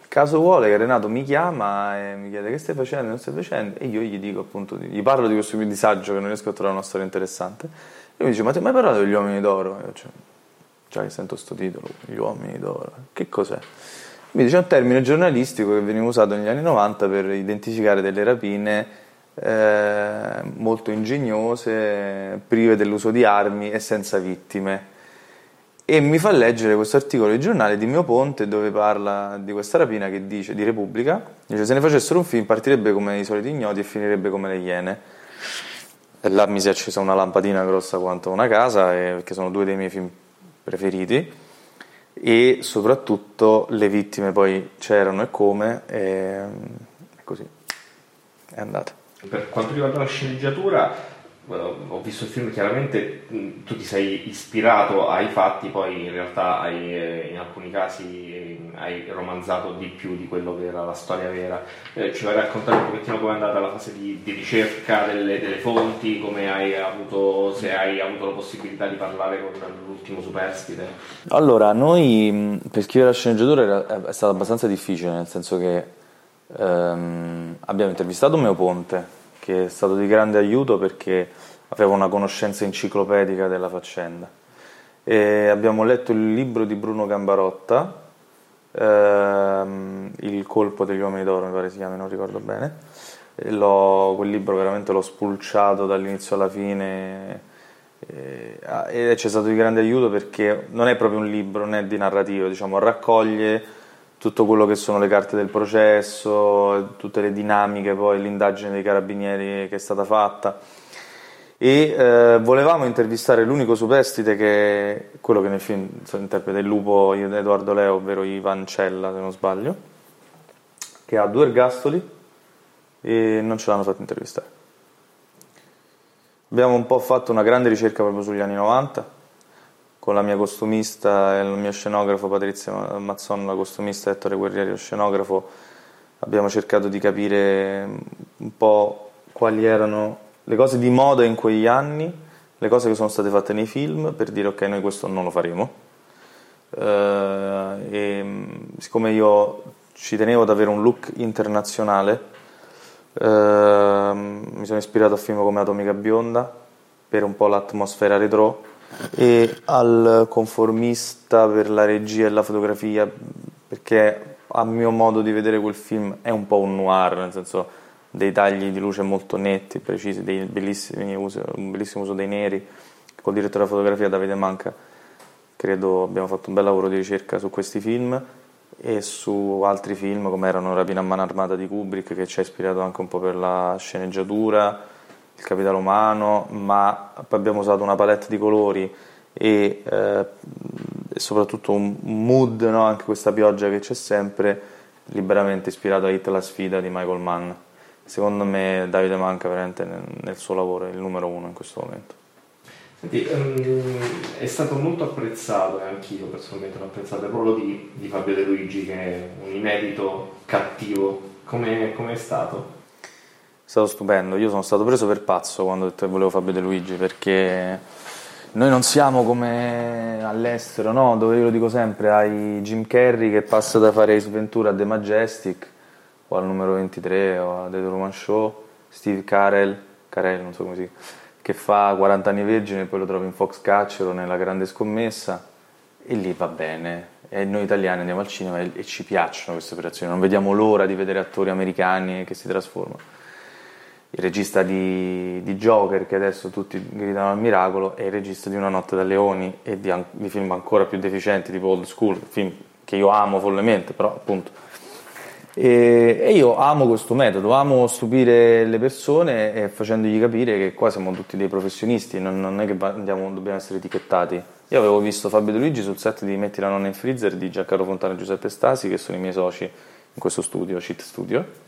caso vuole che Renato mi chiama e mi chiede che stai facendo, non stai facendo, e io gli dico appunto, gli parlo di questo disagio che non riesco a trovare una storia interessante, e mi dice: ma ti hai mai parlato degli uomini d'oro? E io dico: già che sento sto titolo, gli uomini d'oro, che cos'è? Mi dice: è un termine giornalistico che veniva usato negli anni 90 per identificare delle rapine molto ingegnose, prive dell'uso di armi e senza vittime. E mi fa leggere questo articolo di giornale di Mio Ponte dove parla di questa rapina, che dice, di Repubblica, dice: se ne facessero un film partirebbe come I soliti ignoti e finirebbe come Le Iene. E là mi si è accesa una lampadina grossa quanto una casa, perché sono due dei miei film preferiti, e soprattutto le vittime poi c'erano e come, e così è andata. Per quanto riguarda la sceneggiatura, ho visto il film, chiaramente tu ti sei ispirato ai fatti, poi in realtà in alcuni casi hai romanzato di più di quello che era la storia vera. Ci vuoi raccontare un pochettino come è andata la fase di ricerca delle fonti, come se hai avuto la possibilità di parlare con l'ultimo superstite? Allora, noi per scrivere la sceneggiatura è stato abbastanza difficile, nel senso che abbiamo intervistato Meo Ponte, che è stato di grande aiuto perché aveva una conoscenza enciclopedica della faccenda, e abbiamo letto il libro di Bruno Gambarotta, Il colpo degli uomini d'oro mi pare si chiama, non ricordo bene, e quel libro veramente l'ho spulciato dall'inizio alla fine, e c'è stato di grande aiuto perché non è proprio un libro, non è di narrativo, diciamo, raccoglie tutto quello che sono le carte del processo, tutte le dinamiche, poi l'indagine dei carabinieri che è stata fatta, e volevamo intervistare l'unico superstite, che è quello che nel film interpreta il lupo Edoardo Leo, ovvero Ivan Cella se non sbaglio, che ha 2 ergastoli, e non ce l'hanno fatto intervistare. Abbiamo un po' fatto una grande ricerca proprio sugli anni 90, con la mia costumista e il mio scenografo Patrizia Mazzon, la costumista, Ettore Guerrieri, lo scenografo. Abbiamo cercato di capire un po' quali erano le cose di moda in quegli anni, le cose che sono state fatte nei film, per dire ok, noi questo non lo faremo. E siccome io ci tenevo ad avere un look internazionale, mi sono ispirato a film come Atomica Bionda per un po' l'atmosfera retro, e al conformista per la regia e la fotografia, perché a mio modo di vedere quel film è un po' un noir, nel senso dei tagli di luce molto netti, precisi, un bellissimo uso dei neri. Col direttore della fotografia Davide Manca credo abbiamo fatto un bel lavoro di ricerca su questi film e su altri film come erano Rapina a mano armata di Kubrick, che ci ha ispirato anche un po' per la sceneggiatura, Il capitale umano, ma poi abbiamo usato una palette di colori e soprattutto un mood, no? Anche questa pioggia che c'è sempre, liberamente ispirato a Hit la sfida di Michael Mann. Secondo me Davide Manca veramente nel suo lavoro è il numero 1 in questo momento. Senti, è stato molto apprezzato, e anch'io personalmente l'ho apprezzato, il ruolo di Fabio De Luigi, che è un inedito cattivo. Come è stato? È stato stupendo, io sono stato preso per pazzo quando ho detto che volevo Fabio De Luigi, perché noi non siamo come all'estero, no? Dove io lo dico sempre, hai Jim Carrey che passa da fare Ace Ventura a The Majestic o al numero 23 o a The Truman Show, Steve Carell, non so come si chiama, che fa 40 anni vergine e poi lo trovi in Foxcatcher o nella Grande Scommessa, e lì va bene. E noi italiani andiamo al cinema e ci piacciono queste operazioni, non vediamo l'ora di vedere attori americani che si trasformano. Il regista di Joker, che adesso tutti gridano al miracolo, è il regista di Una notte da leoni e di film ancora più deficienti tipo Old School, film che io amo follemente, però appunto. E io amo questo metodo, amo stupire le persone e facendogli capire che qua siamo tutti dei professionisti, non è che dobbiamo essere etichettati. Io avevo visto Fabio De Luigi sul set di Metti la nonna in freezer di Giancarlo Fontana e Giuseppe Stasi, che sono i miei soci in questo studio, Cheat Studio.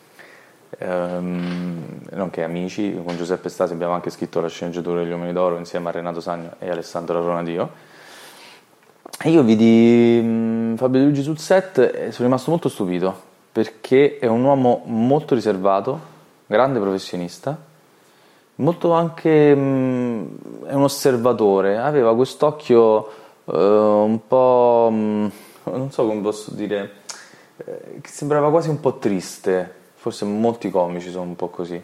Nonché amici. Con Giuseppe Stasi abbiamo anche scritto la sceneggiatura degli Uomini d'Oro insieme a Renato Sagno e Alessandro Aronadio, e io vidi Fabio De Luigi sul set e sono rimasto molto stupito, perché è un uomo molto riservato, grande professionista, molto anche è un osservatore, aveva quest'occhio un po' non so come posso dire, che sembrava quasi un po' triste, forse molti comici sono un po' così,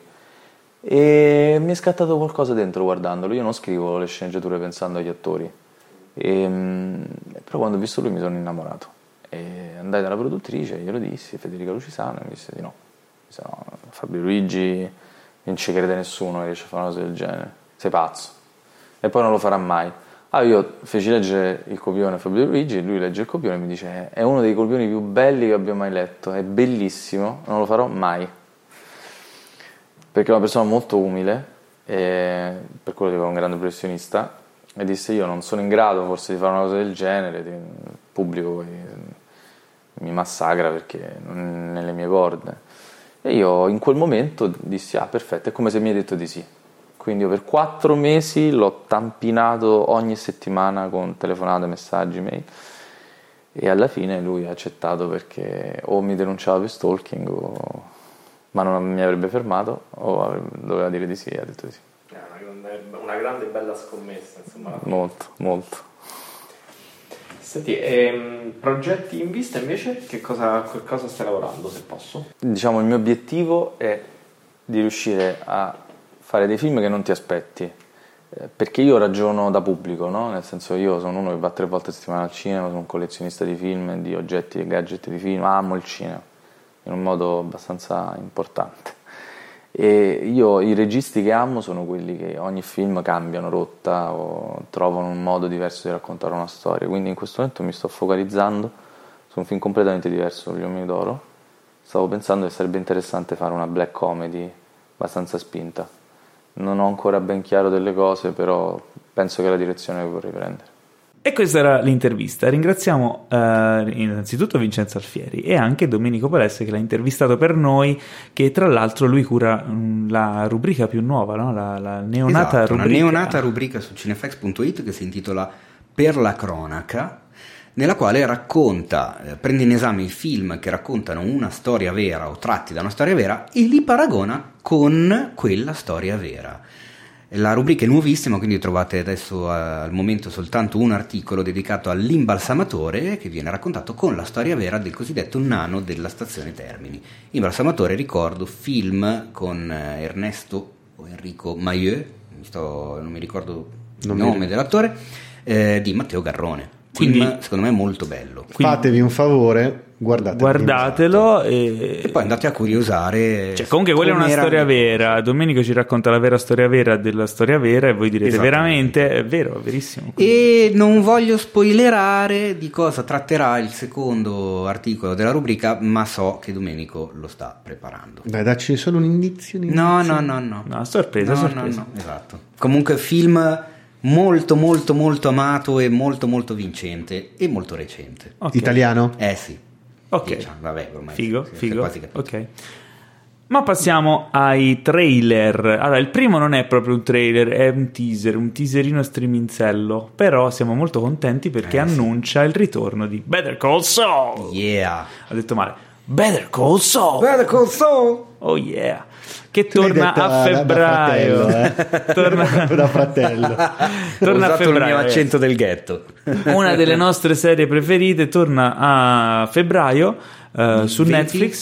e mi è scattato qualcosa dentro guardandolo. Io non scrivo le sceneggiature pensando agli attori, però quando ho visto lui mi sono innamorato e andai dalla produttrice, glielo dissi, Federica Lucisano, e mi disse di no. Mi disse, no, Fabio Luigi non ci crede nessuno che riesce a fare una cosa del genere, sei pazzo, e poi non lo farà mai. Io feci leggere il copione a Fabio Luigi, lui legge il copione e mi dice è uno dei copioni più belli che abbia mai letto, è bellissimo, non lo farò mai, perché è una persona molto umile, e per quello che è un grande professionista, e disse io non sono in grado forse di fare una cosa del genere, il pubblico mi massacra perché non è nelle mie corde. E io in quel momento dissi perfetto, è come se mi hai detto di sì. Quindi io per 4 mesi l'ho tampinato ogni settimana con telefonate, messaggi, mail, e alla fine lui ha accettato perché o mi denunciava per stalking ma non mi avrebbe fermato, o doveva dire di sì, ha detto di sì. Una grande e bella scommessa, insomma. Molto. Senti, progetti in vista invece? Cosa stai lavorando, se posso? Diciamo il mio obiettivo è di riuscire a fare dei film che non ti aspetti, perché io ragiono da pubblico, no? Nel senso, io sono uno che va 3 volte a settimana al cinema, sono un collezionista di film, di oggetti e gadget di film, amo il cinema in un modo abbastanza importante, e io i registi che amo sono quelli che ogni film cambiano rotta o trovano un modo diverso di raccontare una storia. Quindi in questo momento mi sto focalizzando su un film completamente diverso, Gli Uomini d'Oro. Stavo pensando che sarebbe interessante fare una black comedy abbastanza spinta. Non ho ancora ben chiaro delle cose, però penso che è la direzione che vorrei prendere. E questa era l'intervista. Ringraziamo innanzitutto Vincenzo Alfieri e anche Domenico Palesse che l'ha intervistato per noi, che tra l'altro lui cura la rubrica più nuova, no? la neonata rubrica. Una neonata rubrica su cinefx.it che si intitola Per la cronaca, nella quale prende in esame i film che raccontano una storia vera o tratti da una storia vera e li paragona con quella storia vera. La rubrica è nuovissima, quindi trovate adesso al momento soltanto un articolo dedicato all'imbalsamatore che viene raccontato con la storia vera del cosiddetto nano della stazione Termini. Imbalsamatore, ricordo, film con Ernesto o Enrico Mailleux, non mi ricordo il nome dell'attore, di Matteo Garrone. Quindi, film secondo me molto bello. Fatevi un favore, guardatelo e poi andate a curiosare. Cioè, comunque quella è una storia vera. Domenico ci racconta la vera storia vera della storia vera e voi direte veramente è vero, è verissimo. E non voglio spoilerare di cosa tratterà il secondo articolo della rubrica, ma so che Domenico lo sta preparando. Dai, dacci solo un indizio. No, sorpresa. No, esatto. Comunque film molto molto molto amato e molto molto vincente e molto recente. Okay. Italiano? Sì. Ok, diciamo, vabbè, ormai figo. quasi capito. Ok. Ma passiamo ai trailer. Allora, il primo non è proprio un trailer, è un teaserino striminzello, però siamo molto contenti perché annuncia il ritorno di Better Call Saul. Yeah. Ho detto male. Better Call Saul. Oh yeah. Che torna a febbraio. Torna da fratello. Torna a febbraio. Il mio accento del ghetto. Una delle nostre serie preferite torna a febbraio su Netflix.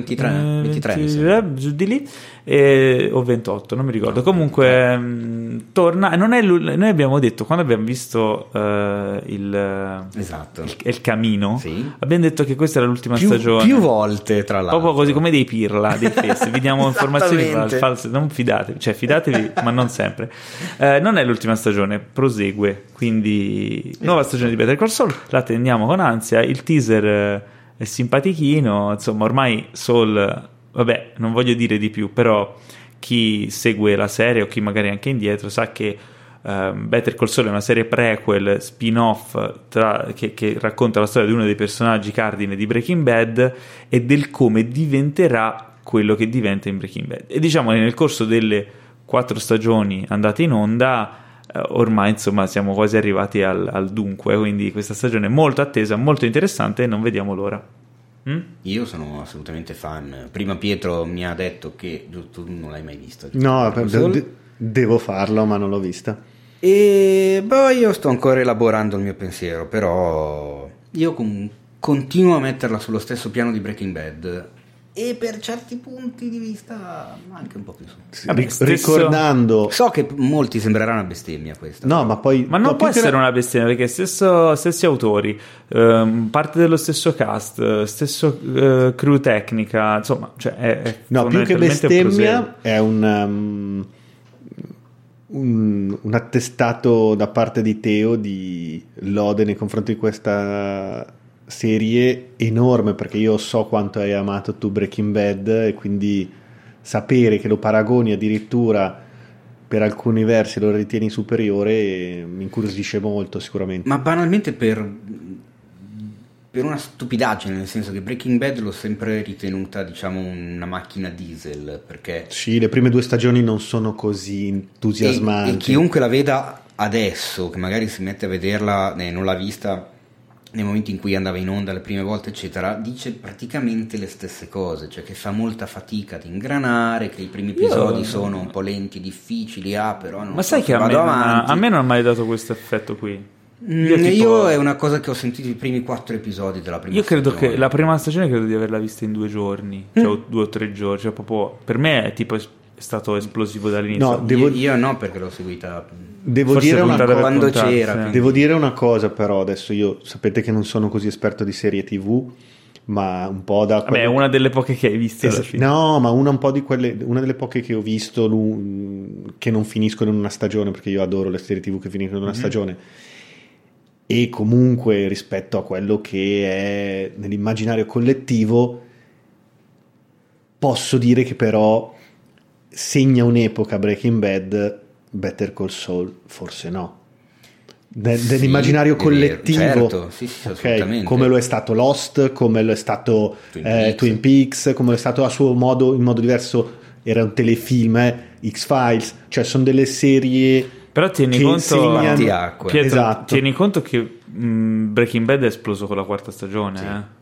23 giù di lì. O 28, non mi ricordo. Comunque torna. E non è noi abbiamo detto quando abbiamo visto il Camino, sì. Abbiamo detto che questa era l'ultima stagione. Più volte, tra l'altro. Proprio così come dei pirla, dei festi. Vi diamo informazioni false. Non fidatevi, cioè fidatevi, ma non sempre. Non è l'ultima stagione, prosegue. Quindi nuova stagione di Better Call Saul. La attendiamo con ansia. Il teaser è simpatichino. Insomma, ormai Saul. Vabbè, non voglio dire di più, però chi segue la serie o chi magari anche indietro sa che Better Call Saul è una serie prequel, spin-off che racconta la storia di uno dei personaggi cardine di Breaking Bad e del come diventerà quello che diventa in Breaking Bad. E diciamo che nel corso delle 4 stagioni andate in onda ormai insomma siamo quasi arrivati al dunque, quindi questa stagione è molto attesa, molto interessante e non vediamo l'ora. Io sono assolutamente fan. Prima Pietro mi ha detto che tu non l'hai mai visto. No, devo farlo, ma non l'ho vista. E io sto ancora elaborando il mio pensiero, però io continuo a metterla sullo stesso piano di Breaking Bad e per certi punti di vista anche un po' più su. Sì, ricordando, so che molti sembrerà una bestemmia questa, no, ma poi ma non può essere una bestemmia, perché stessi autori, parte dello stesso cast, stesso crew tecnica, insomma, cioè è no, più che bestemmia è un attestato da parte di Teo di lode nei confronti di questa serie enorme, perché io so quanto hai amato tu Breaking Bad e quindi sapere che lo paragoni addirittura per alcuni versi, lo ritieni superiore, mi incuriosisce molto sicuramente. Ma banalmente per una stupidaggine, nel senso che Breaking Bad l'ho sempre ritenuta, diciamo, una macchina diesel, perché sì, le prime 2 stagioni non sono così entusiasmanti e chiunque la veda adesso, che magari si mette a vederla, non l'ha vista nei momenti in cui andava in onda le prime volte eccetera, dice praticamente le stesse cose, cioè che fa molta fatica ad ingranare, che i primi episodi sono un po' lenti, difficili, però non ma sai che a me non ha mai dato questo effetto qui. Io è una cosa che ho sentito i primi 4 episodi della prima stagione. Io credo che la prima stagione credo di averla vista in 2 giorni, cioè 2 o 3 giorni, cioè proprio per me è tipo è stato esplosivo dall'inizio. No, io no, perché l'ho seguita. Devo dire una cosa, quando c'era. Devo dire una cosa, però adesso io sapete che non sono così esperto di serie TV, ma un po' da è una delle poche che hai visto alla fine. No, ma una delle poche che ho visto che non finiscono in una stagione, perché io adoro le serie TV che finiscono in una stagione. E comunque rispetto a quello che è nell'immaginario collettivo, posso dire che però segna un'epoca Breaking Bad. Better Call Saul forse no, nell'immaginario collettivo, certo, sì, assolutamente. Come lo è stato Lost, come lo è stato Twin Peaks, come lo è stato a suo modo, in modo diverso era un telefilm, X-Files, cioè sono delle serie. Però tieni conto, Pietro, esatto. Tieni conto che Breaking Bad è esploso con la 4ª stagione, sì.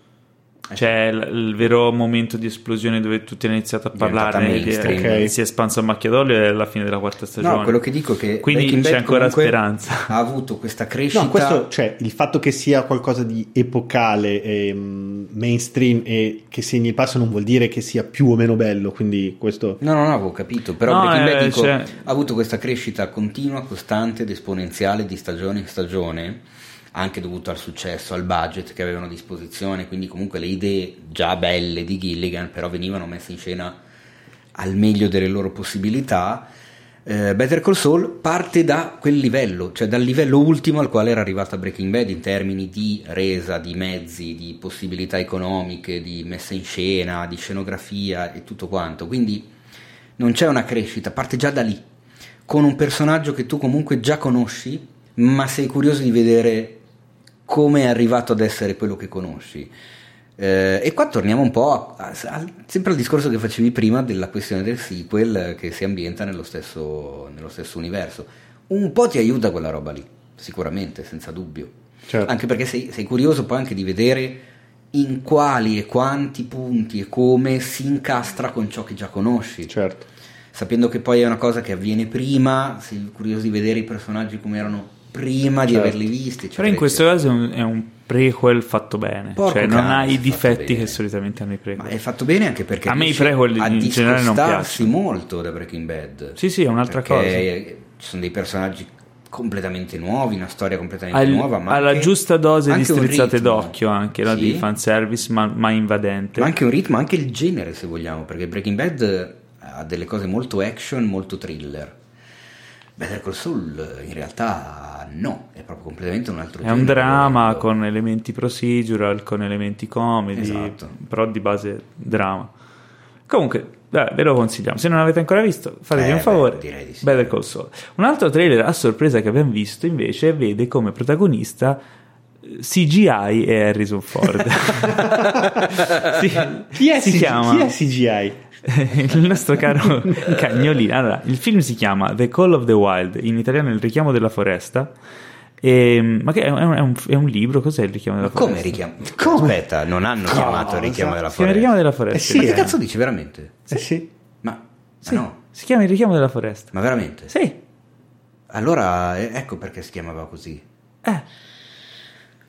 Cioè il vero momento di esplosione dove tutti hanno iniziato a parlarne, si è espanso a macchia d'olio è alla fine della 4ª stagione. No, quello che dico è che quindi Breaking c'è Bad ancora speranza. Ha avuto questa crescita. No, questo, cioè il fatto che sia qualcosa di epocale e mainstream e che segni il passo non vuol dire che sia più o meno bello, quindi questo. No, avevo capito, però Breaking Bad ha avuto questa crescita continua, costante ed esponenziale di stagione in stagione, anche dovuto al successo, al budget che avevano a disposizione, quindi comunque le idee già belle di Gilligan però venivano messe in scena al meglio delle loro possibilità. Better Call Saul parte da quel livello, cioè dal livello ultimo al quale era arrivata Breaking Bad in termini di resa, di mezzi, di possibilità economiche, di messa in scena, di scenografia e tutto quanto, quindi non c'è una crescita, parte già da lì, con un personaggio che tu comunque già conosci, ma sei curioso di vedere come è arrivato ad essere quello che conosci. E qua torniamo un po' sempre al discorso che facevi prima della questione del sequel che si ambienta nello stesso universo. Un po' ti aiuta quella roba lì, sicuramente, senza dubbio. Certo. Anche perché sei curioso poi anche di vedere in quali e quanti punti e come si incastra con ciò che già conosci. Certo. Sapendo che poi è una cosa che avviene prima, sei curioso di vedere i personaggi come erano prima di averli visti, però in questo caso è un prequel fatto bene. Porco cioè non cane, ha i difetti bene. che solitamente hanno i prequel. Ma è fatto bene anche perché a me i prequel in generale non piacciono molto da Breaking Bad. Sì, è un'altra cosa. Ci sono dei personaggi completamente nuovi, una storia completamente nuova, ma alla anche, giusta dose di strizzate ritmo. d'occhio anche, no? Di fanservice ma invadente. Ma anche un ritmo, anche il genere se vogliamo, perché Breaking Bad ha delle cose molto action, molto thriller. Better Call Saul in realtà no, è proprio completamente un altro genere. È un dramma con elementi procedural, con elementi comedy, esatto. Però di base dramma. Comunque, ve lo consigliamo. Se non l'avete ancora visto, fatevi un favore. Direi di sì. Better Call Saul. Un altro trailer a sorpresa che abbiamo visto invece vede come protagonista CGI e Harrison Ford. Chi è chiama CGI? Il nostro caro cagnolino. Allora, il film si chiama The Call of the Wild, in italiano Il richiamo della foresta. Ma che è un libro? Cos'è il richiamo della foresta? Come richiamo? Aspetta, non hanno chiamato il richiamo della Si chiama il richiamo della foresta. Sì, ma che cazzo dici veramente? Sì. Ma Sì, no, si chiama il richiamo della foresta. ma veramente? Sì. Allora ecco perché si chiamava così.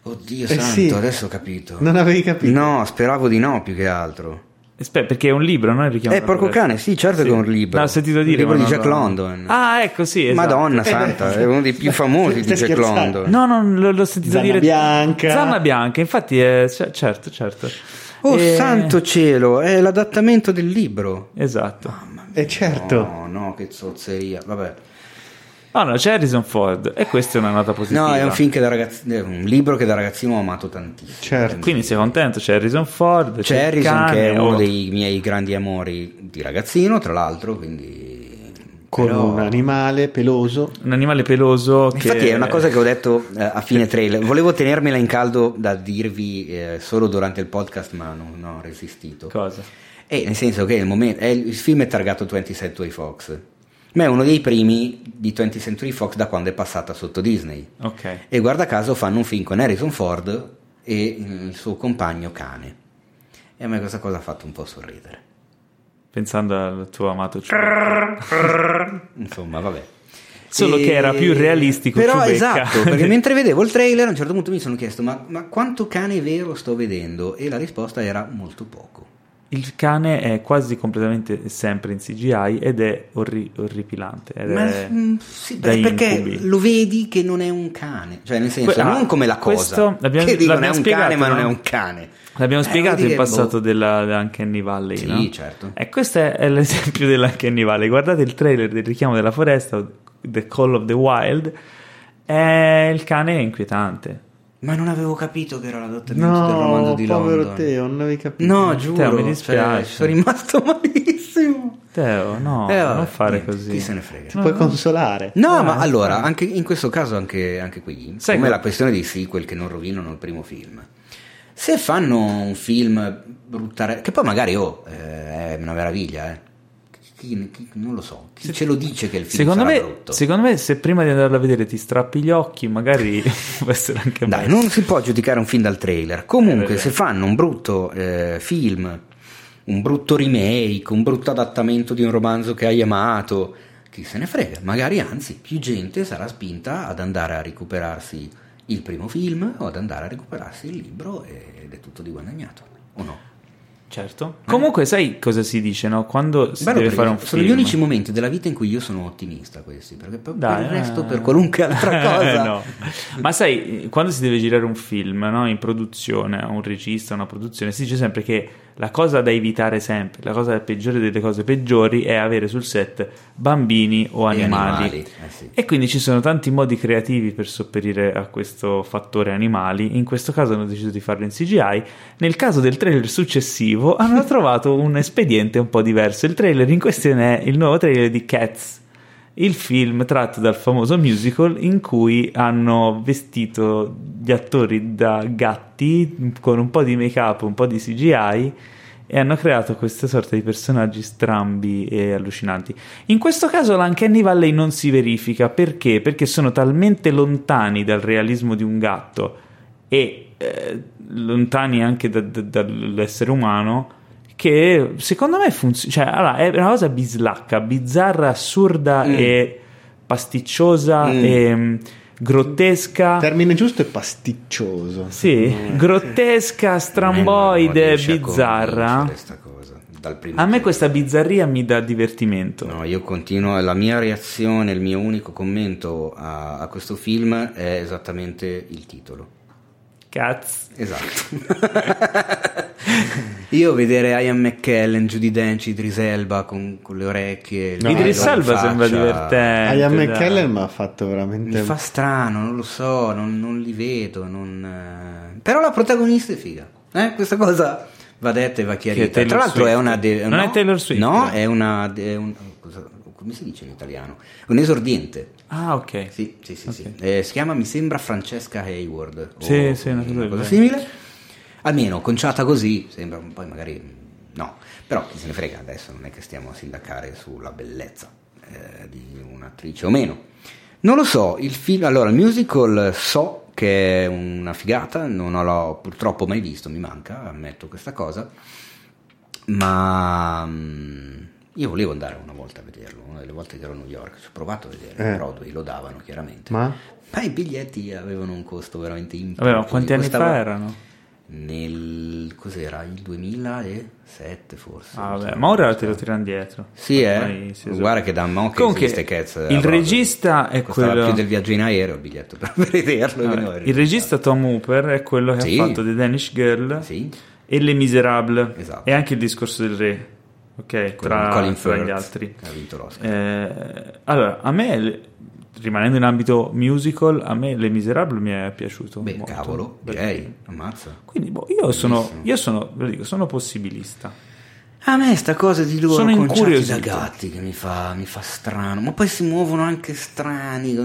Oddio santo, sì. adesso ho capito. Non avevi capito? No, speravo di no, più che altro. Aspetta, perché è un libro, no? Il richiamo alla Porco foresta. cane, sì, certo che è un libro. No, ho sentito dire, un libro ma di non Jack lo- London. Ah, ecco, sì, esatto. Madonna santa, è uno dei più famosi di Stai Jack scherzando? London. No, non l'ho sentito Zanna dire. Bianca. Zanna Bianca, infatti, certo. Oh E- santo cielo, è l'adattamento del libro. Esatto. Certo. No, che zozzeria. Vabbè. No, c'è Harrison Ford e questa è una nota positiva. No, è un film che è un libro che da ragazzino ho amato tantissimo. Certo. Quindi sei contento? C'è Harrison Ford, C'è il Harrison cane, che è uno oh. dei miei grandi amori di ragazzino, tra l'altro, quindi Con però- un animale peloso. Un animale peloso che... Infatti è una cosa che ho detto a fine trailer. Volevo tenermela in caldo da dirvi solo durante il podcast, ma non ho resistito. Cosa? Nel senso che il film è targato 20th Century Fox, ma è uno dei primi di 20th Century Fox da quando è passata sotto Disney. Ok. E guarda caso fanno un film con Harrison Ford e il suo compagno cane. E a me questa cosa ha fatto un po' sorridere. Pensando al tuo amato Chewbacca. Insomma, vabbè. Solo che era più realistico Però Chewbacca. esatto, perché mentre vedevo il trailer a un certo punto mi sono chiesto ma quanto cane vero sto vedendo? E la risposta era molto poco. Il cane è quasi completamente sempre in CGI ed è orripilante. Sì, da perché incubi. lo vedi che non è un cane, cioè nel senso non come la cosa che dicono è un cane ma non è un cane. L'abbiamo spiegato vedi in che, passato dell'Uncanny Valley, Sì, no? certo. E questo è l'esempio dell'Uncanny Valley. Guardate il trailer del richiamo della foresta, The Call of the Wild, e il cane è inquietante. Ma non avevo capito che era l'adattamento del romanzo No, di povero London. Teo, non avevi capito. No, giuro, Teo, mi dispiace. sono rimasto malissimo. Teo, no, Vabbè, non fare niente, così. Chi se ne frega. Ti puoi consolare. No, ma allora, anche in questo caso, anche qui, Sai come che- la questione dei sequel che non rovinano il primo film. Se fanno un film bruttare, che poi magari è una meraviglia, non lo so, chi ce lo dice che il film Secondo sarà me, brutto? secondo me, se prima di andarlo a vedere ti strappi gli occhi, magari può essere anche Dai, meglio. non si può giudicare un film dal trailer. Comunque, se fanno un brutto film, un brutto remake, un brutto adattamento di un romanzo che hai amato, chi se ne frega? Magari, anzi, più gente sarà spinta ad andare a recuperarsi il primo film o ad andare a recuperarsi il libro ed è tutto di guadagnato, o no? Certo. Comunque, sai cosa si dice, no? Quando si Bello, deve perché fare un sono film. gli unici momenti della vita in cui io sono ottimista, questi, perché per Dai, il resto, per qualunque altra cosa. No. Ma sai, quando si deve girare un film, no? In produzione, un regista, una produzione, si dice sempre che la cosa da evitare sempre, la cosa peggiore delle cose peggiori è avere sul set bambini o animali. Sì. E quindi ci sono tanti modi creativi per sopperire a questo fattore animali. In questo caso hanno deciso di farlo in CGI. Nel caso del trailer successivo hanno trovato un espediente un po' diverso. Il trailer in questione è il nuovo trailer di Cats, il film tratto dal famoso musical in cui hanno vestito gli attori da gatti con un po' di make-up, un po' di CGI e hanno creato questa sorta di personaggi strambi e allucinanti. In questo caso l'Uncanny Valley non si verifica. Perché? Perché sono talmente lontani dal realismo di un gatto e lontani anche dall'essere umano che secondo me cioè, allora, è una cosa bislacca, bizzarra, assurda e pasticciosa e grottesca. Il termine giusto è pasticcioso. Sì, grottesca, stramboide, Non riesce a bizzarra. convincere sta cosa, dal primo A me film. questa bizzarria mi dà divertimento. No, io continuo, la mia reazione, il mio unico commento a questo film è esattamente il titolo. Cazzo. Esatto. Io vedere Ian McKellen, Judi Dench, Idris Elba con le orecchie, No, Idris in Elba sembra divertente. Ian dai. McKellen mi ha fatto veramente... mi fa strano, non lo so, non li vedo, però la protagonista è figa. Questa cosa va detta e va chiarita. Taylor Tra l'altro Swift. è una Non è Taylor Swift? No, è come si dice in italiano? Un esordiente. Ah, ok. Sì. Ok. Si chiama, mi sembra, Francesca Hayward. Sì, Una cosa simile. Almeno conciata così, sembra, poi magari no. Però chi se ne frega, adesso non è che stiamo a sindacare sulla bellezza di un'attrice o meno. Non lo so, il film, allora il musical so che è una figata, non l'ho purtroppo mai visto, mi manca, ammetto questa cosa, ma Io volevo andare una volta a vederlo, una delle volte che ero a New York, ci ho provato a vedere Broadway, lo davano chiaramente. Ma I biglietti avevano un costo veramente Vabbè, ma quanti anni fa erano? Cos'era? Il 2007 forse. Ah, vabbè, ma ora te lo tirano dietro. Sì, Ormai si esaurisce. guarda che da mo' che Comunque, esiste cazzo. il regista è costava quello. più del viaggio in aereo il biglietto per vederlo. Vabbè, il regista Tom Hooper è quello che Sì. ha fatto The Danish Girl Sì. e Les Miserables, Esatto. e anche Il discorso del re, ok, Con tra Colin gli Firth, altri. che ha vinto l'Oscar. Allora, a me, rimanendo in ambito musical, a me Les Miserables mi è piaciuto Beh, molto. cavolo, direi, ammazza. Quindi ve lo dico, sono possibilista. A me sta cosa di loro Sono conciati incuriosito. da gatti che mi fa strano, ma poi si muovono anche strani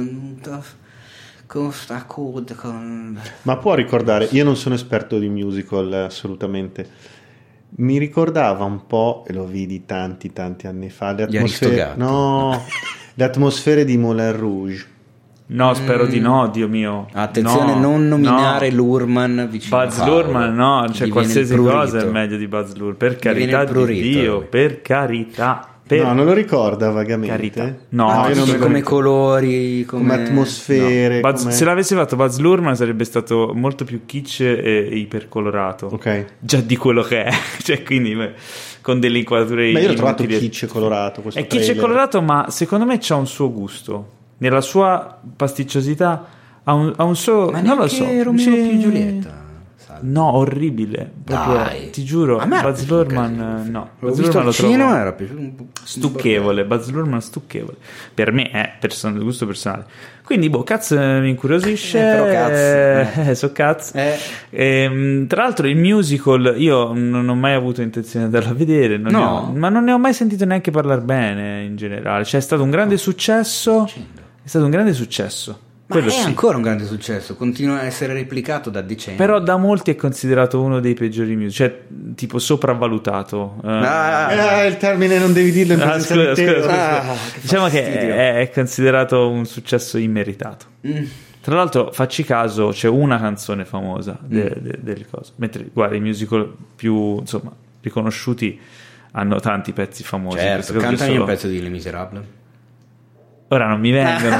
con sta coda, Ma può ricordare, io non sono esperto di musical assolutamente, mi ricordava un po', e lo vidi tanti anni fa, le Gli atmosfere, Aristogatti. no, le atmosfere di Moulin Rouge. No, spero di no, Dio mio. Attenzione, No, non nominare no. Lurman vicino Buzz a Paolo. Lurman, no, Gli cioè viene qualsiasi il prurito. cosa è meglio di Buzz Lurman, per Gli viene carità il di prurito. Dio, per carità. No, non lo ricorda vagamente. Carità. No, Ma io non dici me lo come ricordo. colori, come atmosfere, Buzz- come- se l'avesse fatto Buzz Lurman sarebbe stato molto più kitsch e ipercolorato. Ok. Già di quello che è, cioè quindi con delle inquadrature Ma io l'ho trovato inutili. kitsch e colorato questo È kitsch e trailer. colorato, ma secondo me c'ha un suo gusto. Nella sua pasticciosità ha un suo... Ma non lo so. neanche Romeo più Giulietta. salvo. No, orribile. Proprio, Dai. ti giuro, A me era Buzz piaciuto un Lurman casino. no. L'ho Buzz visto Lurman al lo trovo cinema, era piaciuto un po'. stucchevole. Buzz Lurman stucchevole. Per me è gusto personale. Quindi, Cats mi incuriosisce. Però Cats, so Cats. Tra l'altro, il musical io non ho mai avuto intenzione di andarlo a vedere. Ma non ne ho mai sentito neanche parlare bene in generale. Cioè, è stato un grande successo. È stato un grande successo. Ma Quello è sì. ancora un grande successo, continua a essere replicato da decenni. Però da molti è considerato uno dei peggiori musical, cioè tipo sopravvalutato. Il termine non devi dirlo in presenza di Teo. scusa. Diciamo che è considerato un successo immeritato. Tra l'altro, facci caso, c'è una canzone famosa del coso, mentre guarda i musical più insomma riconosciuti hanno tanti pezzi famosi. Certo, Questo cantami solo- un pezzo di Les Miserables. Ora non mi vengono.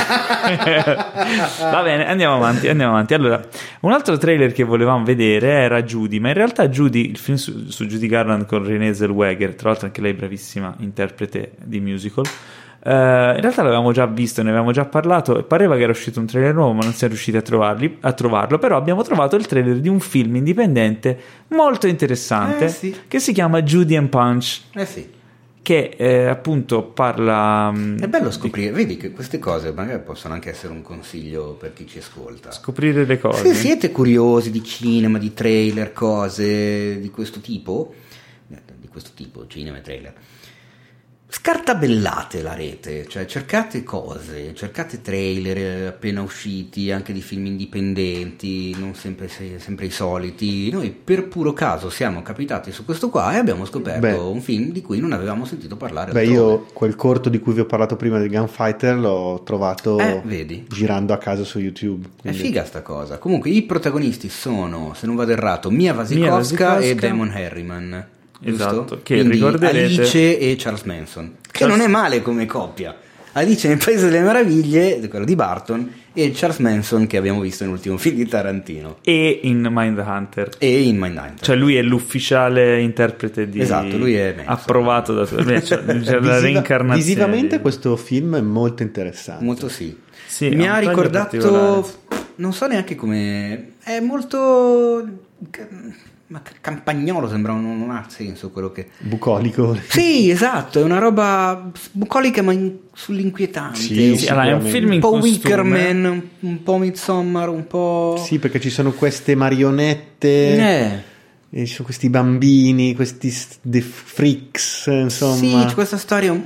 Va bene, andiamo avanti. Allora, un altro trailer che volevamo vedere era Judy, ma in realtà Judy, il film su Judy Garland con Renée Zellweger, tra l'altro anche lei bravissima interprete di musical, in realtà l'avevamo già visto, ne avevamo già parlato e pareva che era uscito un trailer nuovo, ma non siamo riusciti a trovarlo, però abbiamo trovato il trailer di un film indipendente molto interessante sì. che si chiama Judy and Punch, Sì. che appunto parla... È bello scoprire, vedi che queste cose magari possono anche essere un consiglio per chi ci ascolta. scoprire le cose. Se siete curiosi di cinema, di trailer, cose di questo tipo, cinema e trailer, scartabellate la rete, cioè cercate cose, cercate trailer appena usciti, anche di film indipendenti, non sempre i soliti. Noi per puro caso siamo capitati su questo qua e abbiamo scoperto un film di cui non avevamo sentito parlare altrove. Io quel corto di cui vi ho parlato prima del Gunfighter l'ho trovato vedi? girando a casa su YouTube. È quindi- figa sta cosa. Comunque i protagonisti sono, se non vado errato, Mia Wasikowska e Damon Harriman. Esatto, Giusto? che Quindi ricorderete- Alice e Charles Manson, che non è male come coppia. Alice nel Paese delle Meraviglie, quello di Barton, e Charles Manson che abbiamo visto nell'ultimo film di Tarantino E in Mindhunter. e in Mindhunter. Cioè lui è l'ufficiale interprete di... Esatto, lui è Manson. approvato da cioè la reincarnazione. Visivamente di- questo film è molto interessante. Molto sì. Sì, Mi ha ha un taglio ricordato, particolare. non so neanche come, è molto ma campagnolo, sembra, non ha senso quello che... Bucolico. Sì, esatto, è una roba bucolica ma sull'inquietante. Sì, allora, è un film in un po' costume. Wicker Man, un po' Midsommar, un po'... Sì, perché ci sono queste marionette, e ci sono questi bambini, questi the freaks, insomma. Sì, c'è questa storia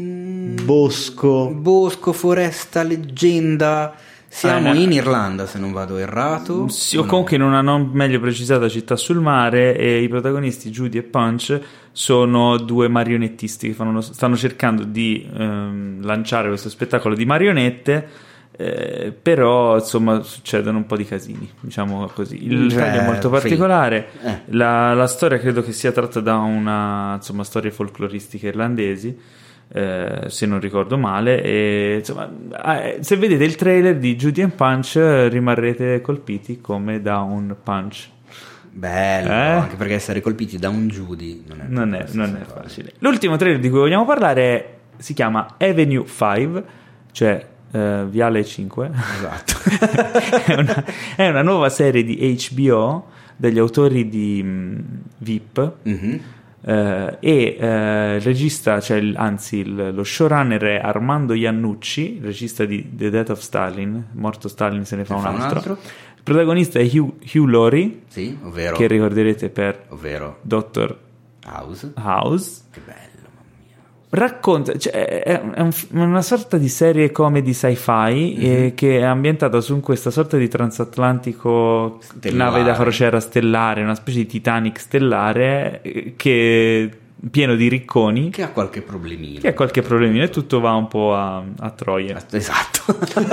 Bosco, foresta, leggenda. Siamo in Irlanda, se non vado errato. Sì, o comunque in una non meglio precisata città sul mare, e i protagonisti Judy e Punch sono due marionettisti che stanno cercando di lanciare questo spettacolo di marionette però insomma succedono un po' di casini, diciamo così. Il trailer è molto particolare. La storia credo che sia tratta da una, insomma, storie folcloristiche irlandesi, se non ricordo male, e insomma, se vedete il trailer di Judy and Punch rimarrete colpiti come da un punch. Bello, anche perché essere colpiti da un Judy non è facile. L'ultimo trailer di cui vogliamo parlare si chiama Avenue 5, cioè Viale 5. Esatto. è una nuova serie di HBO degli autori di VIP. Mm-hmm. Il regista, lo showrunner è Armando Iannucci, regista di The Death of Stalin, morto Stalin se ne fa un altro. Il protagonista è Hugh Laurie, sì, ovvero, che ricorderete per Dr. House. Che bello, mamma mia. Racconta, è una sorta di serie comedy sci-fi che è ambientata su questa sorta di transatlantico nave da crociera stellare, una specie di Titanic stellare che pieno di ricconi, che ha qualche problemino e tutto va un po' a troia. Esatto.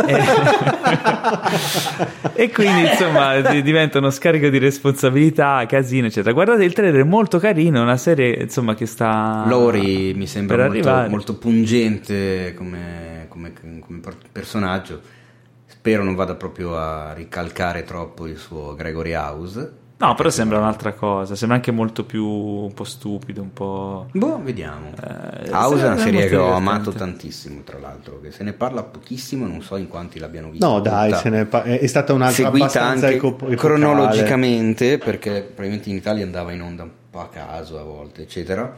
E quindi insomma diventa uno scarico di responsabilità, casino eccetera. Guardate il trailer, è molto carino, è una serie insomma che sta Laurie mi sembra molto pungente come personaggio. Spero non vada proprio a ricalcare troppo il suo Gregory House. No, però sembra un'altra cosa, sembra anche molto più un po' stupido, un po'... vediamo. House è una serie che ho amato tantissimo, tra l'altro, che se ne parla pochissimo, non so in quanti l'abbiano vista. No, dai, è stata un'altra seguita abbastanza anche cronologicamente, perché probabilmente in Italia andava in onda un po' a caso a volte, eccetera.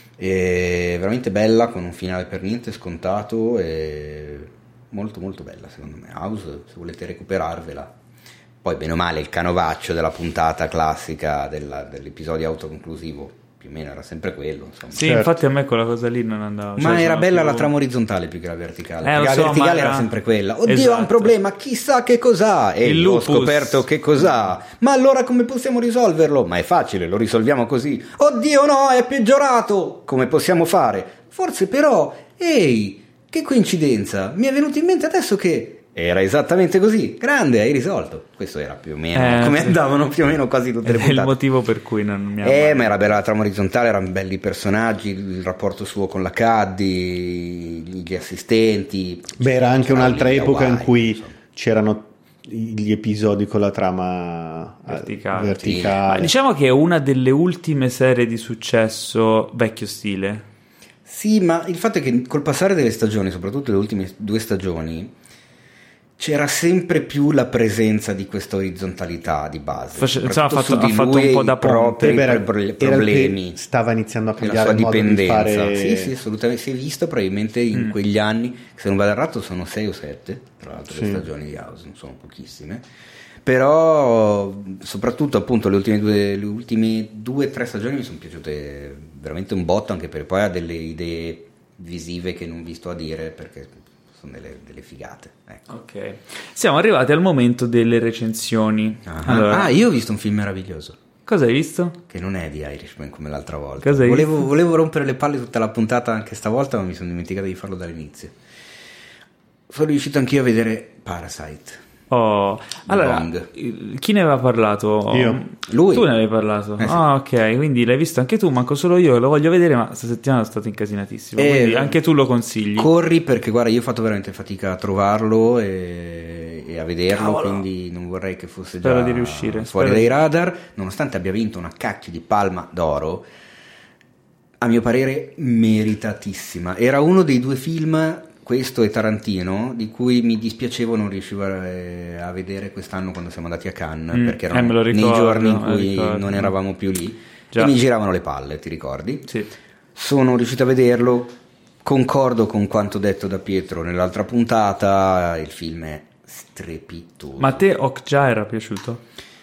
E veramente bella, con un finale per niente scontato e molto molto bella secondo me. House, se volete recuperarvela. Poi bene o male il canovaccio della puntata classica dell'episodio autoconclusivo più o meno era sempre quello, insomma. Sì, certo. Infatti a me quella cosa lì non andava. Ma era bella la trama orizzontale più che la verticale, perché la verticale era sempre quella. Oddio, esatto. Ha un problema, chissà che cos'ha, e io ho scoperto che cos'ha, ma allora come possiamo risolverlo? Ma è facile, lo risolviamo così. Oddio no, è peggiorato, come possiamo fare? Forse però, ehi, che coincidenza, mi è venuto in mente adesso che era esattamente così, grande, hai risolto. Questo era più o meno come andavano più o meno quasi tutte le puntate. È il motivo per cui non mi ha ma era bella la trama orizzontale, erano belli i personaggi, il rapporto suo con la Caddy, gli assistenti. Beh, era anche un'altra epoca in cui insomma c'erano gli episodi con la trama verticale. Sì. Ma diciamo che è una delle ultime serie di successo vecchio stile. Sì, ma il fatto è che col passare delle stagioni, soprattutto le ultime 2 stagioni, c'era sempre più la presenza di questa orizzontalità di base. Ha fatto un po' da ponte. Problemi. Stava iniziando a cambiare la sua il modo dipendenza. di fare... Sì, assolutamente. Si è visto probabilmente in quegli anni, se non vado errato sono 6 o 7, tra l'altro le stagioni di House, non sono pochissime. Però soprattutto appunto le ultime 2 o 3 stagioni mi sono piaciute veramente un botto, anche perché poi ha delle idee visive che non vi sto a dire perché sono delle figate, ecco. Ok, siamo arrivati al momento delle recensioni. Allora, io ho visto un film meraviglioso. Cosa hai visto? Che non è di Irishman come l'altra volta. Cosa volevo rompere le palle tutta la puntata anche stavolta, ma mi sono dimenticato di farlo dall'inizio. Sono riuscito anch'io a vedere Parasite. Allora, chi ne aveva parlato? Io. Lui. Tu ne avevi parlato? Sì. Ok, quindi l'hai visto anche tu, manco solo io lo voglio vedere, ma questa settimana sono stato incasinatissimo, quindi anche tu lo consigli. Corri, perché guarda, io ho fatto veramente fatica a trovarlo e a vederlo. Cavolo. Quindi non vorrei che fosse Spero già di riuscire. fuori dai radar, nonostante abbia vinto una cacchio di palma d'oro. A mio parere meritatissima. Era uno dei 2 film, questo e Tarantino, di cui mi dispiacevo non riuscivo a vedere quest'anno quando siamo andati a Cannes, perché erano nei giorni in cui non eravamo più lì. Già. E mi giravano le palle, ti ricordi? Sì. Sono riuscito a vederlo, concordo con quanto detto da Pietro nell'altra puntata, il film è strepitoso. Ma a te Okja era piaciuto?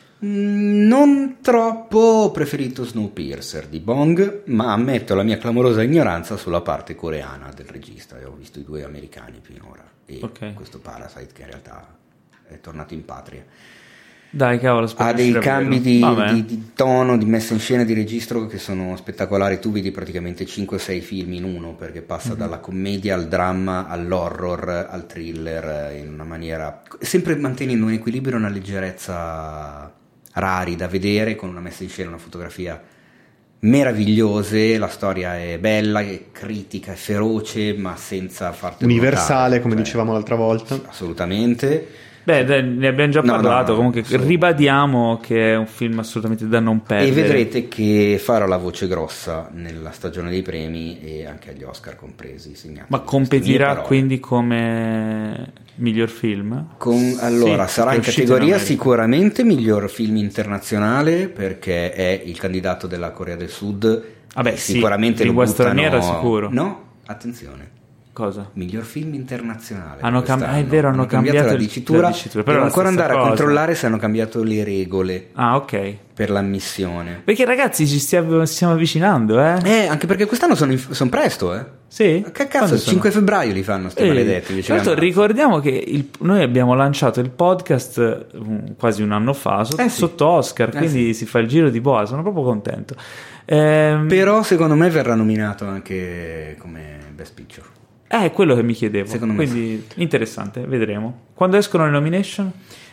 Non troppo, ho preferito Snowpiercer di Bong, ma ammetto la mia clamorosa ignoranza sulla parte coreana del regista. Ho visto i 2 americani finora e questo Parasite che in realtà è tornato in patria. Dai, cavolo, ha dei cambi di tono, di messa in scena, di registro che sono spettacolari. Tu vedi praticamente 5 o 6 film in uno, perché passa dalla commedia al dramma, all'horror, al thriller, in una maniera sempre mantenendo un equilibrio e una leggerezza rari da vedere, con una messa in scena, una fotografia meravigliose. La storia è bella, è critica, è feroce, ma senza farti universale, notare, come dicevamo l'altra volta. Assolutamente. Beh, ne abbiamo già parlato, comunque assolutamente. Ribadiamo che è un film assolutamente da non perdere. E vedrete che farò la voce grossa nella stagione dei premi e anche agli Oscar compresi. Ma competirà quindi come miglior film? Allora, Sì, sarà in è uscito categoria in America. sicuramente miglior film internazionale, perché è il candidato della Corea del Sud. Vabbè, Sicuramente lingua lo buttano... straniera sicuro. No, attenzione. Cosa? Miglior film internazionale. È vero, hanno cambiato la dicitura. però Devo è la ancora stessa andare a cosa. controllare se hanno cambiato le regole Ah, ok. per l'ammissione. Perché ragazzi ci stiamo avvicinando, Anche perché quest'anno sono presto, Sì? Che Quando cazzo, il sono? 5 febbraio li fanno sti maledetti. Tra l'altro ricordiamo che noi abbiamo lanciato il podcast quasi un anno fa sotto Oscar, quindi si fa il giro di boa, sono proprio contento. Però secondo me verrà nominato anche come Best Picture. È quello che mi chiedevo. Secondo me quindi interessante, vedremo. Quando escono le nomination?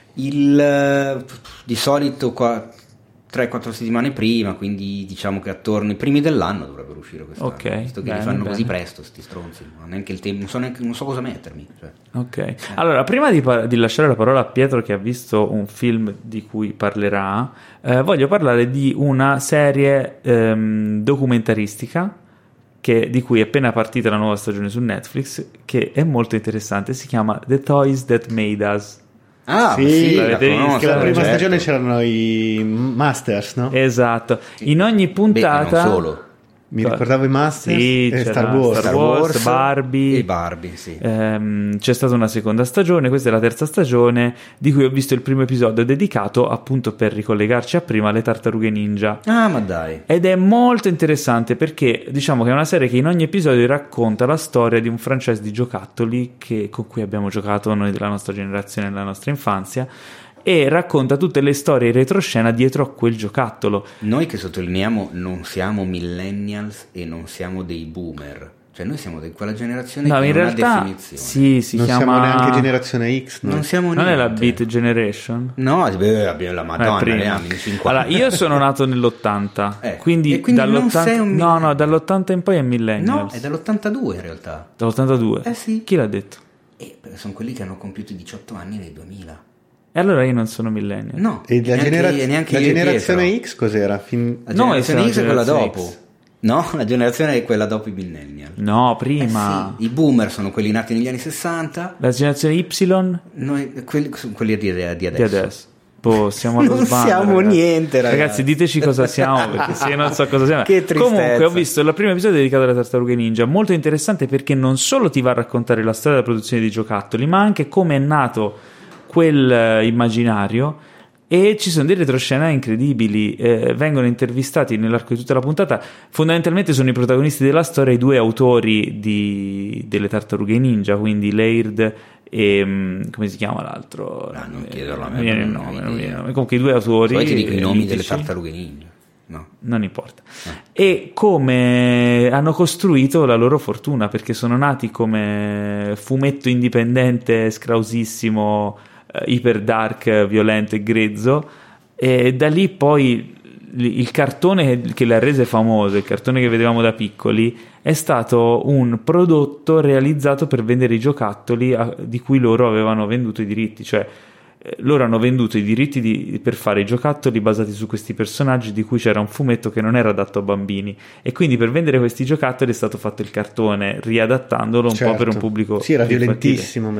Di solito 3-4 settimane prima, quindi diciamo che attorno ai primi dell'anno dovrebbero uscire quest'anno. Ok, visto che bene, li fanno bene. così presto sti stronzi, non ho neanche il tempo, non so cosa mettermi, cioè. Ok, allora prima di lasciare la parola a Pietro, che ha visto un film di cui parlerà, voglio parlare di una serie documentaristica di cui è appena partita la nuova stagione su Netflix, che è molto interessante, si chiama The Toys That Made Us. Sì, sì, l'avete la conosco, Che la prima certo. stagione c'erano i Masters, no? Esatto, in ogni puntata... Beh, non solo. Mi ricordavo i Masters Sì, e c'era Star Wars. Star Wars, Barbie. E Barbie, sì. C'è stata una seconda stagione, questa è la terza stagione, di cui ho visto il primo episodio dedicato, appunto per ricollegarci a prima, alle Tartarughe Ninja. Ah, ma dai. Ed è molto interessante perché diciamo che è una serie che in ogni episodio racconta la storia di un franchise di giocattoli con cui abbiamo giocato noi della nostra generazione nella nostra infanzia, e racconta tutte le storie in retroscena dietro a quel giocattolo. Noi, che sottolineiamo, non siamo millennials e non siamo dei boomer. Cioè noi siamo di quella generazione No, che in non realtà ha definizione. sì, si Non chiama... siamo neanche generazione X, no? Non siamo Non è la niente. Beat Generation? No, abbiamo la Madonna, prima. le anni 50. Allora, io sono nato nell'80, E quindi quindi non sei un no, dall'80 in poi è No, millennials. è dall'82 in realtà. Dall'82? Sì. Chi l'ha detto? Perché sono quelli che hanno compiuto i 18 anni nel 2000. E allora io non sono millennial. No, E la, neanche la io e generazione Pietro. X cos'era? La No, generazione è X è quella generazione dopo. X. No, la generazione è quella dopo i millennial. No, prima. Sì, i boomer sono quelli nati negli anni 60, La generazione Y quelli sono quelli di adesso. di adesso. Boh, siamo allo Non sbando, siamo ragazzi. niente, ragazzi. Diteci cosa siamo, perché se io non so cosa siamo. Che tristezza. Comunque, ho visto il primo episodio dedicato alle Tartarughe Ninja, molto interessante perché non solo ti va a raccontare la storia della produzione di giocattoli, ma anche come è nato quel immaginario. E ci sono delle retroscene incredibili, vengono intervistati nell'arco di tutta la puntata, fondamentalmente sono i protagonisti della storia, i due autori delle Tartarughe Ninja, quindi Laird e come si chiama l'altro? Non chiederlo a me, Non mi viene il non ho nome, idea. non mi viene il nome. Comunque i due autori, Poi ti dico i nomi mitici. delle tartarughe ninja. No. Non importa. E come hanno costruito la loro fortuna, perché sono nati come fumetto indipendente, scrausissimo, iper dark, violento e grezzo, e da lì poi il cartone che le ha rese famose, il cartone che vedevamo da piccoli, è stato un prodotto realizzato per vendere i giocattoli di cui loro avevano venduto i diritti, cioè loro hanno venduto i diritti per fare i giocattoli basati su questi personaggi di cui c'era un fumetto che non era adatto a bambini, e quindi per vendere questi giocattoli è stato fatto il cartone riadattandolo un po' per un pubblico Sì, era più infantile. violentissimo.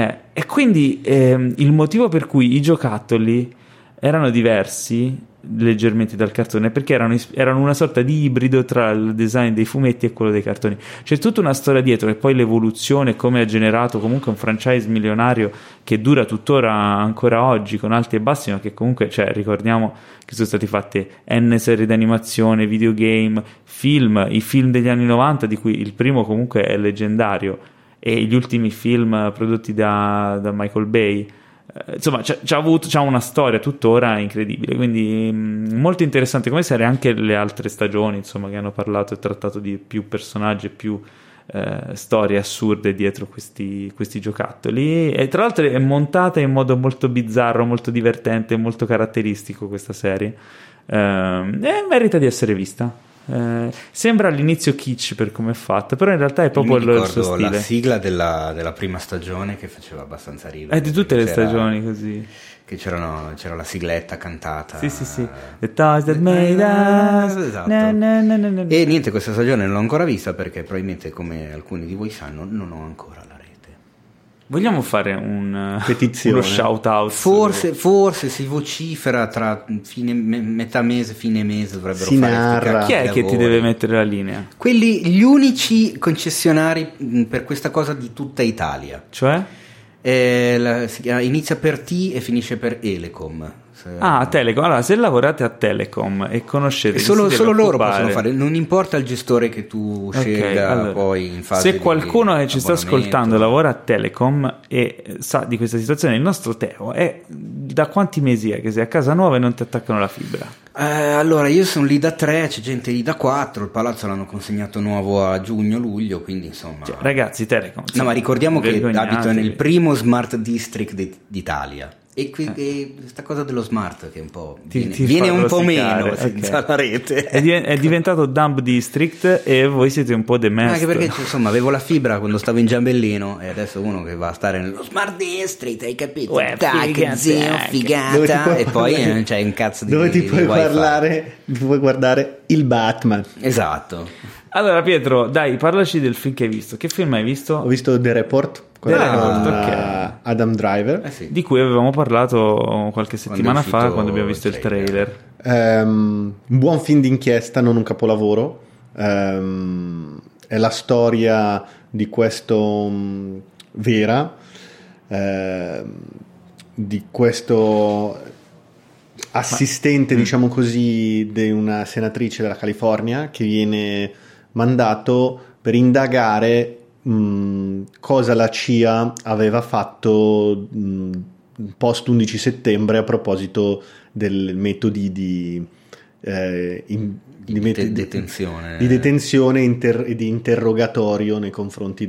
E quindi il motivo per cui i giocattoli erano diversi leggermente dal cartone, perché erano una sorta di ibrido tra il design dei fumetti e quello dei cartoni. C'è tutta una storia dietro, e poi l'evoluzione, come ha generato comunque un franchise milionario che dura tuttora ancora oggi, con alti e bassi, ma che comunque, cioè, ricordiamo che sono stati fatti N serie d'animazione, videogame, film, i film degli anni 90, di cui il primo comunque è leggendario, e gli ultimi film prodotti da Michael Bay, insomma c'ha una storia tuttora incredibile, quindi molto interessante come serie. Anche le altre stagioni, insomma, che hanno parlato e trattato di più personaggi e più storie assurde dietro questi giocattoli, e tra l'altro è montata in modo molto bizzarro, molto divertente, molto caratteristico questa serie, e merita di essere vista. Sembra all'inizio kitsch per come è fatta, però in realtà è proprio il suo stile. La sigla della prima stagione che faceva abbastanza ridere, di tutte le stagioni così, che c'era la sigletta cantata. Sì. The Toys That Made Us. Esatto. Na. E niente, questa stagione non l'ho ancora vista perché probabilmente, come alcuni di voi sanno, non ho ancora la rete. Vogliamo fare uno petizione, shout out? Forse si vocifera tra metà mese, fine mese dovrebbero si fare narra. Chi è che ti deve mettere la linea? Gli unici concessionari per questa cosa di tutta Italia. Cioè? Inizia per T e finisce per Elecom. Telecom. Allora, se lavorate a Telecom e conoscete, solo loro possono fare, non importa il gestore che tu scelga. Allora, poi in fase se qualcuno che ci sta ascoltando lavora a Telecom e sa di questa situazione, il nostro Teo è da quanti mesi è che sei a casa nuova e non ti attaccano la fibra? Allora, io sono lì da 3, c'è gente lì da 4, il palazzo l'hanno consegnato nuovo a giugno-luglio, quindi insomma... Ragazzi, Telecom... No, ma ricordiamo che abito nel primo smart district d'Italia. E questa cosa dello smart che un po' viene un po' meno senza la rete. È diventato Dumb District e voi siete un po' demersi. Anche perché insomma avevo la fibra quando stavo in Giambellino e adesso uno che va a stare nello Smart District, hai capito? Figata. E poi c'è un cazzo di dove ti puoi wifi. puoi guardare il Batman. Esatto. Allora Pietro, dai, parlaci del film che hai visto. Che film hai visto? Ho visto The Report con Adam Driver, sì. Di cui avevamo parlato qualche settimana fa quando abbiamo visto il trailer. Un buon film d'inchiesta, non un capolavoro. È la storia di questo vera, di questo assistente, diciamo così, di una senatrice della California che viene mandato per indagare cosa la CIA aveva fatto post 11 settembre a proposito dei metodi di detenzione e di interrogatorio nei confronti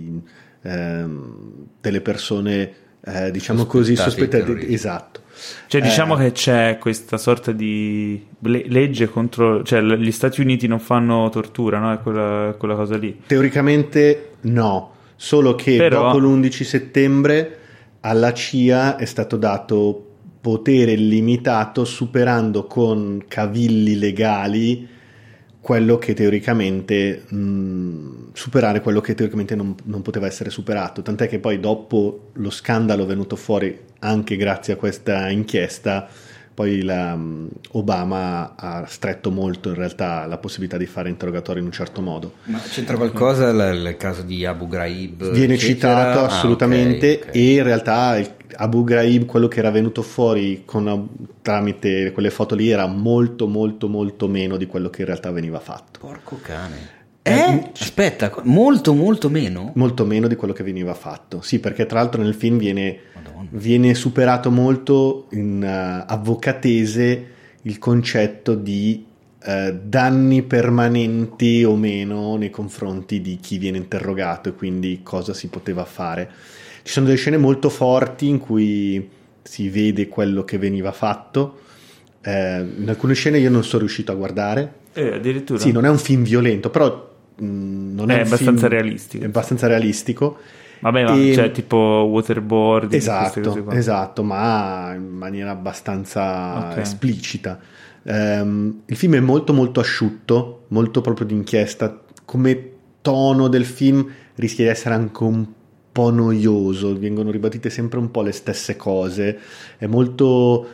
delle persone diciamo così sospettate. Esatto. Cioè diciamo che c'è questa sorta di legge contro, cioè gli Stati Uniti non fanno tortura, no? È quella cosa lì. Teoricamente no, solo che dopo l'11 settembre alla CIA è stato dato potere limitato, superando con cavilli legali quello che teoricamente superare quello che teoricamente non poteva essere superato, tant'è che poi dopo lo scandalo venuto fuori anche grazie a questa inchiesta, poi Obama ha stretto molto in realtà la possibilità di fare interrogatori in un certo modo. Ma c'entra qualcosa il caso di Abu Ghraib? Viene citato assolutamente, okay. E in realtà Abu Ghraib, quello che era venuto fuori tramite quelle foto lì, era molto molto molto meno di quello che in realtà veniva fatto. Porco cane. Aspetta, molto molto meno? Molto meno di quello che veniva fatto, sì, perché tra l'altro nel film viene superato molto in avvocatese il concetto di danni permanenti o meno nei confronti di chi viene interrogato, e quindi cosa si poteva fare. Ci sono delle scene molto forti in cui si vede quello che veniva fatto. In alcune scene io non sono riuscito a guardare. Addirittura? Sì, non è un film violento, però non è abbastanza realistico. È abbastanza realistico. Vabbè, ma c'è tipo waterboarding. Esatto, ma in maniera abbastanza esplicita. Il film è molto molto asciutto, molto proprio d'inchiesta. Come tono del film rischia di essere anche un po' noioso, vengono ribadite sempre un po' le stesse cose, è molto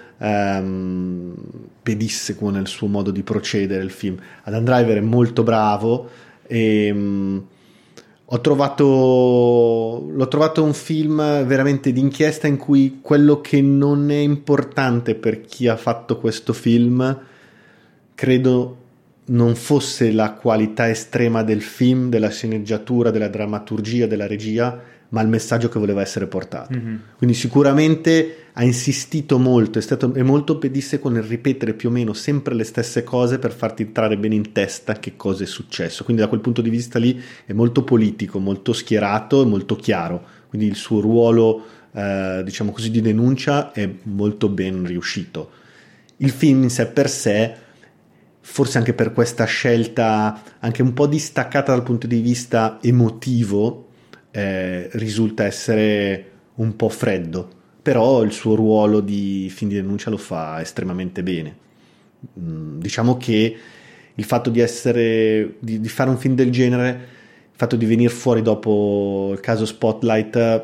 pedissequo nel suo modo di procedere il film. Adam Driver è molto bravo e l'ho trovato un film veramente d'inchiesta in cui quello che non è importante per chi ha fatto questo film credo non fosse la qualità estrema del film, della sceneggiatura, della drammaturgia, della regia, ma il messaggio che voleva essere portato. Quindi sicuramente ha insistito molto, è molto pedissequo nel ripetere più o meno sempre le stesse cose per farti entrare bene in testa che cosa è successo. Quindi da quel punto di vista lì è molto politico, molto schierato e molto chiaro. Quindi il suo ruolo, diciamo così, di denuncia è molto ben riuscito. Il film in sé per sé, forse anche per questa scelta anche un po' distaccata dal punto di vista emotivo, risulta essere un po' freddo, però il suo ruolo di film di denuncia lo fa estremamente bene. Diciamo che il fatto di fare un film del genere, il fatto di venire fuori dopo il caso Spotlight,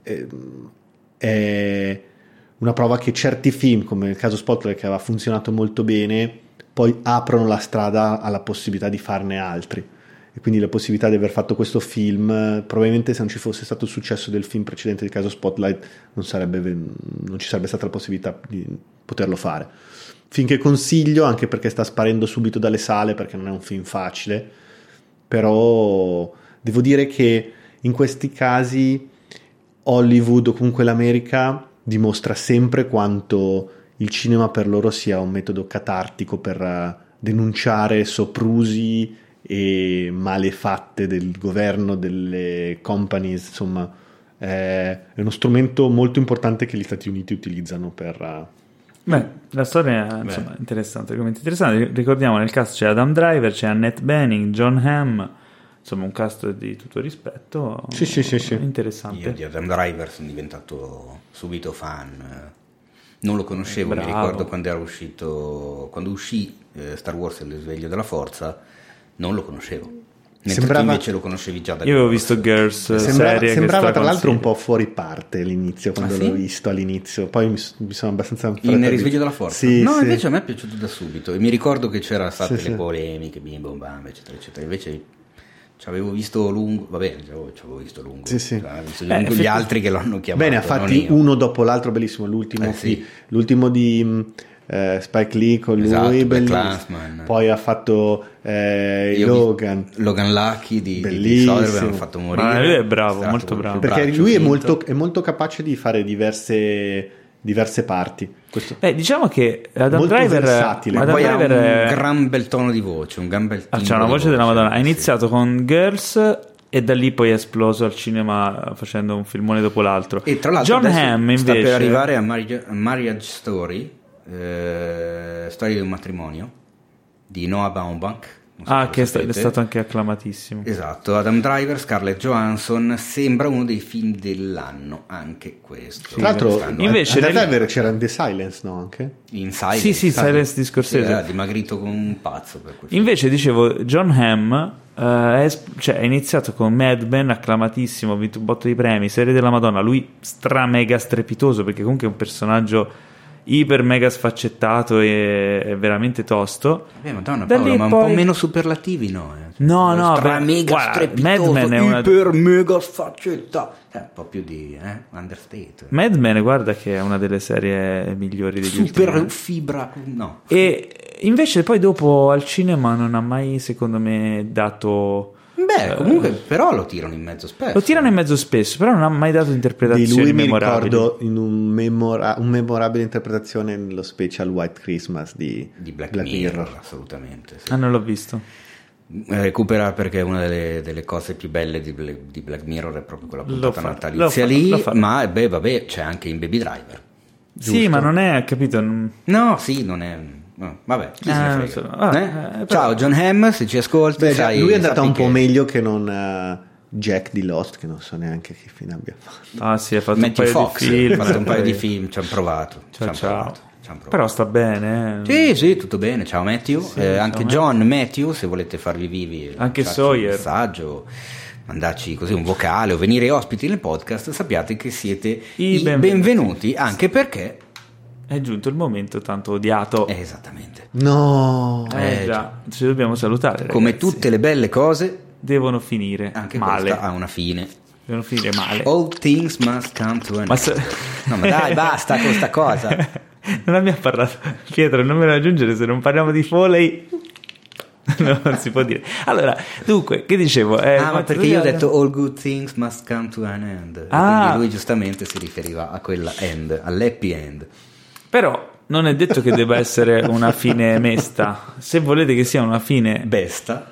è una prova che certi film come il caso Spotlight, che aveva funzionato molto bene, poi aprono la strada alla possibilità di farne altri. E quindi la possibilità di aver fatto questo film, probabilmente se non ci fosse stato il successo del film precedente del caso Spotlight non ci sarebbe stata la possibilità di poterlo fare. Film che consiglio, anche perché sta sparendo subito dalle sale, perché non è un film facile, però devo dire che in questi casi Hollywood o comunque l'America dimostra sempre quanto il cinema per loro sia un metodo catartico per denunciare soprusi e malefatte del governo, delle companies, insomma è uno strumento molto importante che gli Stati Uniti utilizzano per... la storia insomma è interessante, ricordiamo nel cast c'è Adam Driver, c'è Annette Bening, John Hamm, insomma un cast di tutto rispetto. Sì. Interessante. Io di Adam Driver sono diventato subito fan, non lo conoscevo. Mi ricordo quando uscì Star Wars e il risveglio della forza, non lo conoscevo, mentre tu invece lo conoscevi già da... Io avevo visto Girls, sembrava tra l'altro un po' fuori parte all'inizio, quando l'ho visto all'inizcio, poi mi sono abbastanza in risveglio della forza. Sì. Invece a me è piaciuto da subito, e mi ricordo che c'erano state le polemiche, bim bom bam, eccetera eccetera. Invece ci avevo visto lungo, ci avevo visto lungo. Sì. Gli altri che l'hanno chiamato. Bene, ha fatti uno dopo l'altro, bellissimo. L'ultimo di Spike Lee con lui, bellissimo. Poi ha fatto Logan Lucky di Soderbergh, hanno fatto morire. Lui è bravo, molto bravo. Perché lui è molto capace di fare diverse parti. Diciamo che Adam Driver versatile. Ma poi ha un gran bel tono di voce, un gran bel c'ha una voce della Madonna. Ha iniziato con Girls e da lì poi è esploso al cinema facendo un filmone dopo l'altro. E tra l'altro John Hamm invece sta per arrivare a Marriage Story, storia di un matrimonio di Noah Baumbach, che è stato anche acclamatissimo. Esatto. Adam Driver, Scarlett Johansson, sembra uno dei film dell'anno anche questo. Tra l'altro invece Driver c'era in The Silence, no? Anche in Silence, Silence di Scorsese, era dimagrito come un pazzo per questo. Invece dicevo John Hamm è iniziato con Mad Men, acclamatissimo, ha vinto un botto di premi, serie della Madonna, lui mega strepitoso, perché comunque è un personaggio iper mega sfaccettato e veramente tosto. Madonna Paolo, ma un po' meno superlativi, no? No, mega strepitoso, Mad Men è iper mega sfaccettato, un po' più di understated. Mad Men, guarda che è una delle serie migliori degli super ultimi. Fibra, no. E invece poi dopo al cinema non ha mai, secondo me, dato... comunque però lo tirano in mezzo spesso. Però non ha mai dato interpretazioni di lui memorabili. Mi ricordo in un memorabile interpretazione nello special White Christmas di Black Mirror. Assolutamente sì. Non l'ho visto. Recupera, perché una delle cose più belle di Black Mirror è proprio quella puntata natalizia lì. Ma c'è anche in Baby Driver. Sì, giusto? ma non è, capito? No, sì, non è... vabbè, chi se ne frega. Ciao John Hamm, se ci ascolti. Lui è andato un po' meglio che non Jack di Lost, che non so neanche che fine abbia fatto. Sì, ha fatto Matthew un paio Fox, di film. ha fatto un paio di film, ci hanno provato. Ciao. Però sta bene. Sì, tutto bene. Ciao Matthew. Anche John Matthew, se volete farvi vivi, anche Sawyer, un messaggio, mandarci così un vocale o venire ospiti nel podcast, sappiate che siete i benvenuti, anche perché è giunto il momento tanto odiato. Esattamente. No. Già, ci dobbiamo salutare, ragazzi. Come tutte le belle cose devono finire anche male. Questa ha una fine. Devono finire male. All things must come to an end. No, ma dai, basta con sta cosa. Non abbiamo parlato, Pietro, non me lo aggiungere se non parliamo di Foley. Non si può dire. Allora, dunque, che dicevo? Ma perché io ho detto all good things must come to an end. Quindi lui giustamente si riferiva a quella end, all'happy end. Però non è detto che debba essere una fine mesta. Se volete che sia una fine besta,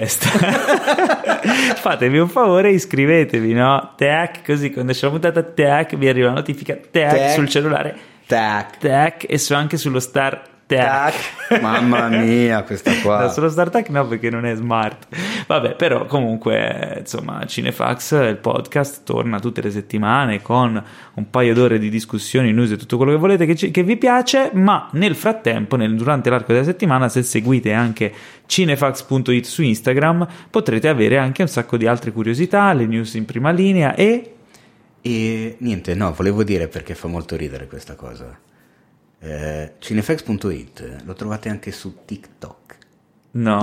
fatevi un favore, iscrivetevi, no? Tac, così quando c'è la puntata tac vi arriva la notifica tac sul cellulare, tac e anche sullo Star Tac. Mamma mia, questa qua. No, sullo Star Tac no, perché non è smart. Vabbè, però comunque insomma Cinefax, il podcast, torna tutte le settimane con un paio d'ore di discussioni, news e tutto quello che volete che vi piace, ma nel frattempo, durante l'arco della settimana, se seguite anche cinefax.it su Instagram, potrete avere anche un sacco di altre curiosità, le news in prima linea e niente, no, volevo dire, perché fa molto ridere questa cosa. Cinefax.it lo trovate anche su TikTok. No,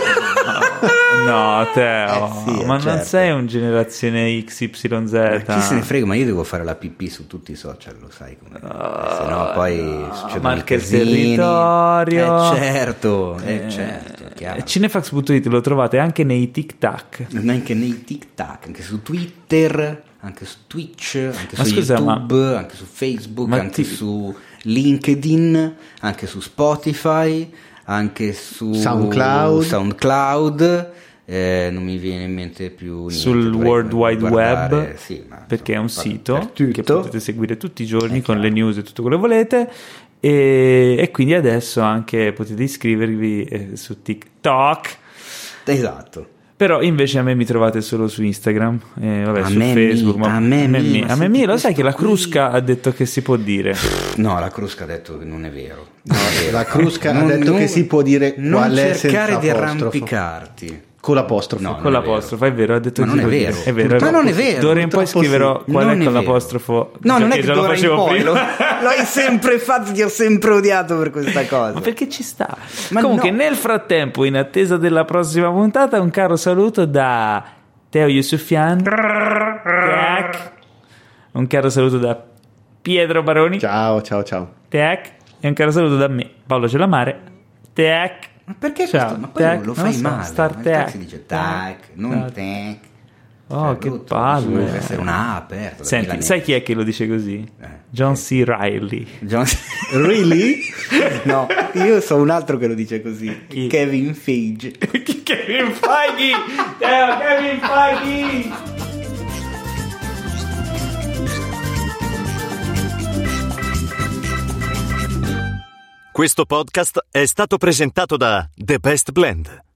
Teo, sì, ma certo. Non sei un generazione XYZ. Ma chi se ne frega, ma io devo fare la pipì su tutti i social, lo sai come. Se no poi succedono marca il casini. territorio. Certo, chiaro. Cinefax.it lo trovate anche nei TikTok. Anche nei TikTok, anche su Twitter, anche su Twitch, anche ma su scusa, YouTube, anche su Facebook, anche su LinkedIn, anche su Spotify, anche su SoundCloud. Non mi viene in mente più niente. Sul World Wide Web, sì, ma perché è un sito che potete seguire tutti i giorni con le news e tutto quello che volete, e quindi adesso anche potete iscrivervi su TikTok. Esatto. Però invece a me mi trovate solo su Instagram, vabbè, su Facebook. A me, lo sai che la Crusca ha detto che si può dire? No, la Crusca ha detto che non è vero. La Crusca ha detto che si può dire qual è senza cercare di apostrofo. Arrampicarti. Con l'apostrofo. No, con l'apostrofo, è vero, ha detto ma che non si è può vero. dire. È vero. Ma non è vero. D'ora in poi scriverò qual è con l'apostrofo. No, non è che già lo d'ora in facevo poi. prima. Lo hai sempre fatto, ti ho sempre odiato per questa cosa. Ma perché ci sta? Ma comunque, no. nel frattempo, in attesa della prossima puntata, un caro saluto da Teo Yusufian. Tac. Un caro saluto da Pietro Baroni. Ciao. Tac. E un caro saluto da me, Paolo Celamare. Tac. Ma perché Ciao, questo? Ma poi tac, lo fai so, male. Star Ma tac, si dice tac, non tac. Oh, che palle. Deve essere una A aperta. Senti, sai chi è che lo dice così? John C. Reilly. Really? No, io so un altro che lo dice così. Chi? Kevin Feige. Kevin Feige! Kevin Feige! Questo podcast è stato presentato da The Best Blend,